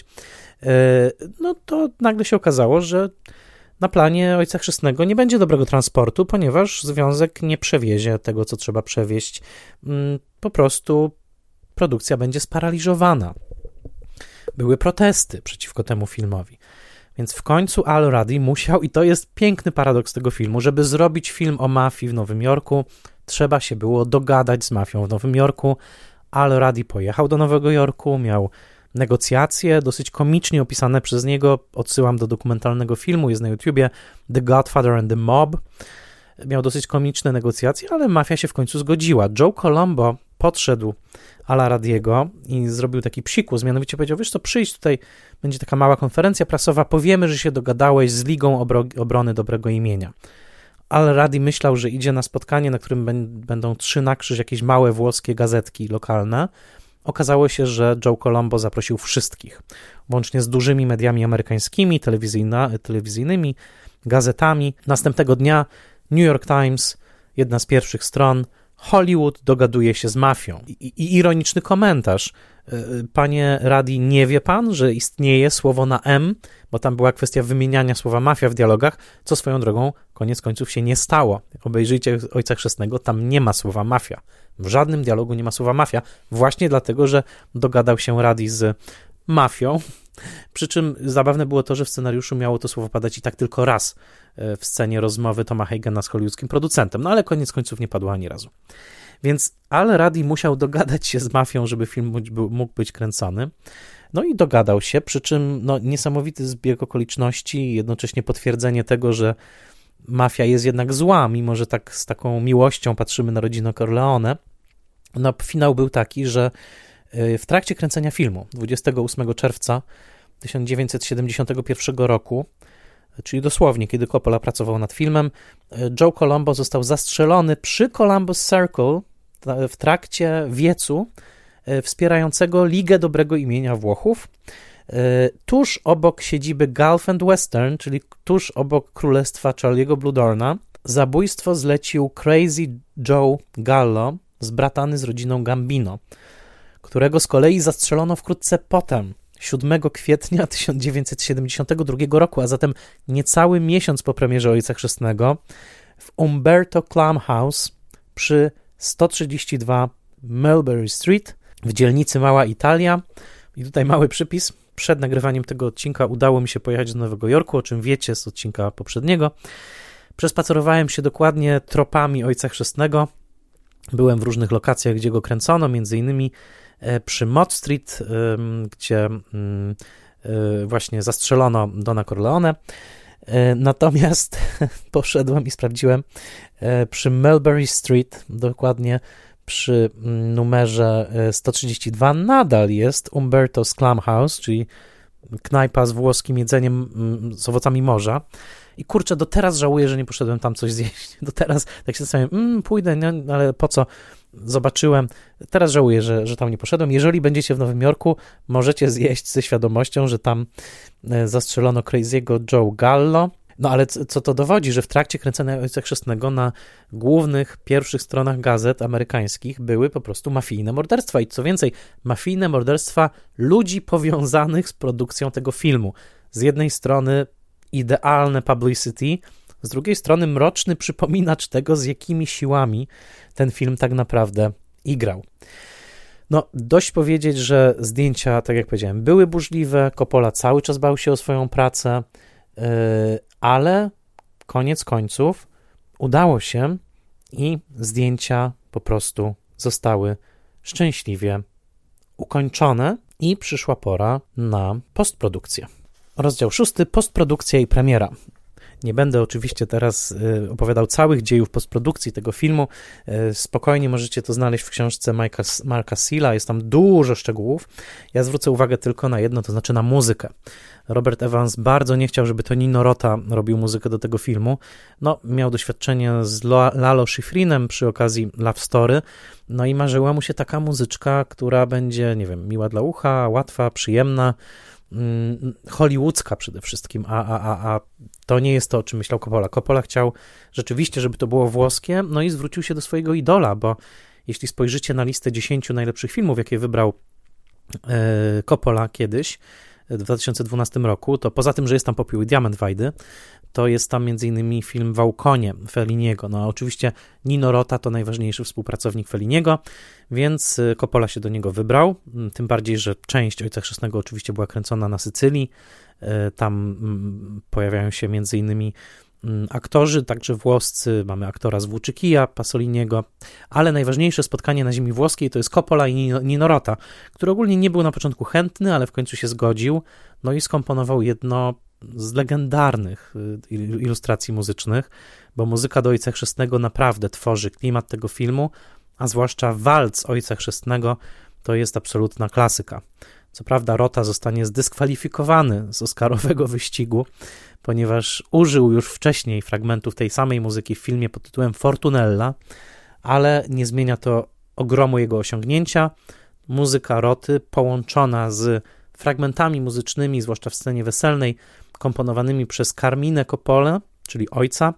no to nagle się okazało, że na planie Ojca Chrzestnego nie będzie dobrego transportu, ponieważ związek nie przewiezie tego, co trzeba przewieźć. Po prostu produkcja będzie sparaliżowana. Były protesty przeciwko temu filmowi. Więc w końcu Al Ruddy musiał, i to jest piękny paradoks tego filmu, żeby zrobić film o mafii w Nowym Jorku, trzeba się było dogadać z mafią w Nowym Jorku. Al Ruddy pojechał do Nowego Jorku, miał negocjacje, dosyć komicznie opisane przez niego, odsyłam do dokumentalnego filmu, jest na YouTubie, The Godfather and the Mob. Miał dosyć komiczne negocjacje, ale mafia się w końcu zgodziła. Joe Colombo podszedł Ala Ruddiego i zrobił taki psikus, mianowicie powiedział, wiesz co, przyjdź tutaj, będzie taka mała konferencja prasowa, powiemy, że się dogadałeś z Ligą Obrony Dobrego Imienia. Al Ruddy myślał, że idzie na spotkanie, na którym będą 3 na krzyż jakieś małe włoskie gazetki lokalne. Okazało się, że Joe Colombo zaprosił wszystkich, łącznie z dużymi mediami amerykańskimi, telewizyjnymi, gazetami. Następnego dnia New York Times, jedna z pierwszych stron, Hollywood dogaduje się z mafią. I ironiczny komentarz. Panie Ruddy, nie wie pan, że istnieje słowo na M, bo tam była kwestia wymieniania słowa mafia w dialogach, co swoją drogą koniec końców się nie stało. Obejrzyjcie Ojca Chrzestnego, tam nie ma słowa mafia. W żadnym dialogu nie ma słowa mafia, właśnie dlatego, że dogadał się Ruddy z mafią. Przy czym zabawne było to, że w scenariuszu miało to słowo padać i tak tylko raz w scenie rozmowy Toma Haigena z hollywoodzkim producentem, no ale koniec końców nie padło ani razu. Więc Al Ruddy musiał dogadać się z mafią, żeby film mógł być kręcony. No i dogadał się, przy czym niesamowity zbieg okoliczności, jednocześnie potwierdzenie tego, że mafia jest jednak zła, mimo że tak z taką miłością patrzymy na rodzinę Corleone. Finał był taki, że w trakcie kręcenia filmu 28 czerwca 1971 roku, czyli dosłownie, kiedy Coppola pracował nad filmem, Joe Colombo został zastrzelony przy Columbus Circle w trakcie wiecu wspierającego Ligę Dobrego Imienia Włochów, tuż obok siedziby Gulf and Western, czyli tuż obok królestwa Charlie'ego Bluedorna. Zabójstwo zlecił Crazy Joe Gallo, zbratany z rodziną Gambino, którego z kolei zastrzelono wkrótce potem, 7 kwietnia 1972 roku, a zatem niecały miesiąc po premierze Ojca Chrzestnego, w Umberto Clam House przy 132 Mulberry Street w dzielnicy Mała Italia. I tutaj mały przypis. Przed nagrywaniem tego odcinka udało mi się pojechać do Nowego Jorku, o czym wiecie z odcinka poprzedniego. Przespacerowałem się dokładnie tropami Ojca Chrzestnego. Byłem w różnych lokacjach, gdzie go kręcono, między innymi przy Mott Street, gdzie właśnie zastrzelono Dona Corleone. Natomiast poszedłem i sprawdziłem przy Mulberry Street, dokładnie przy numerze 132, nadal jest Umberto's Clam House, czyli knajpa z włoskim jedzeniem z owocami morza. I kurczę, do teraz żałuję, że nie poszedłem tam coś zjeść. Do teraz tak się zastanawiam, pójdę, no, ale po co? Zobaczyłem. Teraz żałuję, że tam nie poszedłem. Jeżeli będziecie w Nowym Jorku, możecie zjeść ze świadomością, że tam zastrzelono Crazy'ego Joe Gallo. No ale co to dowodzi, że w trakcie kręcenia Ojca Chrzestnego na głównych, pierwszych stronach gazet amerykańskich były po prostu mafijne morderstwa. I co więcej, mafijne morderstwa ludzi powiązanych z produkcją tego filmu. Z jednej strony idealne publicity, z drugiej strony mroczny przypominacz tego, z jakimi siłami ten film tak naprawdę igrał. No, dość powiedzieć, że zdjęcia, tak jak powiedziałem, były burzliwe, Coppola cały czas bał się o swoją pracę, ale koniec końców udało się i zdjęcia po prostu zostały szczęśliwie ukończone i przyszła pora na postprodukcję. Rozdział 6. Postprodukcja i premiera. Nie będę oczywiście teraz opowiadał całych dziejów postprodukcji tego filmu. Spokojnie możecie to znaleźć w książce Marka Seala. Jest tam dużo szczegółów. Ja zwrócę uwagę tylko na jedno, to znaczy na muzykę. Robert Evans bardzo nie chciał, żeby to Nino Rota robił muzykę do tego filmu. No, miał doświadczenie z Lalo Schifrinem przy okazji Love Story. No i marzyła mu się taka muzyczka, która będzie, nie wiem, miła dla ucha, łatwa, przyjemna, hollywoodzka przede wszystkim, a to nie jest to, o czym myślał Coppola. Coppola chciał rzeczywiście, żeby to było włoskie, no i zwrócił się do swojego idola, bo jeśli spojrzycie na listę 10 najlepszych filmów, jakie wybrał Coppola kiedyś, w 2012 roku, to poza tym, że jest tam Popiół i Diament Wajdy, to jest tam m.in. film w Aukonie Felliniego. No oczywiście Nino Rota to najważniejszy współpracownik Felliniego, więc Coppola się do niego wybrał, tym bardziej, że część Ojca Chrzestnego oczywiście była kręcona na Sycylii, tam pojawiają się m.in. aktorzy, także włoscy, mamy aktora z Włóczykija, Pasoliniego, ale najważniejsze spotkanie na ziemi włoskiej to jest Coppola i Nino Rota, który ogólnie nie był na początku chętny, ale w końcu się zgodził, no i skomponował jedno z legendarnych ilustracji muzycznych, bo muzyka do Ojca Chrzestnego naprawdę tworzy klimat tego filmu, a zwłaszcza walc Ojca Chrzestnego to jest absolutna klasyka. Co prawda Rota zostanie zdyskwalifikowany z oscarowego wyścigu, ponieważ użył już wcześniej fragmentów tej samej muzyki w filmie pod tytułem Fortunella, ale nie zmienia to ogromu jego osiągnięcia. Muzyka Roty połączona z fragmentami muzycznymi, zwłaszcza w scenie weselnej, komponowanymi przez Carminę Coppolę, czyli ojca,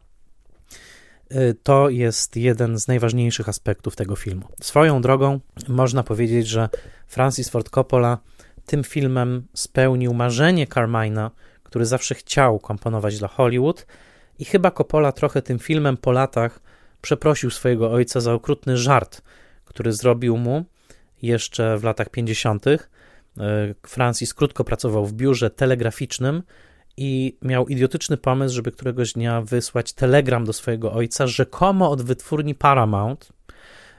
to jest jeden z najważniejszych aspektów tego filmu. Swoją drogą można powiedzieć, że Francis Ford Coppola tym filmem spełnił marzenie Carmina, który zawsze chciał komponować dla Hollywood i chyba Coppola trochę tym filmem po latach przeprosił swojego ojca za okrutny żart, który zrobił mu jeszcze w latach 50. Francis krótko pracował w biurze telegraficznym i miał idiotyczny pomysł, żeby któregoś dnia wysłać telegram do swojego ojca, rzekomo od wytwórni Paramount,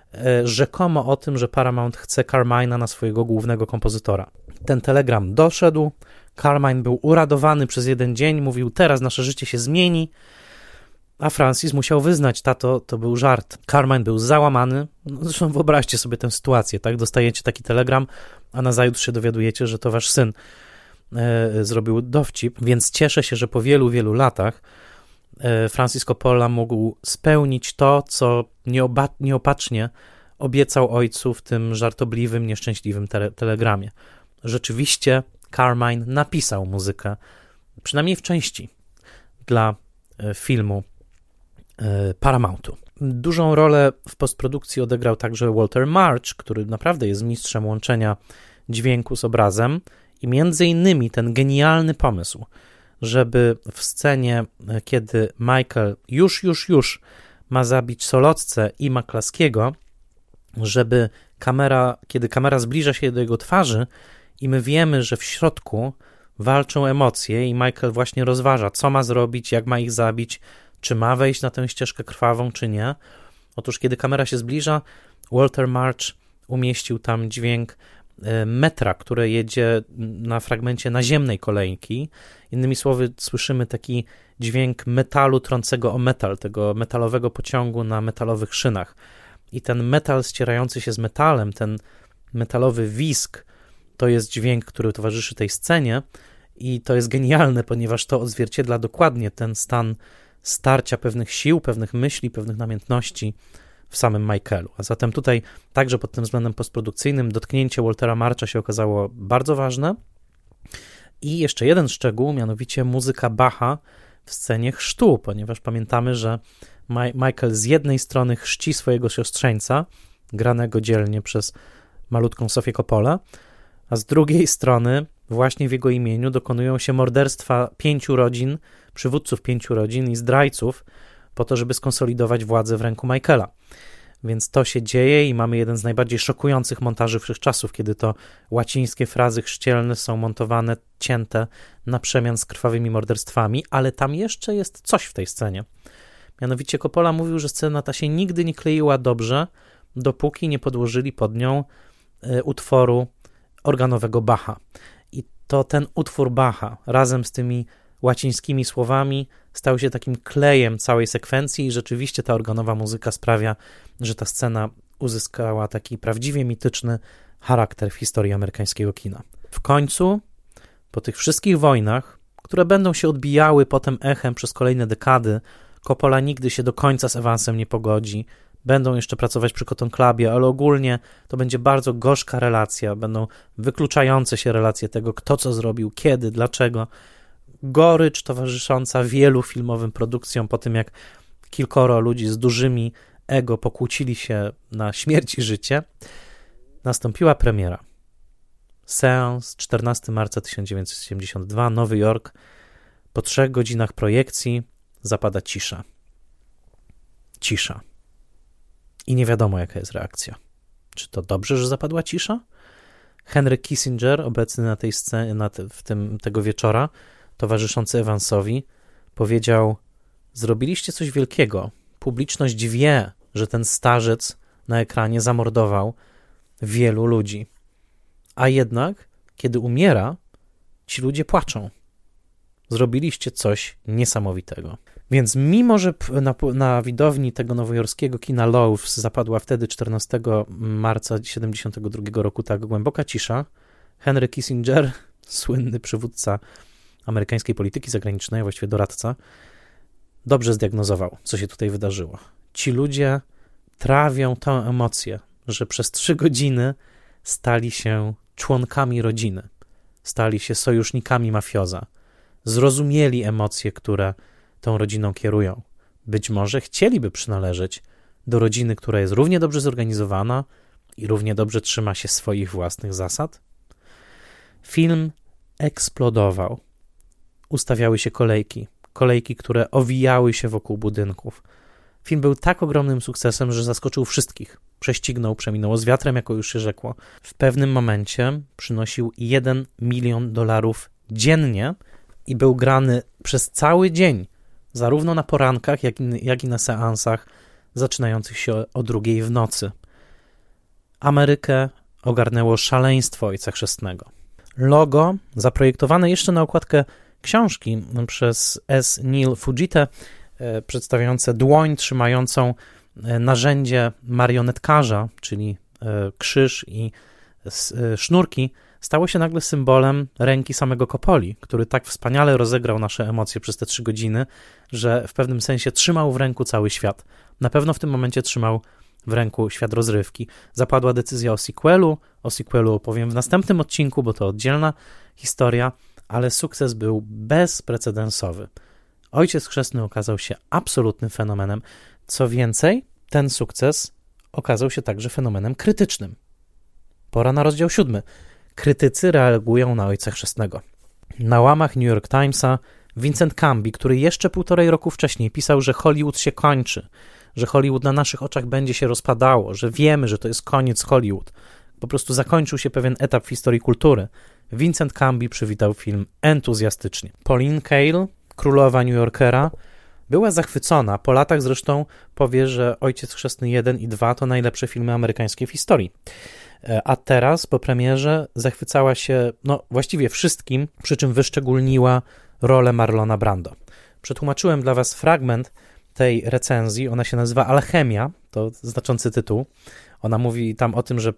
rzekomo o tym, że Paramount chce Carmine'a na swojego głównego kompozytora. Ten telegram doszedł, Carmine był uradowany przez jeden dzień, mówił, teraz nasze życie się zmieni, a Francis musiał wyznać, tato, to był żart. Carmine był załamany, zresztą wyobraźcie sobie tę sytuację, tak, dostajecie taki telegram, a nazajutrz się dowiadujecie, że to wasz syn zrobił dowcip, więc cieszę się, że po wielu, wielu latach Francis Coppola mógł spełnić to, co nieopatrznie obiecał ojcu w tym żartobliwym, nieszczęśliwym telegramie. Rzeczywiście Carmine napisał muzykę, przynajmniej w części, dla filmu Paramountu. Dużą rolę w postprodukcji odegrał także Walter March, który naprawdę jest mistrzem łączenia dźwięku z obrazem i między innymi ten genialny pomysł, żeby w scenie, kiedy Michael już ma zabić Solotce i McCluskey'ego, żeby kiedy kamera zbliża się do jego twarzy i my wiemy, że w środku walczą emocje i Michael właśnie rozważa, co ma zrobić, jak ma ich zabić, czy ma wejść na tę ścieżkę krwawą, czy nie. Otóż kiedy kamera się zbliża, Walter March umieścił tam dźwięk metra, które jedzie na fragmencie naziemnej kolejki. Innymi słowy, słyszymy taki dźwięk metalu trącego o metal, tego metalowego pociągu na metalowych szynach. I ten metal ścierający się z metalem, ten metalowy wisk, to jest dźwięk, który towarzyszy tej scenie i to jest genialne, ponieważ to odzwierciedla dokładnie ten stan starcia pewnych sił, pewnych myśli, pewnych namiętności w samym Michaelu. A zatem tutaj także pod tym względem postprodukcyjnym dotknięcie Waltera Marcha się okazało bardzo ważne. I jeszcze jeden szczegół, mianowicie muzyka Bacha w scenie chrztu, ponieważ pamiętamy, że Michael z jednej strony chrzci swojego siostrzeńca, granego dzielnie przez malutką Sofię Coppolę, a z drugiej strony właśnie w jego imieniu dokonują się morderstwa 5 rodzin, przywódców 5 rodzin i zdrajców, po to, żeby skonsolidować władzę w ręku Michaela. Więc to się dzieje i mamy jeden z najbardziej szokujących montaży wszechczasów, kiedy to łacińskie frazy chrzcielne są montowane, cięte na przemian z krwawymi morderstwami, ale tam jeszcze jest coś w tej scenie. Mianowicie Coppola mówił, że scena ta się nigdy nie kleiła dobrze, dopóki nie podłożyli pod nią utworu organowego Bacha. I to ten utwór Bacha razem z tymi łacińskimi słowami stał się takim klejem całej sekwencji i rzeczywiście ta organowa muzyka sprawia, że ta scena uzyskała taki prawdziwie mityczny charakter w historii amerykańskiego kina. W końcu, po tych wszystkich wojnach, które będą się odbijały potem echem przez kolejne dekady, Coppola nigdy się do końca z Evansem nie pogodzi, będą jeszcze pracować przy Cotton Clubie, ale ogólnie to będzie bardzo gorzka relacja, będą wykluczające się relacje tego, kto co zrobił, kiedy, dlaczego. Gorycz towarzysząca wielu filmowym produkcjom po tym, jak kilkoro ludzi z dużymi ego pokłócili się na śmierć i życie, nastąpiła premiera. Seans, 14 marca 1972, Nowy Jork. Po 3 godzinach projekcji zapada cisza. Cisza. I nie wiadomo, jaka jest reakcja. Czy to dobrze, że zapadła cisza? Henry Kissinger, obecny na tej scenie, tego wieczora, towarzyszący Evansowi, powiedział: zrobiliście coś wielkiego. Publiczność wie, że ten starzec na ekranie zamordował wielu ludzi. A jednak, kiedy umiera, ci ludzie płaczą. Zrobiliście coś niesamowitego. Więc mimo, że na widowni tego nowojorskiego kina Loews zapadła wtedy 14 marca 1972 roku tak głęboka cisza, Henry Kissinger, słynny przywódca amerykańskiej polityki zagranicznej, właściwie doradca, dobrze zdiagnozował, co się tutaj wydarzyło. Ci ludzie trawią tę emocję, że przez 3 godziny stali się członkami rodziny, stali się sojusznikami mafioza, zrozumieli emocje, które tą rodziną kierują. Być może chcieliby przynależeć do rodziny, która jest równie dobrze zorganizowana i równie dobrze trzyma się swoich własnych zasad. Film eksplodował. Ustawiały się kolejki, które owijały się wokół budynków. Film był tak ogromnym sukcesem, że zaskoczył wszystkich. Prześcignął, przeminęło z wiatrem, jako już się rzekło. W pewnym momencie przynosił $1 milion dziennie i był grany przez cały dzień, zarówno na porankach, jak i na seansach zaczynających się o 2:00 w nocy. Amerykę ogarnęło szaleństwo Ojca Chrzestnego. Logo, zaprojektowane jeszcze na okładkę książki przez S. Neil Fujita, przedstawiające dłoń trzymającą narzędzie marionetkarza, czyli krzyż i sznurki, stało się nagle symbolem ręki samego Coppoli, który tak wspaniale rozegrał nasze emocje przez te 3 godziny, że w pewnym sensie trzymał w ręku cały świat. Na pewno w tym momencie trzymał w ręku świat rozrywki. Zapadła decyzja o sequelu opowiem w następnym odcinku, bo to oddzielna historia, ale sukces był bezprecedensowy. Ojciec Chrzestny okazał się absolutnym fenomenem. Co więcej, ten sukces okazał się także fenomenem krytycznym. Pora na rozdział 7. Krytycy reagują na Ojca Chrzestnego. Na łamach New York Timesa Vincent Canby, który jeszcze 1,5 roku wcześniej pisał, że Hollywood się kończy, że Hollywood na naszych oczach będzie się rozpadało, że wiemy, że to jest koniec Hollywood. Po prostu zakończył się pewien etap w historii kultury. Vincent Canby przywitał film entuzjastycznie. Pauline Kael, królowa New Yorkera, była zachwycona. Po latach zresztą powie, że Ojciec Chrzestny 1 i 2 to najlepsze filmy amerykańskie w historii. A teraz po premierze zachwycała się właściwie wszystkim, przy czym wyszczególniła rolę Marlona Brando. Przetłumaczyłem dla was fragment tej recenzji, ona się nazywa Alchemia, to znaczący tytuł. Ona mówi tam o tym, że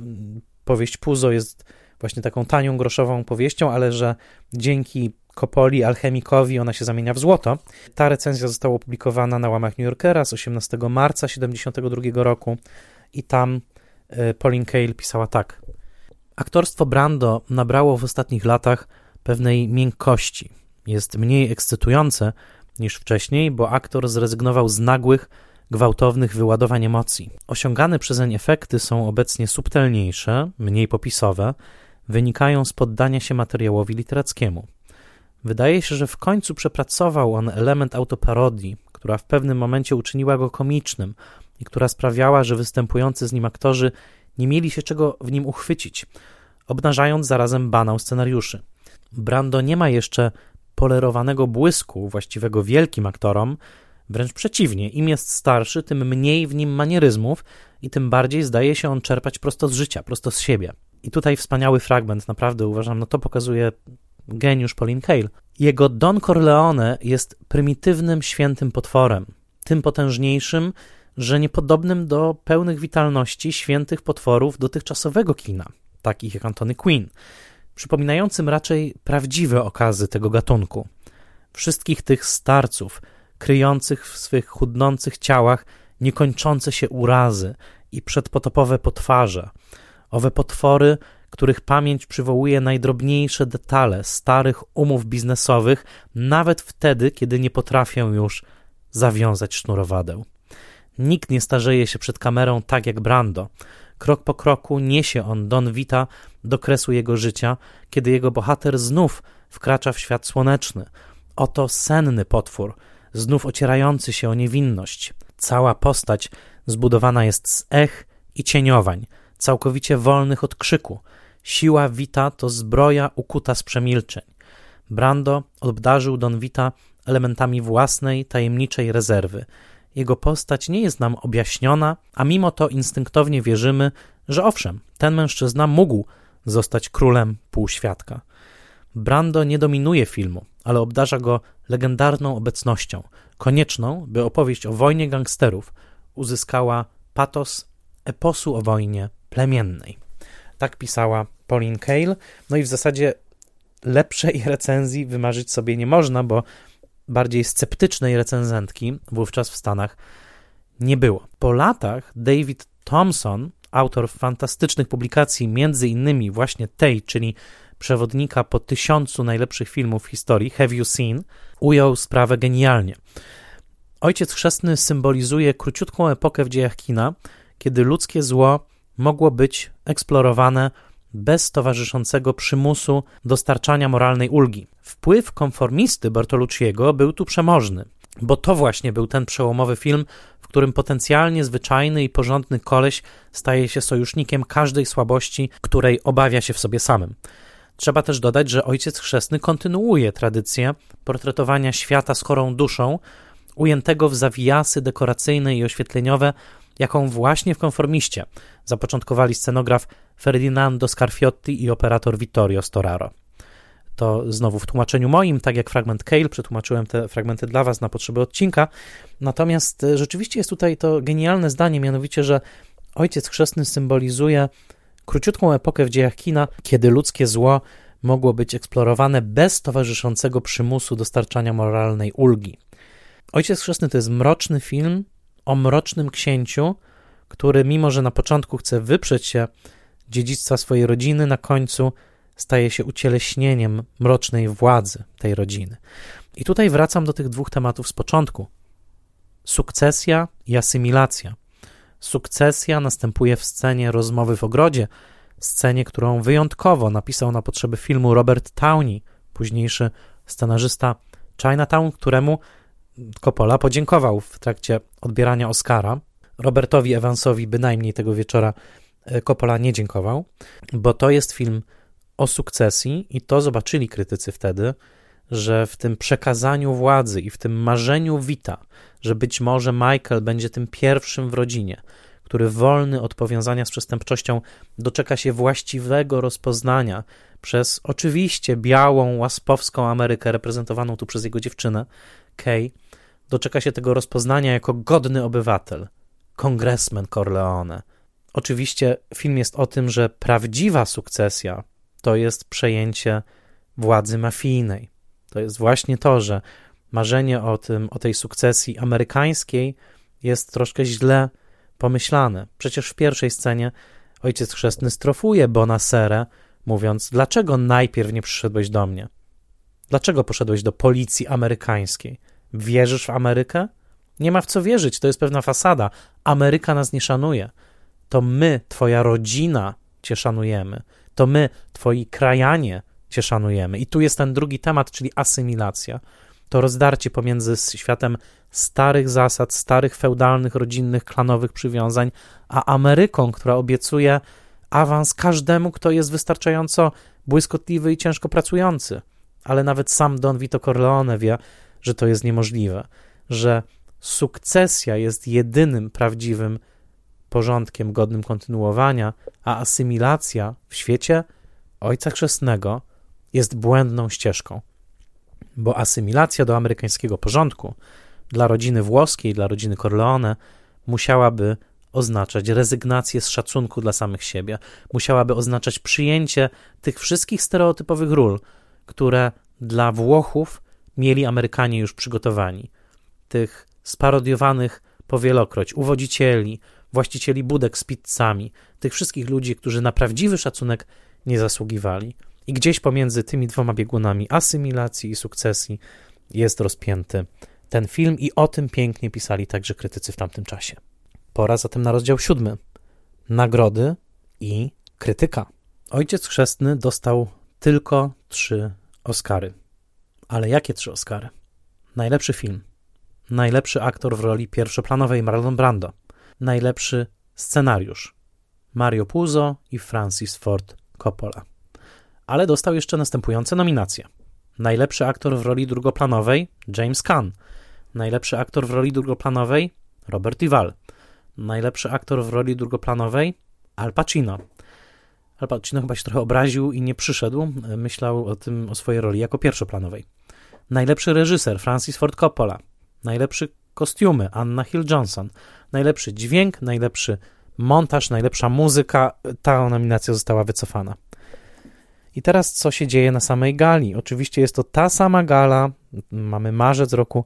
powieść Puzo jest właśnie taką tanią, groszową powieścią, ale że dzięki Coppoli, alchemikowi, ona się zamienia w złoto. Ta recenzja została opublikowana na łamach New Yorkera z 18 marca 1972 roku i tam Pauline Kael pisała tak. Aktorstwo Brando nabrało w ostatnich latach pewnej miękkości. Jest mniej ekscytujące niż wcześniej, bo aktor zrezygnował z nagłych, gwałtownych wyładowań emocji. Osiągane przezeń efekty są obecnie subtelniejsze, mniej popisowe, wynikają z poddania się materiałowi literackiemu. Wydaje się, że w końcu przepracował on element autoparodii, która w pewnym momencie uczyniła go komicznym i która sprawiała, że występujący z nim aktorzy nie mieli się czego w nim uchwycić, obnażając zarazem banał scenariuszy. Brando nie ma jeszcze polerowanego błysku właściwego wielkim aktorom, wręcz przeciwnie, im jest starszy, tym mniej w nim manieryzmów i tym bardziej zdaje się on czerpać prosto z życia, prosto z siebie. I tutaj wspaniały fragment, naprawdę uważam, to pokazuje geniusz Pauline Kael. Jego Don Corleone jest prymitywnym, świętym potworem, tym potężniejszym, że niepodobnym do pełnych witalności świętych potworów dotychczasowego kina, takich jak Anthony Quinn, przypominającym raczej prawdziwe okazy tego gatunku. Wszystkich tych starców, kryjących w swych chudnących ciałach niekończące się urazy i przedpotopowe potwarze. Owe potwory, których pamięć przywołuje najdrobniejsze detale starych umów biznesowych, nawet wtedy, kiedy nie potrafią już zawiązać sznurowadeł. Nikt nie starzeje się przed kamerą tak jak Brando. Krok po kroku niesie on Don Vita do kresu jego życia, kiedy jego bohater znów wkracza w świat słoneczny. Oto senny potwór, znów ocierający się o niewinność. Cała postać zbudowana jest z ech i cieniowań, całkowicie wolnych od krzyku. Siła Vita to zbroja ukuta z przemilczeń. Brando obdarzył Don Vita elementami własnej, tajemniczej rezerwy. Jego postać nie jest nam objaśniona, a mimo to instynktownie wierzymy, że owszem, ten mężczyzna mógł zostać królem półświadka. Brando nie dominuje filmu, ale obdarza go legendarną obecnością, konieczną, by opowieść o wojnie gangsterów uzyskała patos eposu o wojnie plemiennej. Tak pisała Pauline Kael. No i w zasadzie lepszej recenzji wymarzyć sobie nie można, bo bardziej sceptycznej recenzentki wówczas w Stanach nie było. Po latach David Thompson, autor fantastycznych publikacji, między innymi właśnie tej, czyli przewodnika po 1000 najlepszych filmów w historii, Have You Seen?, ujął sprawę genialnie. Ojciec Chrzestny symbolizuje króciutką epokę w dziejach kina, kiedy ludzkie zło mogło być eksplorowane bez towarzyszącego przymusu dostarczania moralnej ulgi. Wpływ konformisty Bertolucciego był tu przemożny, bo to właśnie był ten przełomowy film, w którym potencjalnie zwyczajny i porządny koleś staje się sojusznikiem każdej słabości, której obawia się w sobie samym. Trzeba też dodać, że Ojciec Chrzestny kontynuuje tradycję portretowania świata z chorą duszą, ujętego w zawijasy dekoracyjne i oświetleniowe, jaką właśnie w Konformiście zapoczątkowali scenograf Ferdinando Scarfiotti i operator Vittorio Storaro. To znowu w tłumaczeniu moim, tak jak fragment Cale, przetłumaczyłem te fragmenty dla was na potrzeby odcinka. Natomiast rzeczywiście jest tutaj to genialne zdanie, mianowicie, że Ojciec Chrzestny symbolizuje króciutką epokę w dziejach kina, kiedy ludzkie zło mogło być eksplorowane bez towarzyszącego przymusu dostarczania moralnej ulgi. Ojciec Chrzestny to jest mroczny film o mrocznym księciu, który mimo, że na początku chce wyprzeć się dziedzictwa swojej rodziny, na końcu staje się ucieleśnieniem mrocznej władzy tej rodziny. I tutaj wracam do tych dwóch tematów z początku. Sukcesja i asymilacja. Sukcesja następuje w scenie rozmowy w ogrodzie, scenie, którą wyjątkowo napisał na potrzeby filmu Robert Downey, późniejszy scenarzysta Chinatown, któremu Coppola podziękował w trakcie odbierania Oscara. Robertowi Evansowi bynajmniej tego wieczora Coppola nie dziękował, bo to jest film o sukcesji i to zobaczyli krytycy wtedy, że w tym przekazaniu władzy i w tym marzeniu Vita, że być może Michael będzie tym pierwszym w rodzinie, który wolny od powiązania z przestępczością doczeka się właściwego rozpoznania przez oczywiście białą, łaspowską Amerykę reprezentowaną tu przez jego dziewczynę, Kay, doczeka się tego rozpoznania jako godny obywatel, kongresmen Corleone. Oczywiście film jest o tym, że prawdziwa sukcesja to jest przejęcie władzy mafijnej. To jest właśnie to, że marzenie o tej sukcesji amerykańskiej jest troszkę źle pomyślane. Przecież w pierwszej scenie Ojciec Chrzestny strofuje Bonasserę, mówiąc: dlaczego najpierw nie przyszedłeś do mnie? Dlaczego poszedłeś do policji amerykańskiej? Wierzysz w Amerykę? Nie ma w co wierzyć, to jest pewna fasada. Ameryka nas nie szanuje. To my, twoja rodzina, cię szanujemy. To my, twoi krajanie, cię szanujemy. I tu jest ten drugi temat, czyli asymilacja. To rozdarcie pomiędzy światem starych zasad, starych feudalnych, rodzinnych, klanowych przywiązań, a Ameryką, która obiecuje awans każdemu, kto jest wystarczająco błyskotliwy i ciężko pracujący. Ale nawet sam Don Vito Corleone wie, że to jest niemożliwe, że sukcesja jest jedynym prawdziwym porządkiem godnym kontynuowania, a asymilacja w świecie Ojca Chrzestnego jest błędną ścieżką. Bo asymilacja do amerykańskiego porządku dla rodziny włoskiej, dla rodziny Corleone musiałaby oznaczać rezygnację z szacunku dla samych siebie, musiałaby oznaczać przyjęcie tych wszystkich stereotypowych ról, które dla Włochów mieli Amerykanie już przygotowani. Tych sparodiowanych powielokroć uwodzicieli, właścicieli budek z pizzami, tych wszystkich ludzi, którzy na prawdziwy szacunek nie zasługiwali. I gdzieś pomiędzy tymi dwoma biegunami asymilacji i sukcesji jest rozpięty ten film i o tym pięknie pisali także krytycy w tamtym czasie. Pora zatem na rozdział 7. Nagrody i krytyka. Ojciec Chrzestny dostał tylko 3 Oscary. Ale jakie 3 Oscary? Najlepszy film, najlepszy aktor w roli pierwszoplanowej Marlon Brando, najlepszy scenariusz Mario Puzo i Francis Ford Coppola. Ale dostał jeszcze następujące nominacje. Najlepszy aktor w roli drugoplanowej James Caan, najlepszy aktor w roli drugoplanowej Robert Duvall, najlepszy aktor w roli drugoplanowej Al Pacino. Al Pacino chyba się trochę obraził i nie przyszedł, myślał o swojej roli jako pierwszoplanowej. Najlepszy reżyser Francis Ford Coppola, najlepszy kostiumy Anna Hill-Johnson, najlepszy dźwięk, najlepszy montaż, najlepsza muzyka. Ta nominacja została wycofana. I teraz co się dzieje na samej gali? Oczywiście jest to ta sama gala, mamy marzec roku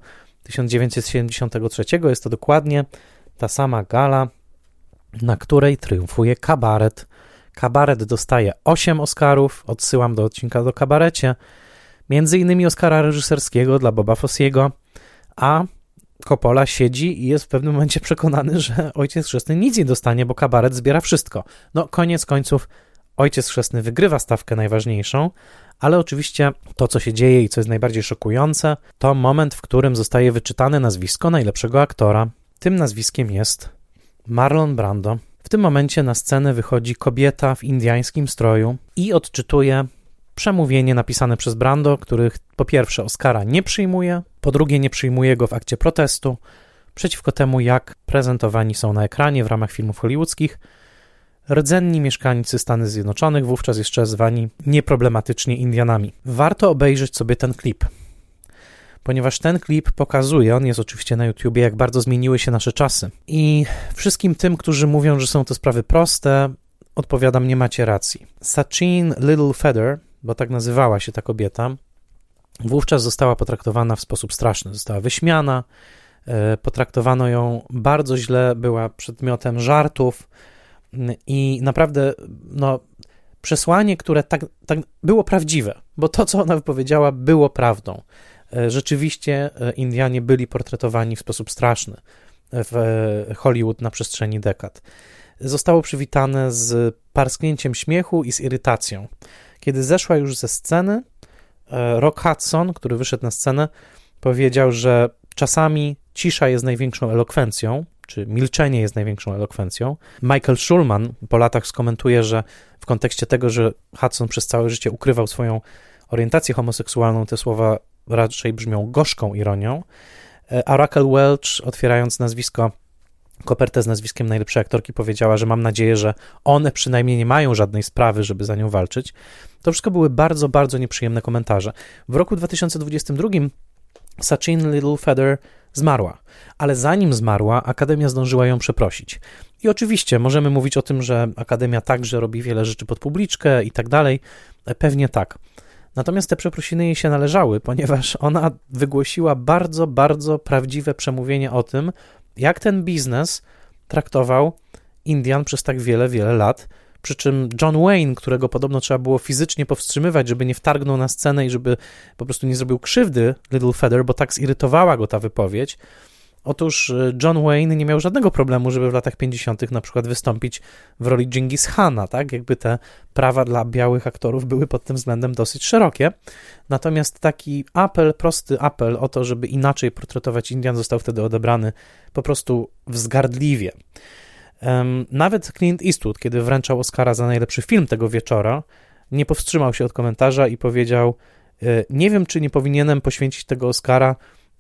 1973, jest to dokładnie ta sama gala, na której triumfuje Kabaret. Kabaret dostaje 8 Oscarów, odsyłam do odcinka do Kabarecie, między innymi Oscara reżyserskiego dla Boba Fossiego, a Coppola siedzi i jest w pewnym momencie przekonany, że Ojciec Chrzestny nic nie dostanie, bo Kabaret zbiera wszystko. No koniec końców Ojciec Chrzestny wygrywa stawkę najważniejszą, ale oczywiście to, co się dzieje i co jest najbardziej szokujące, to moment, w którym zostaje wyczytane nazwisko najlepszego aktora. Tym nazwiskiem jest Marlon Brando. W tym momencie na scenę wychodzi kobieta w indyjskim stroju i odczytuje przemówienie napisane przez Brando, których po pierwsze Oscara nie przyjmuje, po drugie nie przyjmuje go w akcie protestu, przeciwko temu, jak prezentowani są na ekranie w ramach filmów hollywoodzkich rdzenni mieszkańcy Stanów Zjednoczonych, wówczas jeszcze zwani nieproblematycznie Indianami. Warto obejrzeć sobie ten klip, ponieważ ten klip pokazuje, on jest oczywiście na YouTubie, jak bardzo zmieniły się nasze czasy. I wszystkim tym, którzy mówią, że są to sprawy proste, odpowiadam, nie macie racji. Sachin Little Feather, bo tak nazywała się ta kobieta, wówczas została potraktowana w sposób straszny. Została wyśmiana, potraktowano ją bardzo źle, była przedmiotem żartów i naprawdę przesłanie, które tak było prawdziwe, bo to, co ona wypowiedziała, było prawdą. Rzeczywiście Indianie byli portretowani w sposób straszny w Hollywood na przestrzeni dekad. Zostało przywitane z parsknięciem śmiechu i z irytacją. Kiedy zeszła już ze sceny, Rock Hudson, który wyszedł na scenę, powiedział, że czasami cisza jest największą elokwencją, czy milczenie jest największą elokwencją. Michael Schulman po latach skomentuje, że w kontekście tego, że Hudson przez całe życie ukrywał swoją orientację homoseksualną, te słowa raczej brzmią gorzką ironią, a Raquel Welch, otwierając kopertę z nazwiskiem najlepszej aktorki, powiedziała, że mam nadzieję, że one przynajmniej nie mają żadnej sprawy, żeby za nią walczyć. To wszystko były bardzo, bardzo nieprzyjemne komentarze. W roku 2022 Sachin Little Feather zmarła, ale zanim zmarła, Akademia zdążyła ją przeprosić. I oczywiście możemy mówić o tym, że Akademia także robi wiele rzeczy pod publiczkę i tak dalej, pewnie tak. Natomiast te przeprosiny jej się należały, ponieważ ona wygłosiła bardzo, bardzo prawdziwe przemówienie o tym, jak ten biznes traktował Indian przez tak wiele, wiele lat, przy czym John Wayne, którego podobno trzeba było fizycznie powstrzymywać, żeby nie wtargnął na scenę i żeby po prostu nie zrobił krzywdy Little Feather, bo tak zirytowała go ta wypowiedź. Otóż John Wayne nie miał żadnego problemu, żeby w latach 50. na przykład wystąpić w roli Dżingis Khana, tak? Jakby te prawa dla białych aktorów były pod tym względem dosyć szerokie. Natomiast taki prosty apel o to, żeby inaczej portretować Indian, został wtedy odebrany po prostu wzgardliwie. Nawet Clint Eastwood, kiedy wręczał Oscara za najlepszy film tego wieczora, nie powstrzymał się od komentarza i powiedział: nie wiem, czy nie powinienem poświęcić tego Oscara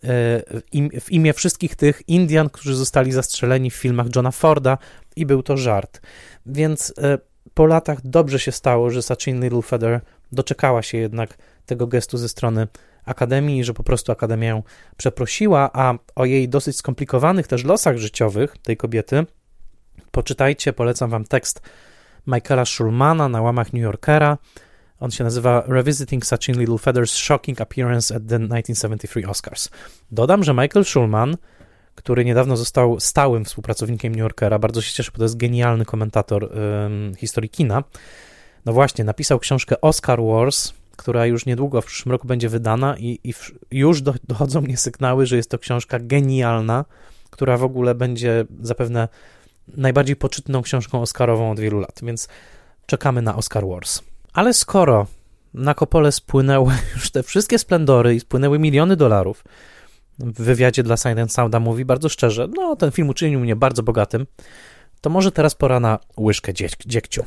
w imię wszystkich tych Indian, którzy zostali zastrzeleni w filmach Johna Forda, i był to żart. Więc po latach dobrze się stało, że Sachin Little Feather doczekała się jednak tego gestu ze strony Akademii, że po prostu Akademia ją przeprosiła, a o jej dosyć skomplikowanych też losach życiowych tej kobiety poczytajcie, polecam wam tekst Michaela Schulmana na łamach New Yorkera. On się nazywa Revisiting Sachin Little Feather's Shocking Appearance at the 1973 Oscars. Dodam, że Michael Schulman, który niedawno został stałym współpracownikiem New Yorkera, bardzo się cieszę, bo to jest genialny komentator historii kina, no właśnie, napisał książkę Oscar Wars, która już niedługo w przyszłym roku będzie wydana i już dochodzą mnie sygnały, że jest to książka genialna, która w ogóle będzie zapewne najbardziej poczytną książką oscarową od wielu lat, więc czekamy na Oscar Wars. Ale skoro na Kopole spłynęły już te wszystkie splendory i spłynęły miliony dolarów, w wywiadzie dla Silent Sounda mówi bardzo szczerze, no ten film uczynił mnie bardzo bogatym, to może teraz pora na łyżkę dziegciu.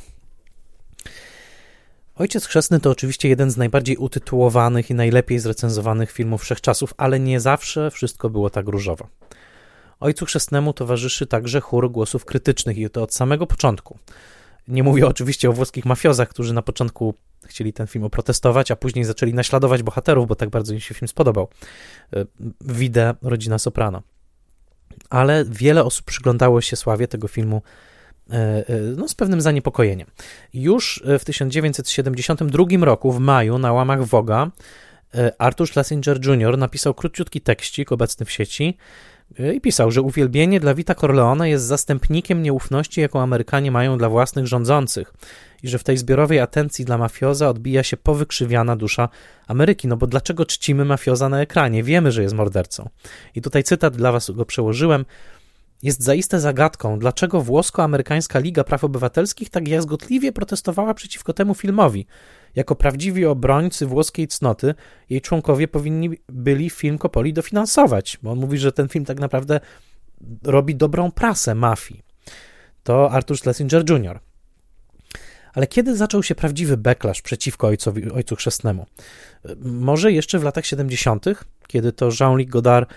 Ojciec Chrzestny to oczywiście jeden z najbardziej utytułowanych i najlepiej zrecenzowanych filmów wszechczasów, ale nie zawsze wszystko było tak różowo. Ojcu Chrzestnemu towarzyszy także chór głosów krytycznych i to od samego początku. Nie mówię oczywiście o włoskich mafiozach, którzy na początku chcieli ten film oprotestować, a później zaczęli naśladować bohaterów, bo tak bardzo im się film spodobał. Vide, Rodzina Soprano. Ale wiele osób przyglądało się sławie tego filmu z pewnym zaniepokojeniem. Już w 1972 roku, w maju, na łamach Vogue'a, Arthur Schlesinger Jr. napisał króciutki tekścik obecny w sieci i pisał, że uwielbienie dla Vita Corleone jest zastępnikiem nieufności, jaką Amerykanie mają dla własnych rządzących i że w tej zbiorowej atencji dla mafioza odbija się powykrzywiana dusza Ameryki, no bo dlaczego czcimy mafioza na ekranie? Wiemy, że jest mordercą. I tutaj cytat, dla was go przełożyłem. Jest zaiste zagadką, dlaczego włosko-amerykańska Liga Praw Obywatelskich tak jazgotliwie protestowała przeciwko temu filmowi. Jako prawdziwi obrońcy włoskiej cnoty, jej członkowie powinni byli film Coppoli dofinansować, bo on mówi, że ten film tak naprawdę robi dobrą prasę mafii. To Arthur Schlesinger Jr. Ale kiedy zaczął się prawdziwy backlash przeciwko ojcu chrzestnemu? Może jeszcze w latach 70., kiedy to Jean-Luc Godard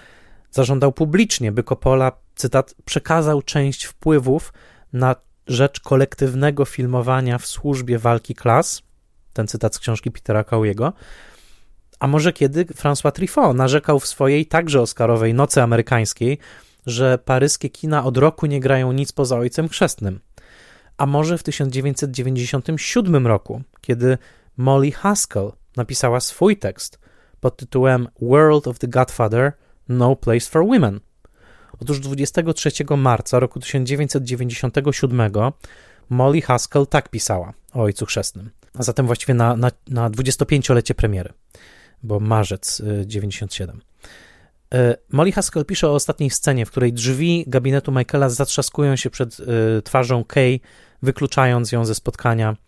Zażądał publicznie, by Coppola, cytat, przekazał część wpływów na rzecz kolektywnego filmowania w służbie walki klas, ten cytat z książki Petera Cowiego, a może kiedy François Truffaut narzekał w swojej także oscarowej Nocy Amerykańskiej, że paryskie kina od roku nie grają nic poza Ojcem Chrzestnym. A może w 1997 roku, kiedy Molly Haskell napisała swój tekst pod tytułem World of the Godfather – No Place for Women. Otóż 23 marca roku 1997 Molly Haskell tak pisała o Ojcu Chrzestnym, a zatem właściwie na 25-lecie premiery, bo marzec 97. Molly Haskell pisze o ostatniej scenie, w której drzwi gabinetu Michaela zatrzaskują się przed twarzą Kay, wykluczając ją ze spotkania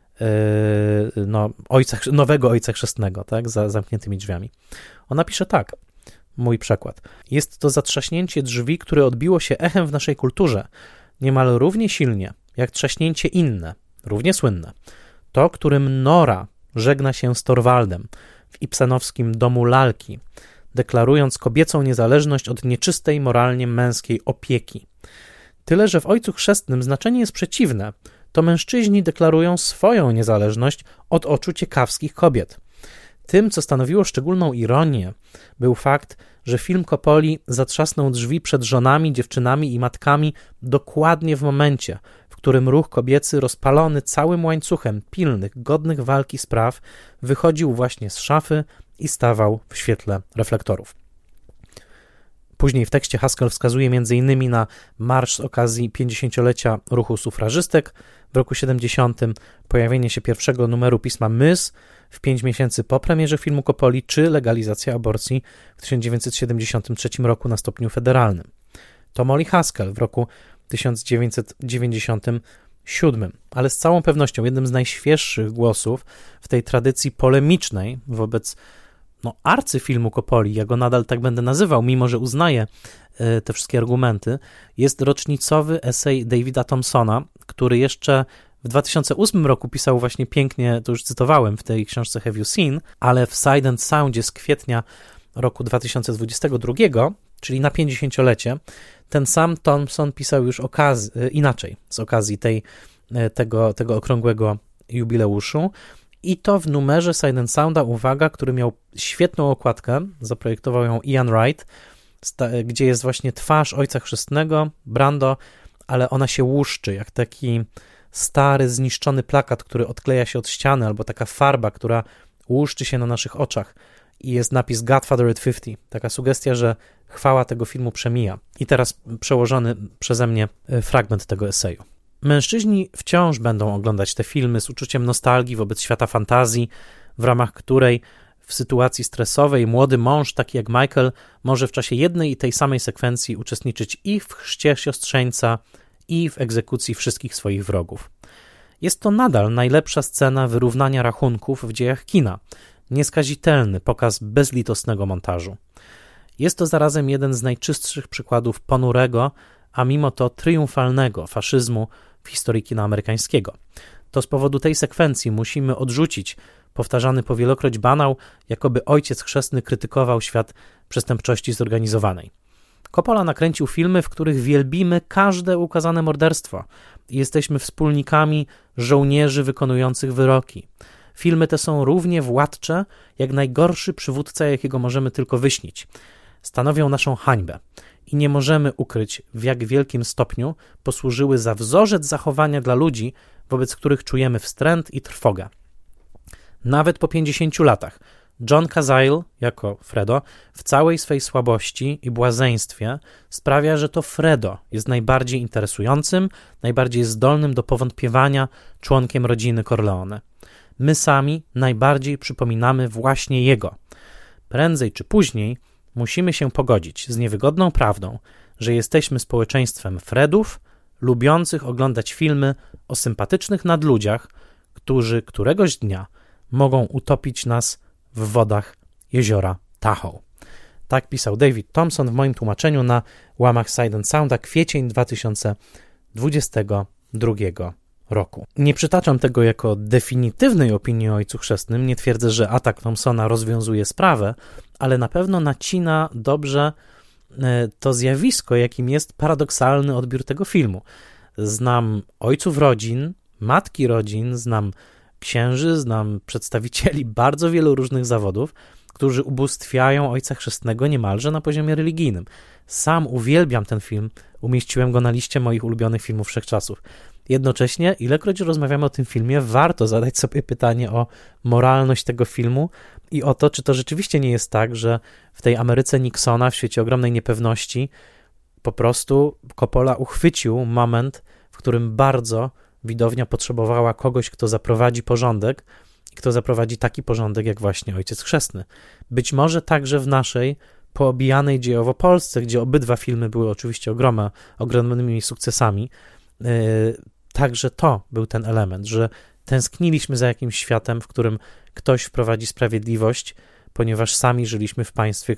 nowego Ojca Chrzestnego, tak, za zamkniętymi drzwiami. Ona pisze tak, mój przekład. Jest to zatrzaśnięcie drzwi, które odbiło się echem w naszej kulturze, niemal równie silnie, jak trzaśnięcie inne, równie słynne. To, którym Nora żegna się z Torwaldem w ibsenowskim Domu lalki, deklarując kobiecą niezależność od nieczystej moralnie męskiej opieki. Tyle, że w Ojcu Chrzestnym znaczenie jest przeciwne. To mężczyźni deklarują swoją niezależność od oczu ciekawskich kobiet. Tym, co stanowiło szczególną ironię, był fakt, że film Coppoli zatrzasnął drzwi przed żonami, dziewczynami i matkami dokładnie w momencie, w którym ruch kobiecy rozpalony całym łańcuchem pilnych, godnych walki spraw wychodził właśnie z szafy i stawał w świetle reflektorów. Później w tekście Haskell wskazuje m.in. na marsz z okazji 50-lecia ruchu sufrażystek w roku 70, pojawienie się pierwszego numeru pisma Mys w 5 miesięcy po premierze filmu Coppoli, czy legalizacja aborcji w 1973 roku na stopniu federalnym. To Molly Haskell w roku 1997, ale z całą pewnością jednym z najświeższych głosów w tej tradycji polemicznej wobec arcyfilmu Coppoli, ja go nadal tak będę nazywał, mimo że uznaję te wszystkie argumenty, jest rocznicowy esej Davida Thompsona, który jeszcze w 2008 roku pisał właśnie pięknie, to już cytowałem w tej książce Have You Seen, ale w Sight and Soundzie z kwietnia roku 2022, czyli na 50-lecie, ten sam Thompson pisał już inaczej, z okazji tego okrągłego jubileuszu. I to w numerze Sight and Sounda, uwaga, który miał świetną okładkę, zaprojektował ją Ian Wright, gdzie jest właśnie twarz Ojca Chrzestnego, Brando, ale ona się łuszczy, jak taki stary, zniszczony plakat, który odkleja się od ściany, albo taka farba, która łuszczy się na naszych oczach. I jest napis Godfather at 50. Taka sugestia, że chwała tego filmu przemija. I teraz przełożony przeze mnie fragment tego eseju. Mężczyźni wciąż będą oglądać te filmy z uczuciem nostalgii wobec świata fantazji, w ramach której w sytuacji stresowej młody mąż, taki jak Michael, może w czasie jednej i tej samej sekwencji uczestniczyć i w chrzcie siostrzeńca, i w egzekucji wszystkich swoich wrogów. Jest to nadal najlepsza scena wyrównania rachunków w dziejach kina, nieskazitelny pokaz bezlitosnego montażu. Jest to zarazem jeden z najczystszych przykładów ponurego, a mimo to triumfalnego faszyzmu w historii kina amerykańskiego. To z powodu tej sekwencji musimy odrzucić powtarzany powielokroć banał, jakoby Ojciec Chrzestny krytykował świat przestępczości zorganizowanej. Coppola nakręcił filmy, w których wielbimy każde ukazane morderstwo i jesteśmy wspólnikami żołnierzy wykonujących wyroki. Filmy te są równie władcze, jak najgorszy przywódca, jakiego możemy tylko wyśnić. Stanowią naszą hańbę i nie możemy ukryć, w jak wielkim stopniu posłużyły za wzorzec zachowania dla ludzi, wobec których czujemy wstręt i trwogę. Nawet po 50 latach John Cazale, jako Fredo, w całej swej słabości i błazeństwie sprawia, że to Fredo jest najbardziej interesującym, najbardziej zdolnym do powątpiewania członkiem rodziny Corleone. My sami najbardziej przypominamy właśnie jego. Prędzej czy później musimy się pogodzić z niewygodną prawdą, że jesteśmy społeczeństwem Fredów, lubiących oglądać filmy o sympatycznych nadludziach, którzy któregoś dnia mogą utopić nas w wodach jeziora Tahoe. Tak pisał David Thompson w moim tłumaczeniu na łamach Sight and Sounda, kwiecień 2022 roku. Nie przytaczam tego jako definitywnej opinii o Ojcu Chrzestnym, nie twierdzę, że atak Thompsona rozwiązuje sprawę, ale na pewno nacina dobrze to zjawisko, jakim jest paradoksalny odbiór tego filmu. Znam ojców rodzin, matki rodzin, znam księży, znam przedstawicieli bardzo wielu różnych zawodów, którzy ubóstwiają Ojca Chrzestnego niemalże na poziomie religijnym. Sam uwielbiam ten film, umieściłem go na liście moich ulubionych filmów wszechczasów. Jednocześnie, ilekroć rozmawiamy o tym filmie, warto zadać sobie pytanie o moralność tego filmu i o to, czy to rzeczywiście nie jest tak, że w tej Ameryce Nixona, w świecie ogromnej niepewności, po prostu Coppola uchwycił moment, w którym bardzo widownia potrzebowała kogoś, kto zaprowadzi porządek i kto zaprowadzi taki porządek, jak właśnie Ojciec Chrzestny. Być może także w naszej poobijanej dziejowo Polsce, gdzie obydwa filmy były oczywiście ogromnymi sukcesami, także to był ten element, że tęskniliśmy za jakimś światem, w którym ktoś wprowadzi sprawiedliwość, ponieważ sami żyliśmy w państwie,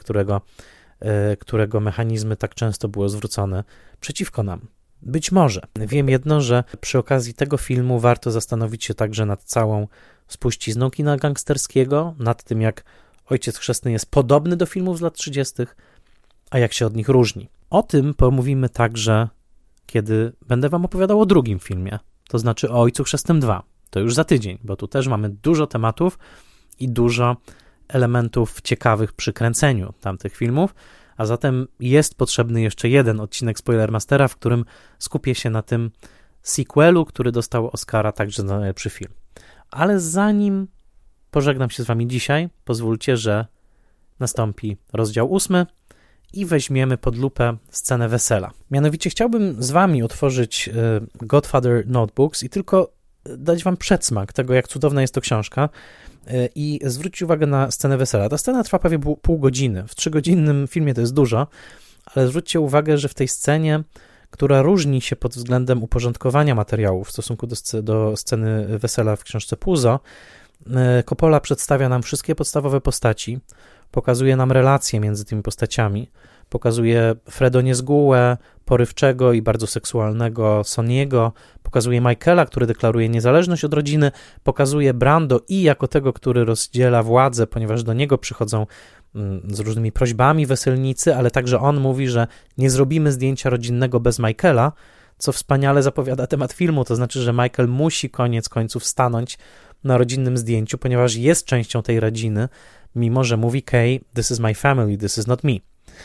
którego mechanizmy tak często było zwrócone przeciwko nam. Być może. Wiem jedno, że przy okazji tego filmu warto zastanowić się także nad całą spuścizną kina gangsterskiego, nad tym, jak Ojciec Chrzestny jest podobny do filmów z lat 30., a jak się od nich różni. O tym pomówimy także, kiedy będę wam opowiadał o drugim filmie, to znaczy o Ojcu Chrzestnym 2. To już za tydzień, bo tu też mamy dużo tematów i dużo elementów ciekawych przy kręceniu tamtych filmów, a zatem jest potrzebny jeszcze jeden odcinek Spoilermastera, w którym skupię się na tym sequelu, który dostał Oscara także za najlepszy film. Ale zanim pożegnam się z wami dzisiaj, pozwólcie, że nastąpi rozdział 8 i weźmiemy pod lupę scenę wesela. Mianowicie chciałbym z wami otworzyć Godfather Notebooks i tylko dać wam przedsmak tego, jak cudowna jest to książka i zwrócić uwagę na scenę wesela. Ta scena trwa prawie pół godziny. W 3-godzinnym filmie to jest dużo, ale zwróćcie uwagę, że w tej scenie, która różni się pod względem uporządkowania materiałów w stosunku do sceny wesela w książce Puzo, Coppola przedstawia nam wszystkie podstawowe postaci, pokazuje nam relacje między tymi postaciami, pokazuje Fredo Niezgułę, porywczego i bardzo seksualnego Soniego, pokazuje Michaela, który deklaruje niezależność od rodziny, pokazuje Brando i jako tego, który rozdziela władzę, ponieważ do niego przychodzą z różnymi prośbami weselnicy, ale także on mówi, że nie zrobimy zdjęcia rodzinnego bez Michaela, co wspaniale zapowiada temat filmu, to znaczy, że Michael musi koniec końców stanąć na rodzinnym zdjęciu, ponieważ jest częścią tej rodziny, mimo że mówi Kay, this is my family, this is not me.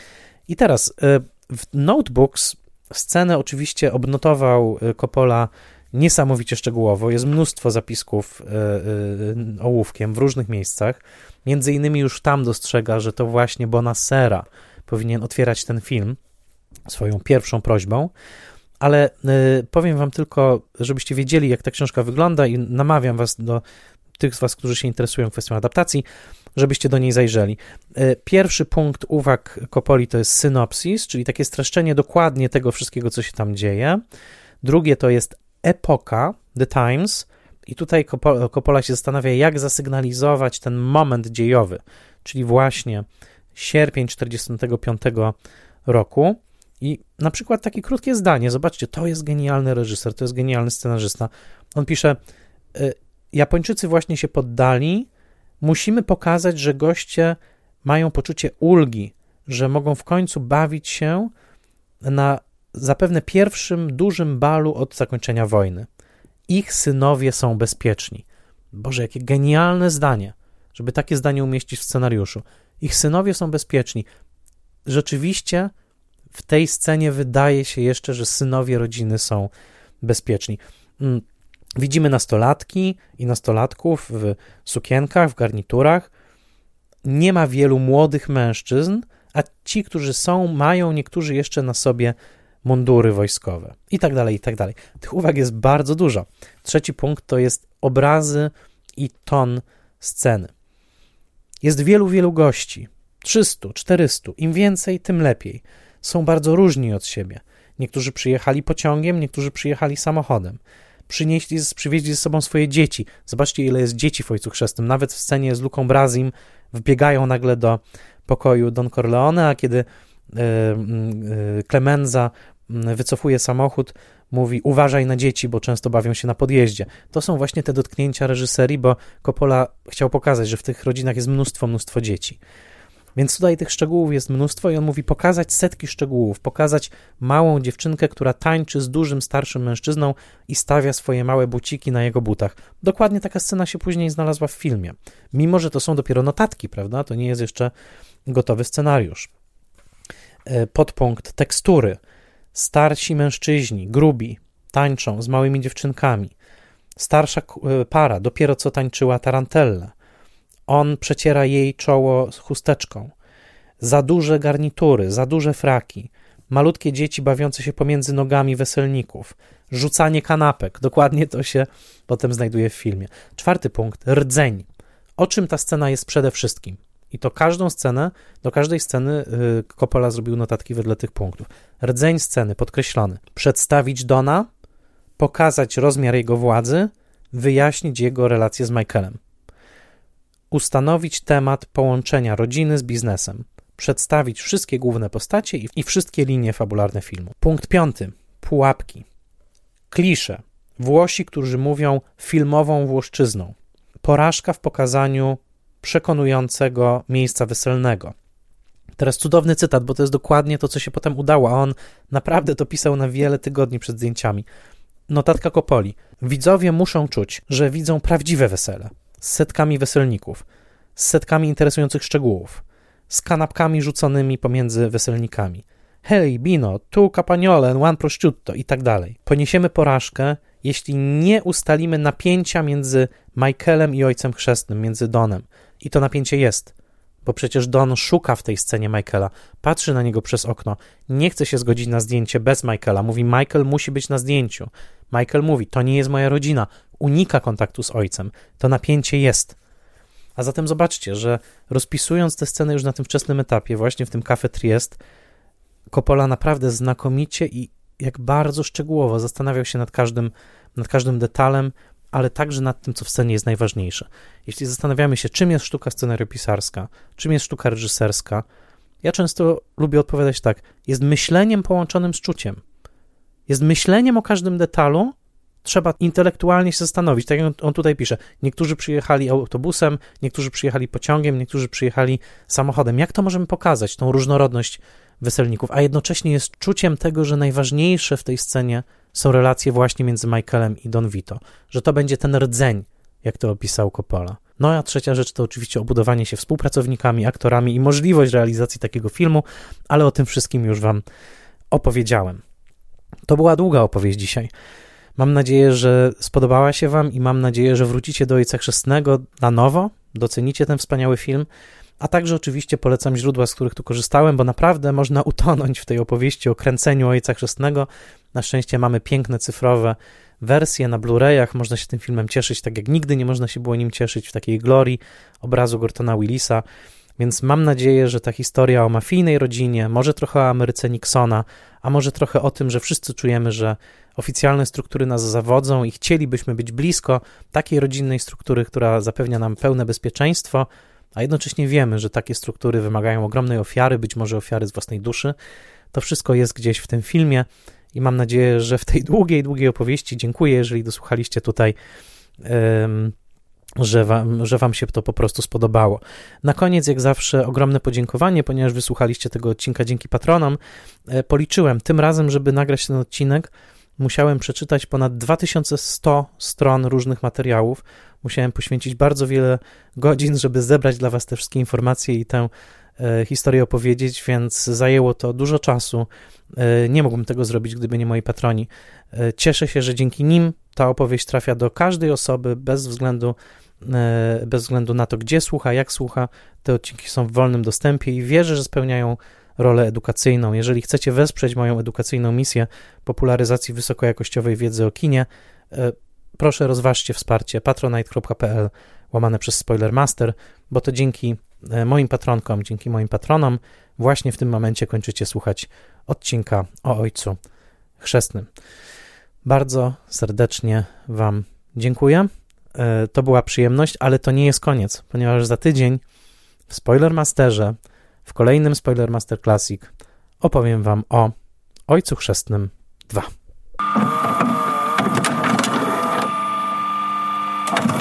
I teraz w Notebooks scenę oczywiście odnotował Coppola niesamowicie szczegółowo, jest mnóstwo zapisków ołówkiem w różnych miejscach, między innymi już tam dostrzega, że to właśnie Bonasera powinien otwierać ten film swoją pierwszą prośbą, ale powiem wam tylko, żebyście wiedzieli, jak ta książka wygląda i namawiam was do tych z was, którzy się interesują kwestią adaptacji, żebyście do niej zajrzeli. Pierwszy punkt uwag Coppoli to jest synopsis, czyli takie streszczenie dokładnie tego wszystkiego, co się tam dzieje. Drugie to jest epoka, The Times, i tutaj Coppola się zastanawia, jak zasygnalizować ten moment dziejowy, czyli właśnie sierpień 1945 roku. I na przykład takie krótkie zdanie, zobaczcie, to jest genialny reżyser, to jest genialny scenarzysta. On pisze, Japończycy właśnie się poddali, musimy pokazać, że goście mają poczucie ulgi, że mogą w końcu bawić się na zapewne pierwszym dużym balu od zakończenia wojny. Ich synowie są bezpieczni. Boże, jakie genialne zdanie, żeby takie zdanie umieścić w scenariuszu. Ich synowie są bezpieczni. Rzeczywiście w tej scenie wydaje się jeszcze, że synowie rodziny są bezpieczni. Widzimy nastolatki i nastolatków w sukienkach, w garniturach. Nie ma wielu młodych mężczyzn, a ci, którzy są, mają niektórzy jeszcze na sobie mundury wojskowe i tak dalej, i tak dalej. Tych uwag jest bardzo dużo. Trzeci punkt to jest obrazy i ton sceny. Jest wielu gości. 300, 400. Im więcej, tym lepiej. Są bardzo różni od siebie. Niektórzy przyjechali pociągiem, niektórzy przyjechali samochodem. Przywieźli ze sobą swoje dzieci. Zobaczcie, ile jest dzieci w Ojcu Chrzestnym. Nawet w scenie z Luką Brasim wbiegają nagle do pokoju Don Corleone, a kiedy Clemenza wycofuje samochód, mówi uważaj na dzieci, bo często bawią się na podjeździe. To są właśnie te dotknięcia reżyserii, bo Coppola chciał pokazać, że w tych rodzinach jest mnóstwo dzieci. Więc tutaj tych szczegółów jest mnóstwo i on mówi pokazać setki szczegółów, pokazać małą dziewczynkę, która tańczy z dużym, starszym mężczyzną i stawia swoje małe buciki na jego butach. Dokładnie taka scena się później znalazła w filmie. Mimo że to są dopiero notatki, prawda? To nie jest jeszcze gotowy scenariusz. Podpunkt tekstury. Starsi mężczyźni, grubi, tańczą z małymi dziewczynkami. Starsza para dopiero co tańczyła tarantellę. On przeciera jej czoło chusteczką. Za duże garnitury, za duże fraki. Malutkie dzieci bawiące się pomiędzy nogami weselników. Rzucanie kanapek. Dokładnie to się potem znajduje w filmie. 4. punkt. Rdzeń. O czym ta scena jest przede wszystkim? I to każdą scenę, do każdej sceny Coppola zrobił notatki wedle tych punktów. Rdzeń sceny podkreślony. Przedstawić Dona, pokazać rozmiar jego władzy, wyjaśnić jego relacje z Michaelem. Ustanowić temat połączenia rodziny z biznesem. Przedstawić wszystkie główne postacie i wszystkie linie fabularne filmu. Punkt 5. Pułapki. Klisze. Włosi, którzy mówią filmową włoszczyzną. Porażka w pokazaniu przekonującego miejsca weselnego. Teraz cudowny cytat, bo to jest dokładnie to, co się potem udało, a on naprawdę to pisał na wiele tygodni przed zdjęciami. Notatka Coppoli. Widzowie muszą czuć, że widzą prawdziwe wesele. Z setkami weselników, z setkami interesujących szczegółów, z kanapkami rzuconymi pomiędzy weselnikami. Hej, Bino, tu capagnole, one prosciutto i tak dalej. Poniesiemy porażkę, jeśli nie ustalimy napięcia między Michaelem i ojcem chrzestnym, między Donem. I to napięcie jest, bo przecież Don szuka w tej scenie Michaela, patrzy na niego przez okno, nie chce się zgodzić na zdjęcie bez Michaela, mówi Michael musi być na zdjęciu. Michael mówi, to nie jest moja rodzina, unika kontaktu z ojcem, to napięcie jest. A zatem zobaczcie, że rozpisując tę scenę już na tym wczesnym etapie, właśnie w tym Café Trieste, Coppola naprawdę znakomicie i jak bardzo szczegółowo zastanawiał się nad każdym detalem, ale także nad tym, co w scenie jest najważniejsze. Jeśli zastanawiamy się, czym jest sztuka scenariopisarska, czym jest sztuka reżyserska, ja często lubię odpowiadać tak, jest myśleniem połączonym z czuciem. Jest myśleniem o każdym detalu, trzeba intelektualnie się zastanowić, tak jak on tutaj pisze, niektórzy przyjechali autobusem, niektórzy przyjechali pociągiem, niektórzy przyjechali samochodem. Jak to możemy pokazać, tą różnorodność weselników, a jednocześnie jest czuciem tego, że najważniejsze w tej scenie są relacje właśnie między Michaelem i Don Vito, że to będzie ten rdzeń, jak to opisał Coppola. No a trzecia rzecz to oczywiście obudowanie się współpracownikami, aktorami i możliwość realizacji takiego filmu, ale o tym wszystkim już wam opowiedziałem. To była długa opowieść dzisiaj. Mam nadzieję, że spodobała się wam i mam nadzieję, że wrócicie do Ojca Chrzestnego na nowo, docenicie ten wspaniały film, a także oczywiście polecam źródła, z których tu korzystałem, bo naprawdę można utonąć w tej opowieści o kręceniu Ojca Chrzestnego. Na szczęście mamy piękne cyfrowe wersje na Blu-rayach, można się tym filmem cieszyć, tak jak nigdy nie można się było nim cieszyć w takiej glorii obrazu Gortona Willisa, więc mam nadzieję, że ta historia o mafijnej rodzinie, może trochę o Ameryce Nixona, a może trochę o tym, że wszyscy czujemy, że oficjalne struktury nas zawodzą i chcielibyśmy być blisko takiej rodzinnej struktury, która zapewnia nam pełne bezpieczeństwo, a jednocześnie wiemy, że takie struktury wymagają ogromnej ofiary, być może ofiary z własnej duszy. To wszystko jest gdzieś w tym filmie i mam nadzieję, że w tej długiej opowieści, dziękuję, jeżeli dosłuchaliście tutaj, że wam się to po prostu spodobało. Na koniec, jak zawsze, ogromne podziękowanie, ponieważ wysłuchaliście tego odcinka dzięki patronom. Policzyłem tym razem, żeby nagrać ten odcinek, musiałem przeczytać ponad 2100 stron różnych materiałów. Musiałem poświęcić bardzo wiele godzin, żeby zebrać dla was te wszystkie informacje i tę historię opowiedzieć, więc zajęło to dużo czasu. Nie mógłbym tego zrobić, gdyby nie moi patroni. Cieszę się, że dzięki nim ta opowieść trafia do każdej osoby, bez względu na to, gdzie słucha, jak słucha. Te odcinki są w wolnym dostępie i wierzę, że spełniają rolę edukacyjną. Jeżeli chcecie wesprzeć moją edukacyjną misję popularyzacji wysokojakościowej wiedzy o kinie, proszę rozważcie wsparcie patronite.pl/Spoilermaster, bo to dzięki moim patronkom, dzięki moim patronom właśnie w tym momencie kończycie słuchać odcinka o Ojcu Chrzestnym. Bardzo serdecznie wam dziękuję. To była przyjemność, ale to nie jest koniec, ponieważ za tydzień w Spoilermasterze, w kolejnym Spoilermaster Classic opowiem wam o Ojcu Chrzestnym 2.